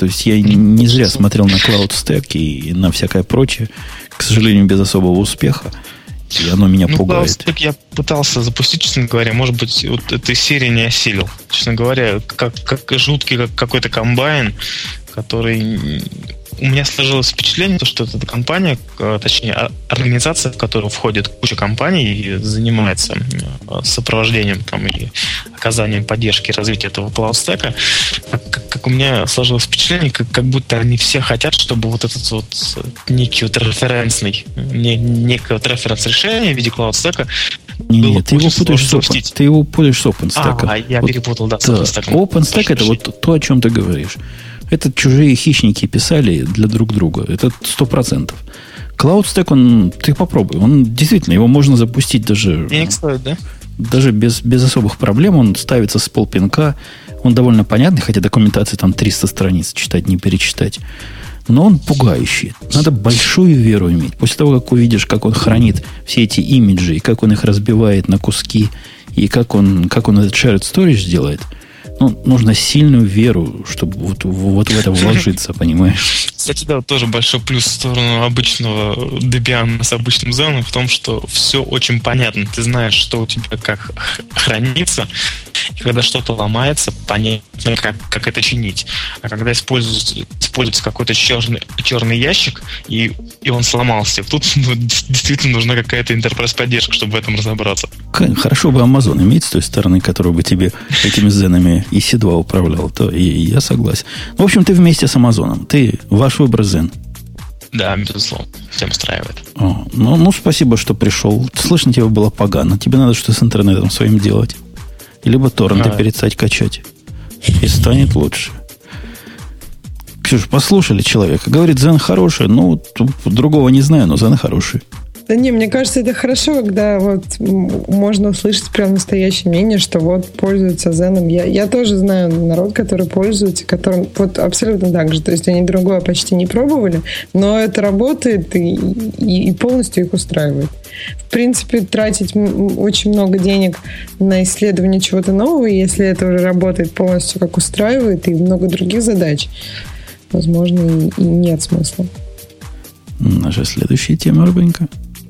То есть я не зря смотрел на CloudStack и на всякое прочее, к сожалению, без особого успеха. И оно меня ну, пугает. CloudStack я пытался запустить, честно говоря. Может быть, вот этой серии не осилил. Честно говоря, как, как жуткий как какой-то комбайн, который... У меня сложилось впечатление, что это компания, точнее, организация, в которую входит куча компаний и занимается сопровождением там, или оказанием поддержки развития этого CloudStack. Как, как у меня сложилось впечатление, как, как будто они все хотят, чтобы вот этот вот некий вот референсный, не, некое вот референс-решение в виде CloudStack не, нет, ты его, путаешь с open, ты его путаешь с OpenStack. А, я вот, перепутал, да, с да, OpenStack. OpenStack это вот то, о чем ты говоришь. Это чужие хищники писали для друг друга. Это сто процентов. CloudStack, он, ты попробуй. Он действительно, его можно запустить даже... Денег стоит, да? Даже без, без особых проблем. Он ставится с полпинка. Он довольно понятный, хотя документации там триста страниц читать, не перечитать. Но он пугающий. Надо большую веру иметь. После того, как увидишь, как он хранит все эти имиджи, и как он их разбивает на куски, и как он, как он этот shared storage делает, ну, нужно сильную веру, чтобы вот, вот в это вложиться, понимаешь? Кстати, да, тоже большой плюс в сторону обычного Debian с обычным Zen в том, что все очень понятно. Ты знаешь, что у тебя как хранится, и когда что-то ломается, понятно, как, как это чинить. А когда используется, используется какой-то черный, черный ящик, и, и он сломался, тут ну, действительно нужна какая-то enterprise-поддержка, чтобы в этом разобраться. Хорошо бы Amazon иметь с той стороны, который бы тебе этими зенами и си два управлял, то и я согласен. В общем, ты вместе с Амазоном. Ты ваш выбор Zen. Да, безусловно. Всем устраивает. О, ну, ну, спасибо, что пришел. Слышно, тебе было погано. Тебе надо что с интернетом своим делать. Либо торренты а. перестать качать. И станет лучше. Ксюш, послушали человека. Говорит, Zen хороший. Ну, другого не знаю, но Zen хороший. Да не, мне кажется, это хорошо, когда вот можно услышать прям настоящее мнение, что вот пользуются Zen. Я, я тоже знаю народ, который пользуется, которым вот абсолютно так же. То есть они другое почти не пробовали, но это работает и, и, и полностью их устраивает. В принципе, тратить очень много денег на исследование чего-то нового, если это уже работает полностью как устраивает, и много других задач, возможно, и, и нет смысла. Наша следующая тема, Рубенька.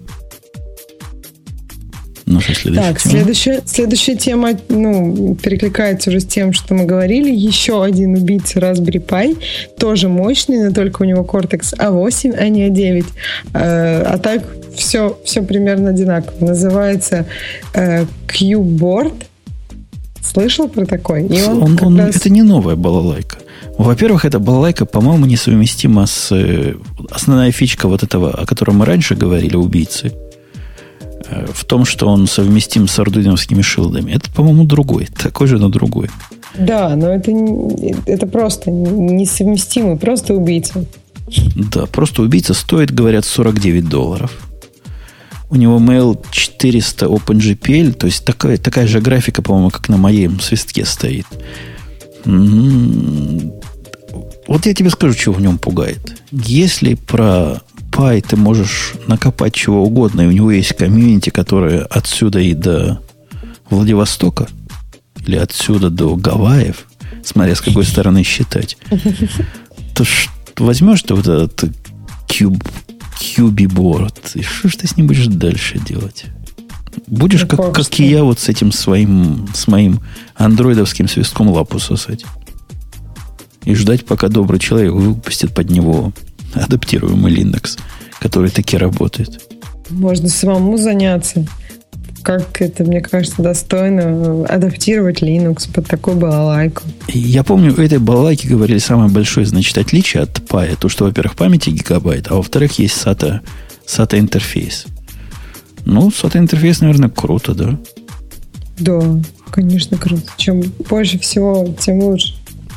Наша следующая так, тема. Следующая, следующая тема ну, перекликается уже с тем, что мы говорили. Еще один убийца Raspberry Pi, тоже мощный, но только у него Cortex а восемь, а не а девять. А так все, все примерно одинаково. Называется Q-Board. Слышал про такой? И он он, он, раз... Это не новая балалайка. Во-первых, эта балалайка, по-моему, несовместима с... Основная фичка вот этого, о котором мы раньше говорили, убийцы, в том, что он совместим с ардуиновскими шилдами. Это, по-моему, другой. Такой же, но другой. Да, но это, это просто несовместимый, просто убийца. Да, просто убийца стоит, говорят, сорок девять долларов. У него Mail четыреста OpenGPL, то есть такая, такая же графика, по-моему, как на моем свистке стоит. М-м-м. Вот я тебе скажу, чего в нем пугает. Если про Pi ты можешь накопать чего угодно, и у него есть комьюнити, которое отсюда и до Владивостока, или отсюда до Гавайев, смотря с какой стороны считать, то возьмешь ты вот этот Cube, QB-board, и что ж ты с ним будешь дальше делать? Будешь, как, как и я, вот с этим своим, с моим андроидовским свистком лапу сосать. И ждать, пока добрый человек выпустит под него адаптируемый Linux, который таки работает. Можно самому заняться. Как это, мне кажется, достойно адаптировать Linux под такую балалайку. Я помню, у этой балалайки говорили самое большое, значит, отличие от Pi. То, что, во-первых, памяти гигабайт, а во-вторых, есть SATA, SATA интерфейс. Ну, SATA интерфейс, наверное, круто, да? Да, конечно, круто. Чем больше всего, тем лучше.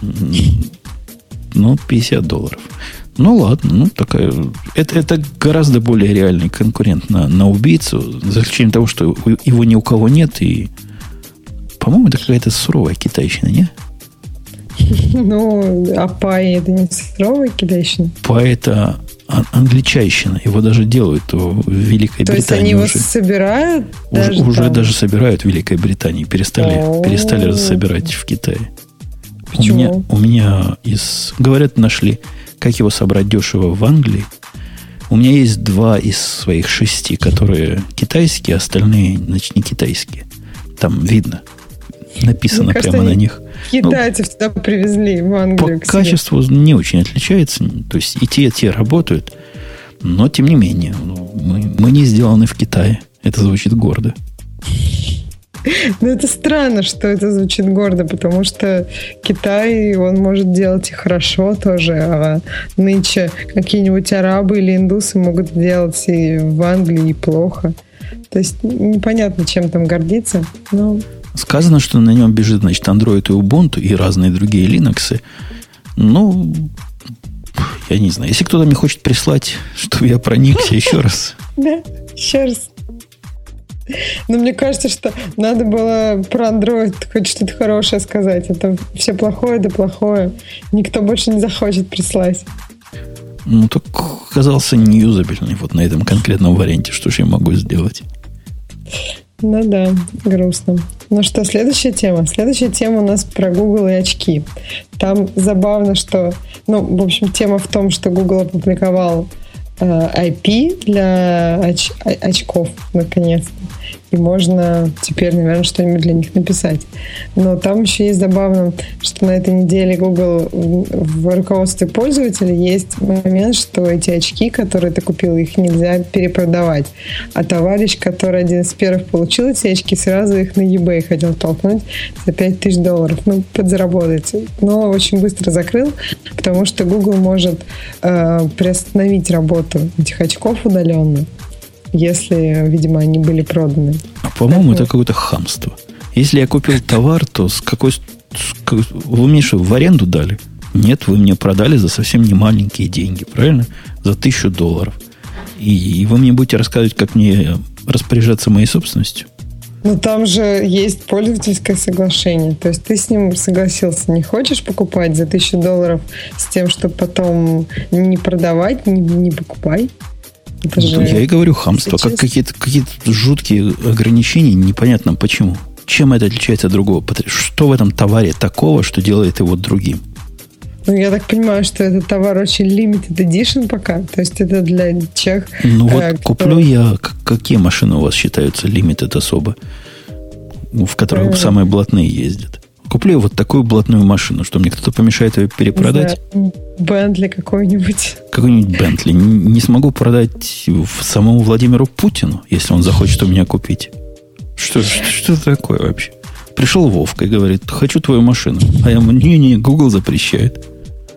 Ну, пятьдесят долларов. Ну, ладно, ну, такая... Это, это гораздо более реальный конкурент на, на убийцу, за исключением того, что его ни у кого нет, и, по-моему, это какая-то суровая китайщина, не? Ну, а Pi это не суровая китайщина? Pi это англичайщина. Его даже делают в Великой То Британии. есть они его уже, собирают? Уже, даже, уже там? даже собирают в Великой Британии. Перестали, перестали собирать в Китае. Почему? У меня, у меня из... Говорят, нашли, как его собрать дешево в Англии. У меня есть два из своих шести, которые китайские, остальные, значит, не китайские. Там видно. Написано Мне кажется, прямо на них. Китайцев сюда привезли в Англию. По качеству не очень отличается. То есть и те, и те работают. Но, тем не менее, ну, мы, мы не сделаны в Китае. Это звучит гордо. Ну, это странно, что это звучит гордо, потому что Китай, он может делать и хорошо тоже, а нынче какие-нибудь арабы или индусы могут делать и в Англии и плохо. То есть непонятно, чем там гордиться, но... Сказано, что на нем бежит, значит, Android и Ubuntu и разные другие Linux. Ну, я не знаю. Если кто-то мне хочет прислать, чтобы я проникся еще раз. Да, еще раз. Но мне кажется, что надо было про Android хоть что-то хорошее сказать. Это все плохое, да плохое. Никто больше не захочет прислать. Ну, так оказался неюзабельный вот на этом конкретном варианте. Что же я могу сделать? Ну да, грустно. Ну что, следующая тема. Следующая тема у нас про Google и очки. Там забавно, что... Ну, в общем, тема в том, что Google опубликовал э, ай пи для оч- очков, наконец-то. И можно теперь, наверное, что-нибудь для них написать. Но там еще есть забавно, что на этой неделе Google в руководстве пользователей есть момент, что эти очки, которые ты купил, их нельзя перепродавать. А товарищ, который один из первых получил эти очки, сразу их на eBay хотел толкнуть за пять тысяч долларов. Ну, подзаработать. Но очень быстро закрыл, потому что Google может э, приостановить работу этих очков удаленно, если, видимо, они были проданы. А, по-моему, это какое-то хамство. Если я купил товар, то с какой... С, как, вы мне что, в аренду дали? Нет, вы мне продали за совсем не маленькие деньги, правильно? За тысячу долларов. И, и вы мне будете рассказывать, как мне распоряжаться моей собственностью? Ну, там же есть пользовательское соглашение. То есть ты с ним согласился. Не хочешь покупать за тысячу долларов с тем, чтобы потом не продавать, не, не покупай. Это же... Я и говорю хамство, как какие-то, какие-то жуткие ограничения, непонятно почему. Чем это отличается от другого? Что в этом товаре такого, что делает его другим? Ну, я так понимаю, что этот товар очень limited edition пока. То есть это для тех... Ну, вот э, куплю я... Какие машины у вас считаются limited особо? В которых mm. самые блатные ездят. Куплю вот такую блатную машину, что мне кто-то помешает ее перепродать. Бентли какой-нибудь. Какой-нибудь Бентли. Не смогу продать самому Владимиру Путину, если он захочет у меня купить. Что, что, что это такое вообще? Пришел Вовка и говорит, хочу твою машину. А я ему, не-не, Google запрещает.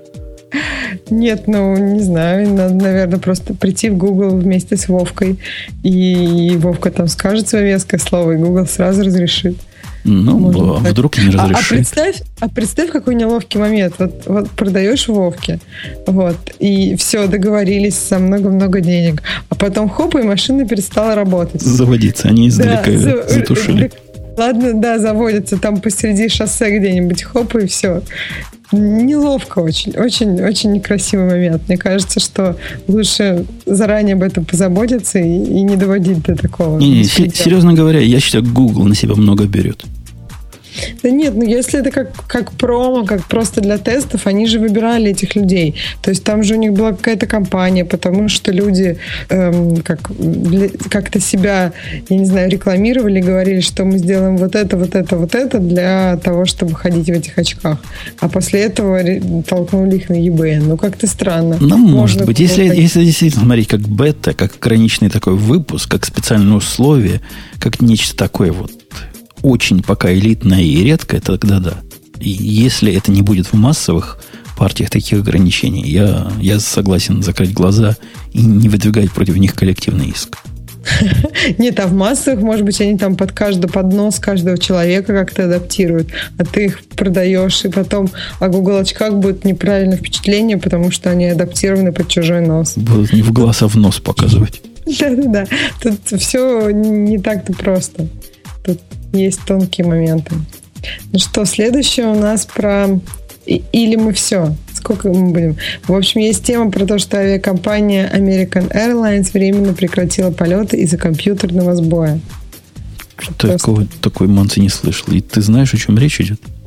Нет, ну, не знаю. Надо, наверное, просто прийти в Google вместе с Вовкой. И, и Вовка там скажет свое веское слово, и Google сразу разрешит. Ну, а вдруг не разрешит. А, а, представь, а представь, какой неловкий момент. Вот, вот продаешь Вовке, вот, и все, договорились за много-много денег. А потом хоп, и машина перестала работать. Заводиться, они издалека да, за, затушили. Ладно, да, заводятся там посреди шоссе где-нибудь, хоп, и все. Неловко очень, очень, очень некрасивый момент. Мне кажется, что лучше заранее об этом позаботиться и, и не доводить до такого. Не, не, серьезно говоря, я считаю, Google на себя много берет. Да нет, ну если это как, как промо, как просто для тестов, они же выбирали этих людей. То есть там же у них была какая-то компания, потому что люди эм, как, для, как-то себя, я не знаю, рекламировали, говорили, что мы сделаем вот это, вот это, вот это для того, чтобы ходить в этих очках. А после этого толкнули их на eBay. Ну, как-то странно. Ну, может быть. Если, если действительно смотреть как бета, как ограниченный такой выпуск, как специальное условие, как нечто такое вот очень пока элитное и редкое, тогда да. И если это не будет в массовых партиях таких ограничений, я, я согласен закрыть глаза и не выдвигать против них коллективный иск. Нет, а в массовых, может быть, они там под каждый поднос каждого человека как-то адаптируют, а ты их продаешь, и потом о Google очках будет неправильное впечатление, потому что они адаптированы под чужой нос. Будут не в глаз, а в нос показывать. Да-да-да. Тут все не так-то просто. Тут есть тонкие моменты. Ну что, следующее у нас про... Или мы все? Сколько мы будем? В общем, есть тема про то, что авиакомпания American Airlines временно прекратила полеты из-за компьютерного сбоя. Что такого, такой Монти не слышал. И ты знаешь, о чем речь идет?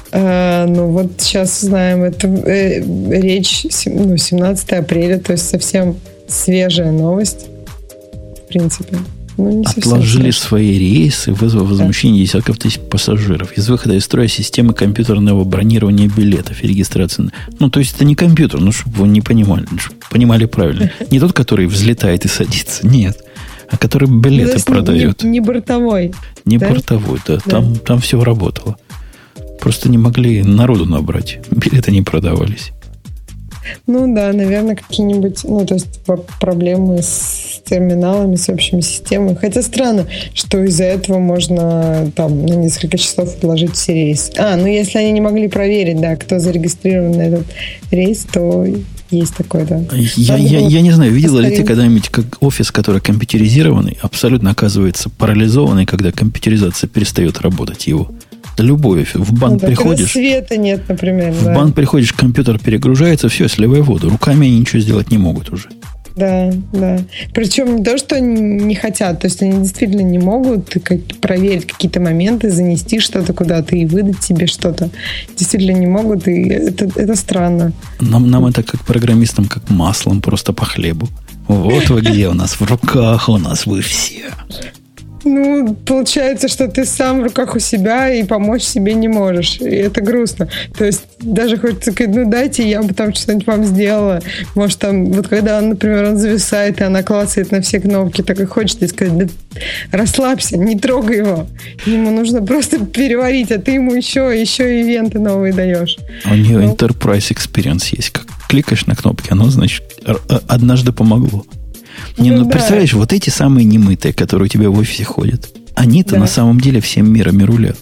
А, ну, вот сейчас знаем, это э, речь, ну, семнадцатого апреля, то есть совсем свежая новость, в принципе. Ну, не отложили свои рейсы, вызвав возмущение да. десятков тысяч пассажиров. Из выхода из строя системы компьютерного бронирования билетов и регистрации. Ну, то есть это не компьютер, ну, чтобы вы не понимали, чтобы понимали правильно. Не тот, который взлетает и садится, нет. А который билеты ну, продает. Не, не бортовой. Не да? бортовой, да. да. Там, там все работало. Просто не могли народу набрать. Билеты не продавались. Ну да, наверное, какие-нибудь, ну, то есть проблемы с терминалами, с общими системами. Хотя странно, что из-за этого можно там на несколько часов отложить все рейсы. А, ну если они не могли проверить, да, кто зарегистрирован на этот рейс, то есть такое, да. Я, я, я не знаю, видела ли ты когда-нибудь как офис, который компьютеризированный, абсолютно оказывается парализованный, когда компьютеризация перестает работать его. Любой офис. В банк ну, приходишь... света нет, например. В да. банк приходишь, компьютер перегружается, все, сливай воду. Руками они ничего сделать не могут уже. Да, да. Причем не то, что они не хотят, то есть они действительно не могут проверить какие-то моменты, занести что-то куда-то и выдать тебе что-то. Действительно не могут, и это, это странно. Нам, нам это как программистам, как маслом просто по хлебу. Вот вы где у нас, в руках у нас вы все. Ну, получается, что ты сам в руках у себя и помочь себе не можешь. И это грустно. То есть даже хочется сказать, ну дайте, я бы там что-нибудь вам сделала. Может, там, вот когда он, например, он зависает, и она клацает на все кнопки, так и хочется сказать, да расслабься, не трогай его. Ему нужно просто переварить, а ты ему еще, еще ивенты новые даешь. У нее ну. Enterprise Experience есть. Как кликаешь на кнопки, оно, значит, однажды помогло. Не, ну, ну да. Представляешь, вот эти самые немытые, которые у тебя в офисе ходят, они-то да. на самом деле всем миром и рулят.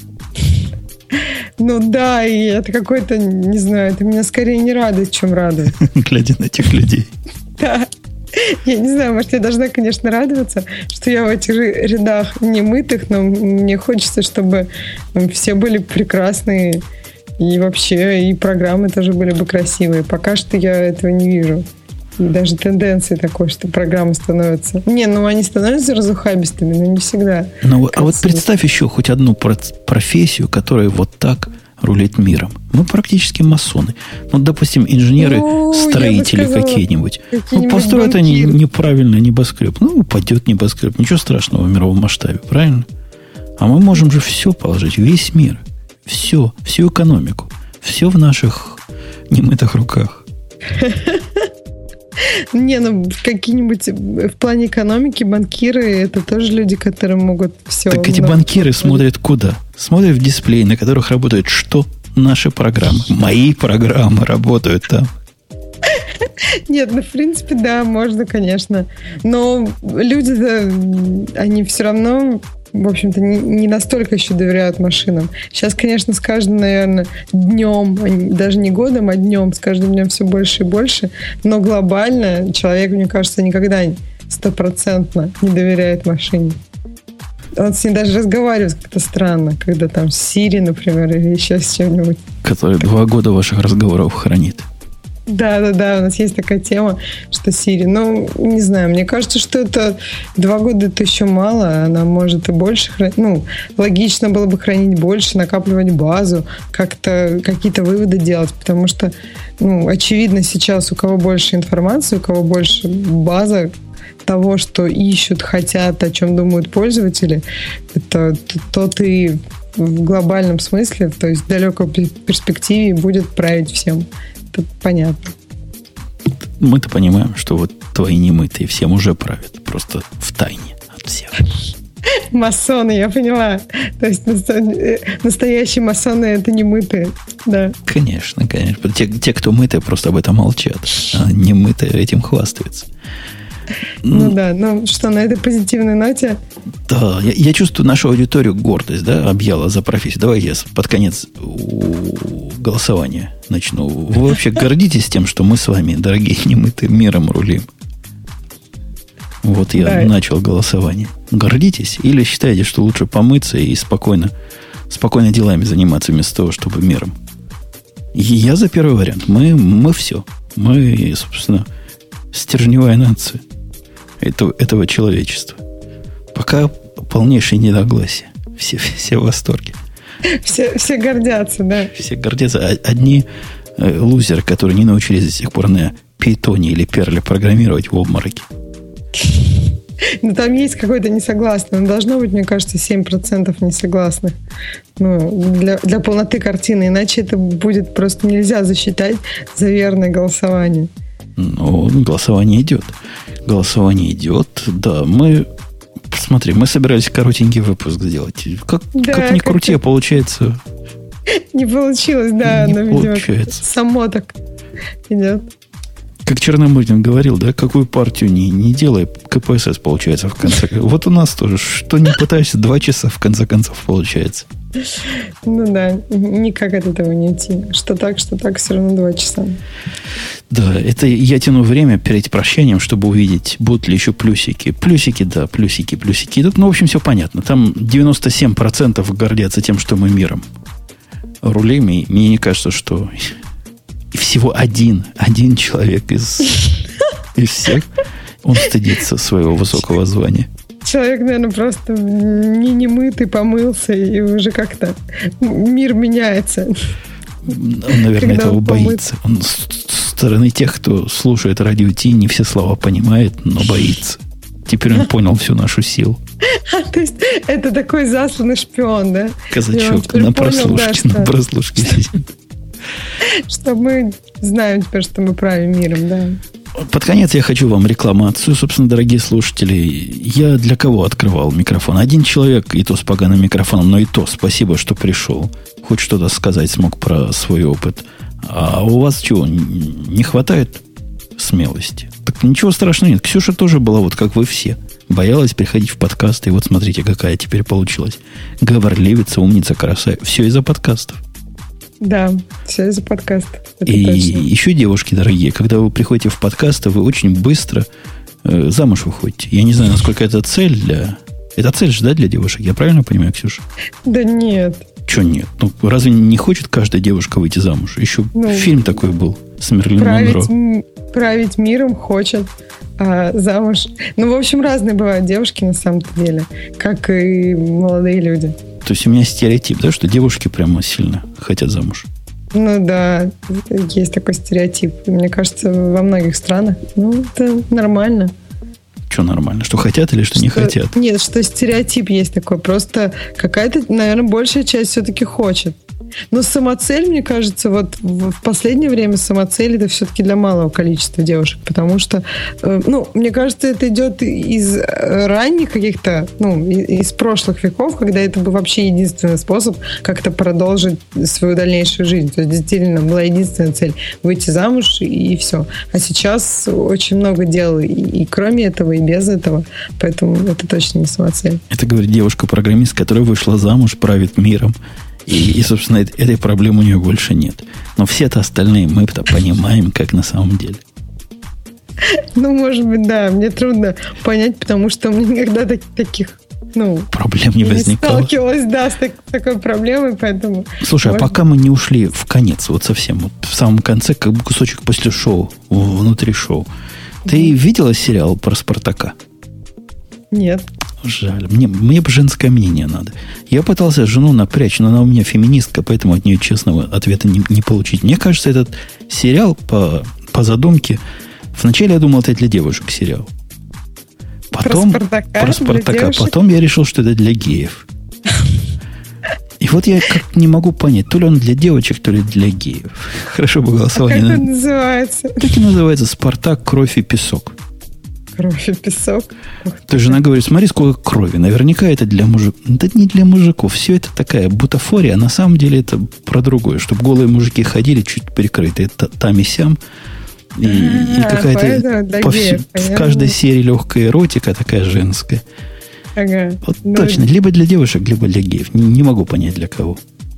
Ну да, и это какой-то, не знаю, это меня скорее не радует, чем радует. Глядя на этих людей. Да. Я не знаю, может, я должна, конечно, радоваться, что я в этих же рядах немытых, но мне хочется, чтобы все были прекрасные, и вообще, и программы тоже были бы красивые. Пока что я этого не вижу. И даже тенденции такой, что программы становятся... Не, ну они становятся разухабистыми, но не всегда. Ну, а вот представь еще хоть одну профессию, которая вот так рулит миром. Мы практически масоны. Ну, допустим, инженеры-строители ну, какие-нибудь. Ну, построят они неправильно небоскреб. Ну, упадет небоскреб. Ничего страшного в мировом масштабе, правильно? А мы можем же все положить, весь мир. Все, всю экономику. Все в наших немытых руках. Не, ну какие-нибудь в плане экономики банкиры это тоже люди, которые могут все. Так эти банкиры смотрят куда? Смотрят в дисплей, на которых работают что? Наши программы. Мои программы работают там. Нет, ну в принципе, да, можно, конечно. Но люди-то, они все равно, в общем-то, не, не настолько еще доверяют машинам. Сейчас, конечно, с каждым, наверное, днем, даже не годом, а днем, с каждым днем все больше и больше. Но глобально человек, мне кажется, никогда стопроцентно не доверяет машине. Он с ней даже разговаривает как-то странно, когда там с Siri, например, или еще с чем-нибудь. Который два года ваших разговоров хранит. Да, да, да, у нас есть такая тема, что Siri, ну, не знаю, мне кажется, что это два года это еще мало, она может и больше хранить, ну, логично было бы хранить больше, накапливать базу, как-то какие-то выводы делать, потому что, ну, очевидно сейчас, у кого больше информации, у кого больше база того, что ищут, хотят, о чем думают пользователи, это тот и в глобальном смысле, то есть в далекой перспективе будет править всем. Это понятно. Мы-то понимаем, что вот твои немытые всем уже правят. Просто в тайне от всех. Масоны, я поняла. То есть настоящие масоны это не мытые. Да. Конечно, конечно. Те, те, кто мытые, просто об этом молчат. А не мытые этим хвастаются. Ну, ну да, ну что, на этой позитивной ноте? Да, я, я чувствую нашу аудиторию гордость, да, объяла за профессию. Давай я под конец голосования начну. Вы вообще гордитесь тем, что мы с вами, дорогие немытые, миром рулим? Вот я да. начал голосование. Гордитесь? Или считаете, что лучше помыться и спокойно, спокойно делами заниматься вместо того, чтобы миром? И я за первый вариант. Мы, мы все. Мы, собственно, стержневая нация этого, этого человечества. Пока полнейшее недогласие. Все, все в восторге. Все, все гордятся, да. Все гордятся. Одни э, лузеры, которые не научились до сих пор на питоне или перле программировать в обмороке. Но там есть какой-то несогласный. Но должно быть, мне кажется, семь процентов несогласных. Ну, для, для полноты картины. Иначе это будет просто нельзя засчитать за верное голосование. Ну, голосование идет. Голосование идет. Да, мы... Смотри, мы собирались коротенький выпуск сделать. Как, да, как ни крути, а получается... Не получилось, да. Не но, видимо, получается. Само так идет. Как Черномырдин говорил, да, какую партию не, не делай, КПСС получается в конце. Вот у нас тоже, что не пытаешься, два часа в конце концов получается. Ну да, никак от этого не уйти. Что так, что так, все равно два часа. Да, это я тяну время перед прощанием, чтобы увидеть, будут ли еще плюсики. Плюсики, да, плюсики, плюсики идут. Ну, в общем, все понятно. Там девяносто семь процентов гордятся тем, что мы миром рулим. И мне не кажется, что... И всего один, один человек из, из всех, он стыдится своего высокого звания. Человек, наверное, просто не немытый, помылся, и уже как-то мир меняется. Он, наверное, этого он боится. Он с стороны тех, кто слушает радио Ти, не все слова понимает, но боится. Теперь он понял всю нашу силу. А, то есть это такой засланный шпион, да? Казачок, на прослушке, на прослушке сидит. Что мы знаем теперь, что мы правим миром, да. Под конец я хочу вам рекламацию. Собственно, дорогие слушатели, я для кого открывал микрофон? Один человек, и то с поганым микрофоном, но и то спасибо, что пришел. Хоть что-то сказать смог про свой опыт. А у вас чего, не хватает смелости? Так ничего страшного нет. Ксюша тоже была вот как вы все. Боялась приходить в подкасты. И вот смотрите, какая теперь получилась. Говорливица, умница, красавица. Все из-за подкастов. Да, все из-за подкаста. И точно. Еще, девушки дорогие, когда вы приходите в подкасты, вы очень быстро э, замуж выходите. Я не знаю, насколько это цель для... Это цель же, да, для девушек? Я правильно понимаю, Ксюша? Да нет. Че нет? Ну, разве не хочет каждая девушка выйти замуж? Еще ну, фильм такой был с Мерлин править, Монро. М- править миром хочет, а замуж... Ну, в общем, разные бывают девушки на самом-то деле, как и молодые люди. То есть у меня стереотип, да, что девушки прямо сильно хотят замуж. Ну да, есть такой стереотип. Мне кажется, во многих странах. Ну, это нормально. Что нормально? Что хотят или что, что не хотят? Нет, что стереотип есть такой. Просто какая-то, наверное, большая часть все-таки хочет. Но самоцель, мне кажется, вот в последнее время самоцель это все-таки для малого количества девушек, потому что, ну, мне кажется, это идет из ранних каких-то, ну, из прошлых веков, когда это был вообще единственный способ как-то продолжить свою дальнейшую жизнь. То есть, действительно, была единственная цель выйти замуж и все. А сейчас очень много дел и, и кроме этого, и без этого, поэтому это точно не самоцель. Это говорит девушка-программист, которая вышла замуж, правит миром. И, и, собственно, этой проблемы у нее больше нет. Но все-то остальные мы-то понимаем, как на самом деле. Ну, может быть, да. Мне трудно понять, потому что у меня никогда так, таких, ну... Проблем не возникало. Не сталкивалась, да, с так, такой проблемой, поэтому... Слушай, может... а пока мы не ушли в конец, вот совсем, вот в самом конце, как бы кусочек после шоу, внутри шоу. Ты mm-hmm. видела сериал про Спартака? Нет. Жаль. Мне, мне бы женское мнение надо. Я пытался жену напрячь, но она у меня феминистка, поэтому от нее честного ответа не, не получить. Мне кажется, этот сериал по, по задумке... Вначале я думал, это для девушек сериал. Потом, про Спартака. Про Спартака. Потом я решил, что это для геев. И вот я как не могу понять, то ли он для девочек, то ли для геев. Хорошо бы голосование. А как он называется? Так и называется «Спартак. Кровь и песок». Кровь и песок. То есть жена говорит, смотри, сколько крови. Наверняка это для мужиков. Да не для мужиков. Все это такая бутафория. А на самом деле это про другое. Чтобы голые мужики ходили чуть прикрытые там и сям. И, и какая-то по вс... в каждой серии легкая эротика такая женская. Ага. Вот ну, точно. Либо для девушек, либо для геев. Не, не могу понять, для кого.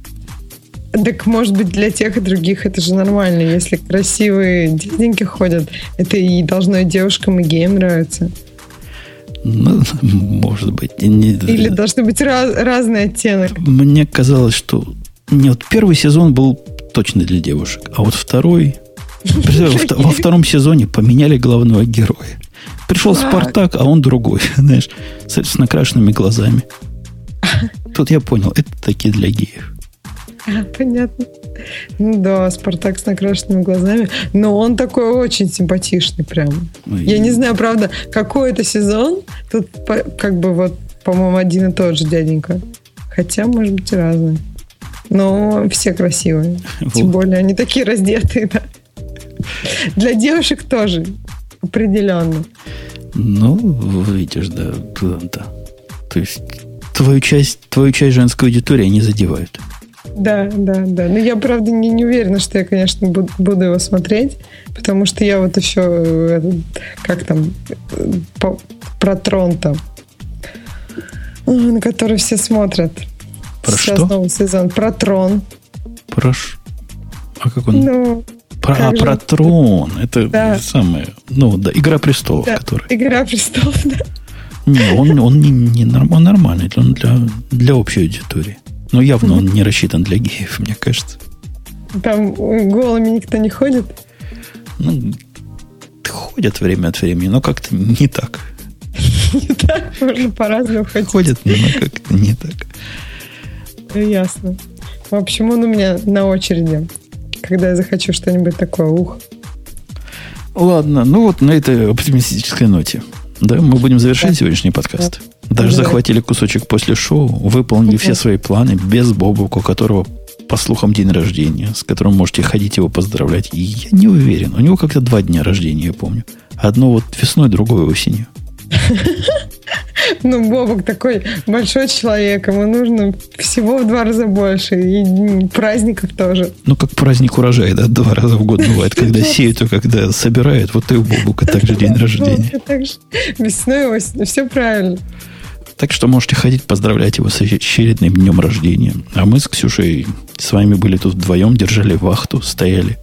Так, может быть, для тех и других это же нормально. Если красивые дяденьки ходят, это и должно и девушкам, и геям нравиться. Ну, может быть. Не... Или должны быть раз, разный оттенок. Мне казалось, что... Не, вот первый сезон был точно для девушек. А вот второй... Во втором сезоне поменяли главного героя. Пришел Спартак, а он другой. Знаешь, с накрашенными глазами. Тут я понял, это такие для геев. А, понятно. Ну да, Спартак с накрашенными глазами. Но он такой очень симпатичный прям. Ой. Я не знаю, правда, какой это сезон. Тут как бы вот, по-моему, один и тот же дяденька. Хотя, может быть, и разные. Но все красивые. Вот. Тем более, они такие раздетые, да. Для девушек тоже. Определенно. Ну, видишь, да, да. То есть твою часть, твою часть женской аудитории они задевают. Да, да, да. Но я, правда, не, не уверена, что я, конечно, буду, буду его смотреть, потому что я вот еще, как там, по, про трон там, на который все смотрят. Про Сейчас что? новый сезон. Про трон. Про ш... А как он? Ну, про, как а, же... про трон. Это да. самое, ну, да, Игра престолов, да, который. Игра престолов, да. Не, он, он не, не норм, он нормальный, он для, для общей аудитории. Но явно он не рассчитан для геев, мне кажется. Там голыми никто не ходит? Ну, ходят время от времени, но как-то не так. Не так? Можно по-разному ходить. Ходят, но как-то не так. Ясно. В общем, он у меня на очереди, когда я захочу что-нибудь такое. Ух. Ладно, ну вот на этой оптимистической ноте. Да, мы будем завершать да. сегодняшний подкаст. Да. Даже да. захватили кусочек после шоу, выполнили да. все свои планы без Бобука, у которого, по слухам, день рождения, с которым можете ходить его поздравлять. И я не уверен. У него как-то два дня рождения, я помню. Одно вот весной, другое осенью. Ну, Бобук такой большой человек, ему нужно всего в два раза больше. И праздников тоже. Ну, как праздник урожая, да, два раза в год бывает. Когда сеют, а когда собирают, вот и у Бобука также день рождения. Весной и осенью, все правильно. Так что можете ходить поздравлять его с очередным днем рождения. А мы с Ксюшей с вами были тут вдвоем, держали вахту, стояли.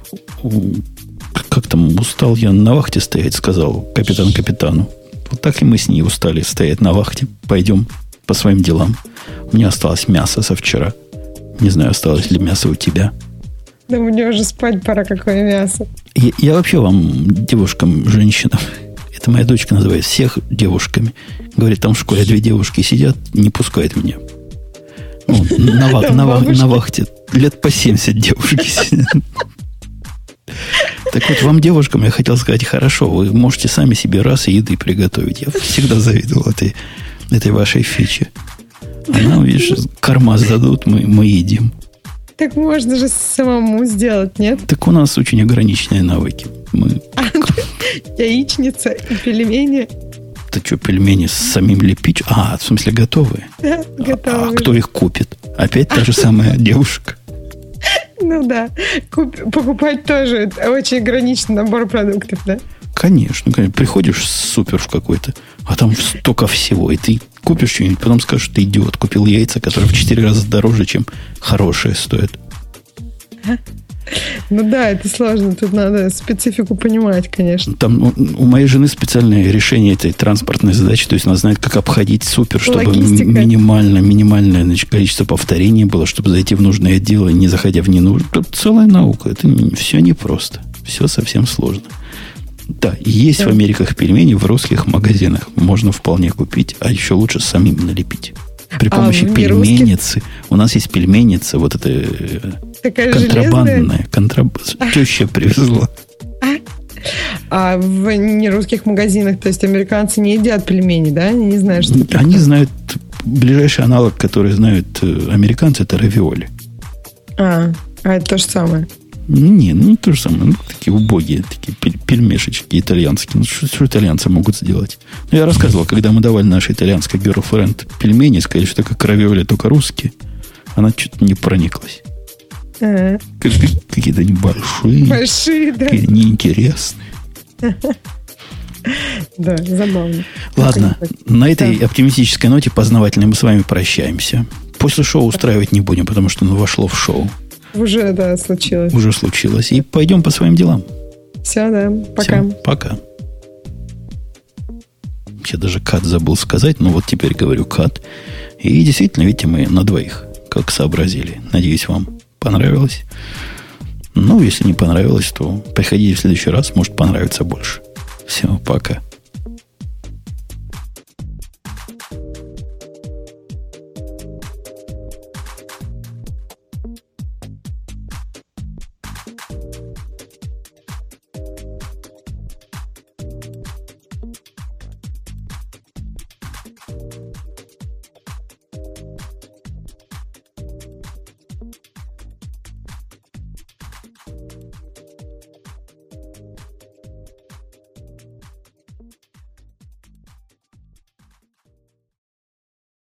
Как там, устал я на вахте стоять, сказал капитан капитану. Вот так и мы с ней устали стоять на вахте. Пойдем по своим делам. У меня осталось мясо со вчера. Не знаю, осталось ли мясо у тебя. Да мне уже спать пора, какое мясо. Я, я вообще вам, девушкам, женщинам, это моя дочка называет всех девушками. Говорит, там в школе две девушки сидят, не пускает меня. Ну, на, вах, на, вах, на вахте лет по семьдесят девушки сидят. Так вот, вам, девушкам, я хотел сказать, хорошо, вы можете сами себе раз и еды приготовить. Я всегда завидовал этой, этой вашей фиче. А нам, видишь, кормас дадут, мы, мы едим. Так можно же самому сделать, нет? Так у нас очень ограниченные навыки. Мы... Яичница и пельмени. Ты что, пельмени с самим лепить? А, в смысле, готовые? Да, готовые. А, а кто их купит? Опять та же самая девушка. Ну да, Куп, покупать тоже очень ограниченный набор продуктов, да? Конечно, конечно. Приходишь супер в какой-то, а там столько всего, и ты купишь что-нибудь, потом скажешь, ты идиот, купил яйца, которые в четыре раза дороже, чем хорошие стоят. Ну да, это сложно, тут надо специфику понимать, конечно. Там у, у моей жены специальное решение этой транспортной задачи, то есть она знает, как обходить супер, чтобы м- минимально, минимальное значит, количество повторений было, чтобы зайти в нужное дело, не заходя в ненужное. Тут целая наука, это не, все непросто, все совсем сложно. Да, есть да. в Америках пельмени в русских магазинах, можно вполне купить, а еще лучше самим налепить. При помощи а, пельменницы. Русских... У нас есть пельменница, вот это такая контрабандная. Контраб... Теща привезла. А? а в нерусских магазинах, то есть американцы не едят пельмени, да? Они не знают, что это. Они знают, ближайший аналог, который знают американцы, это равиоли. А, а это то же самое. Не, ну не то же самое. Ну, такие убогие, такие пельмешечки итальянские. Ну, что, что итальянцы могут сделать? Ну, я рассказывал, когда мы давали нашей итальянской girlfriend пельмени, сказали, что это как равиоли, только русские. Она что-то не прониклась. А-а. Как, какие-то они большие. Большие, да. Какие неинтересные. Да, забавно. Ладно, на этой оптимистической ноте познавательной мы с вами прощаемся. После шоу устраивать не будем, потому что оно вошло в шоу. Уже, да, случилось. Уже случилось. И пойдем по своим делам. Все, да. Пока. Все, пока. Я даже кат забыл сказать, но вот теперь говорю кат. И действительно, видите, мы на двоих, как сообразили. Надеюсь, вам понравилось. Ну, если не понравилось, то приходите в следующий раз, может понравиться больше. Все, пока.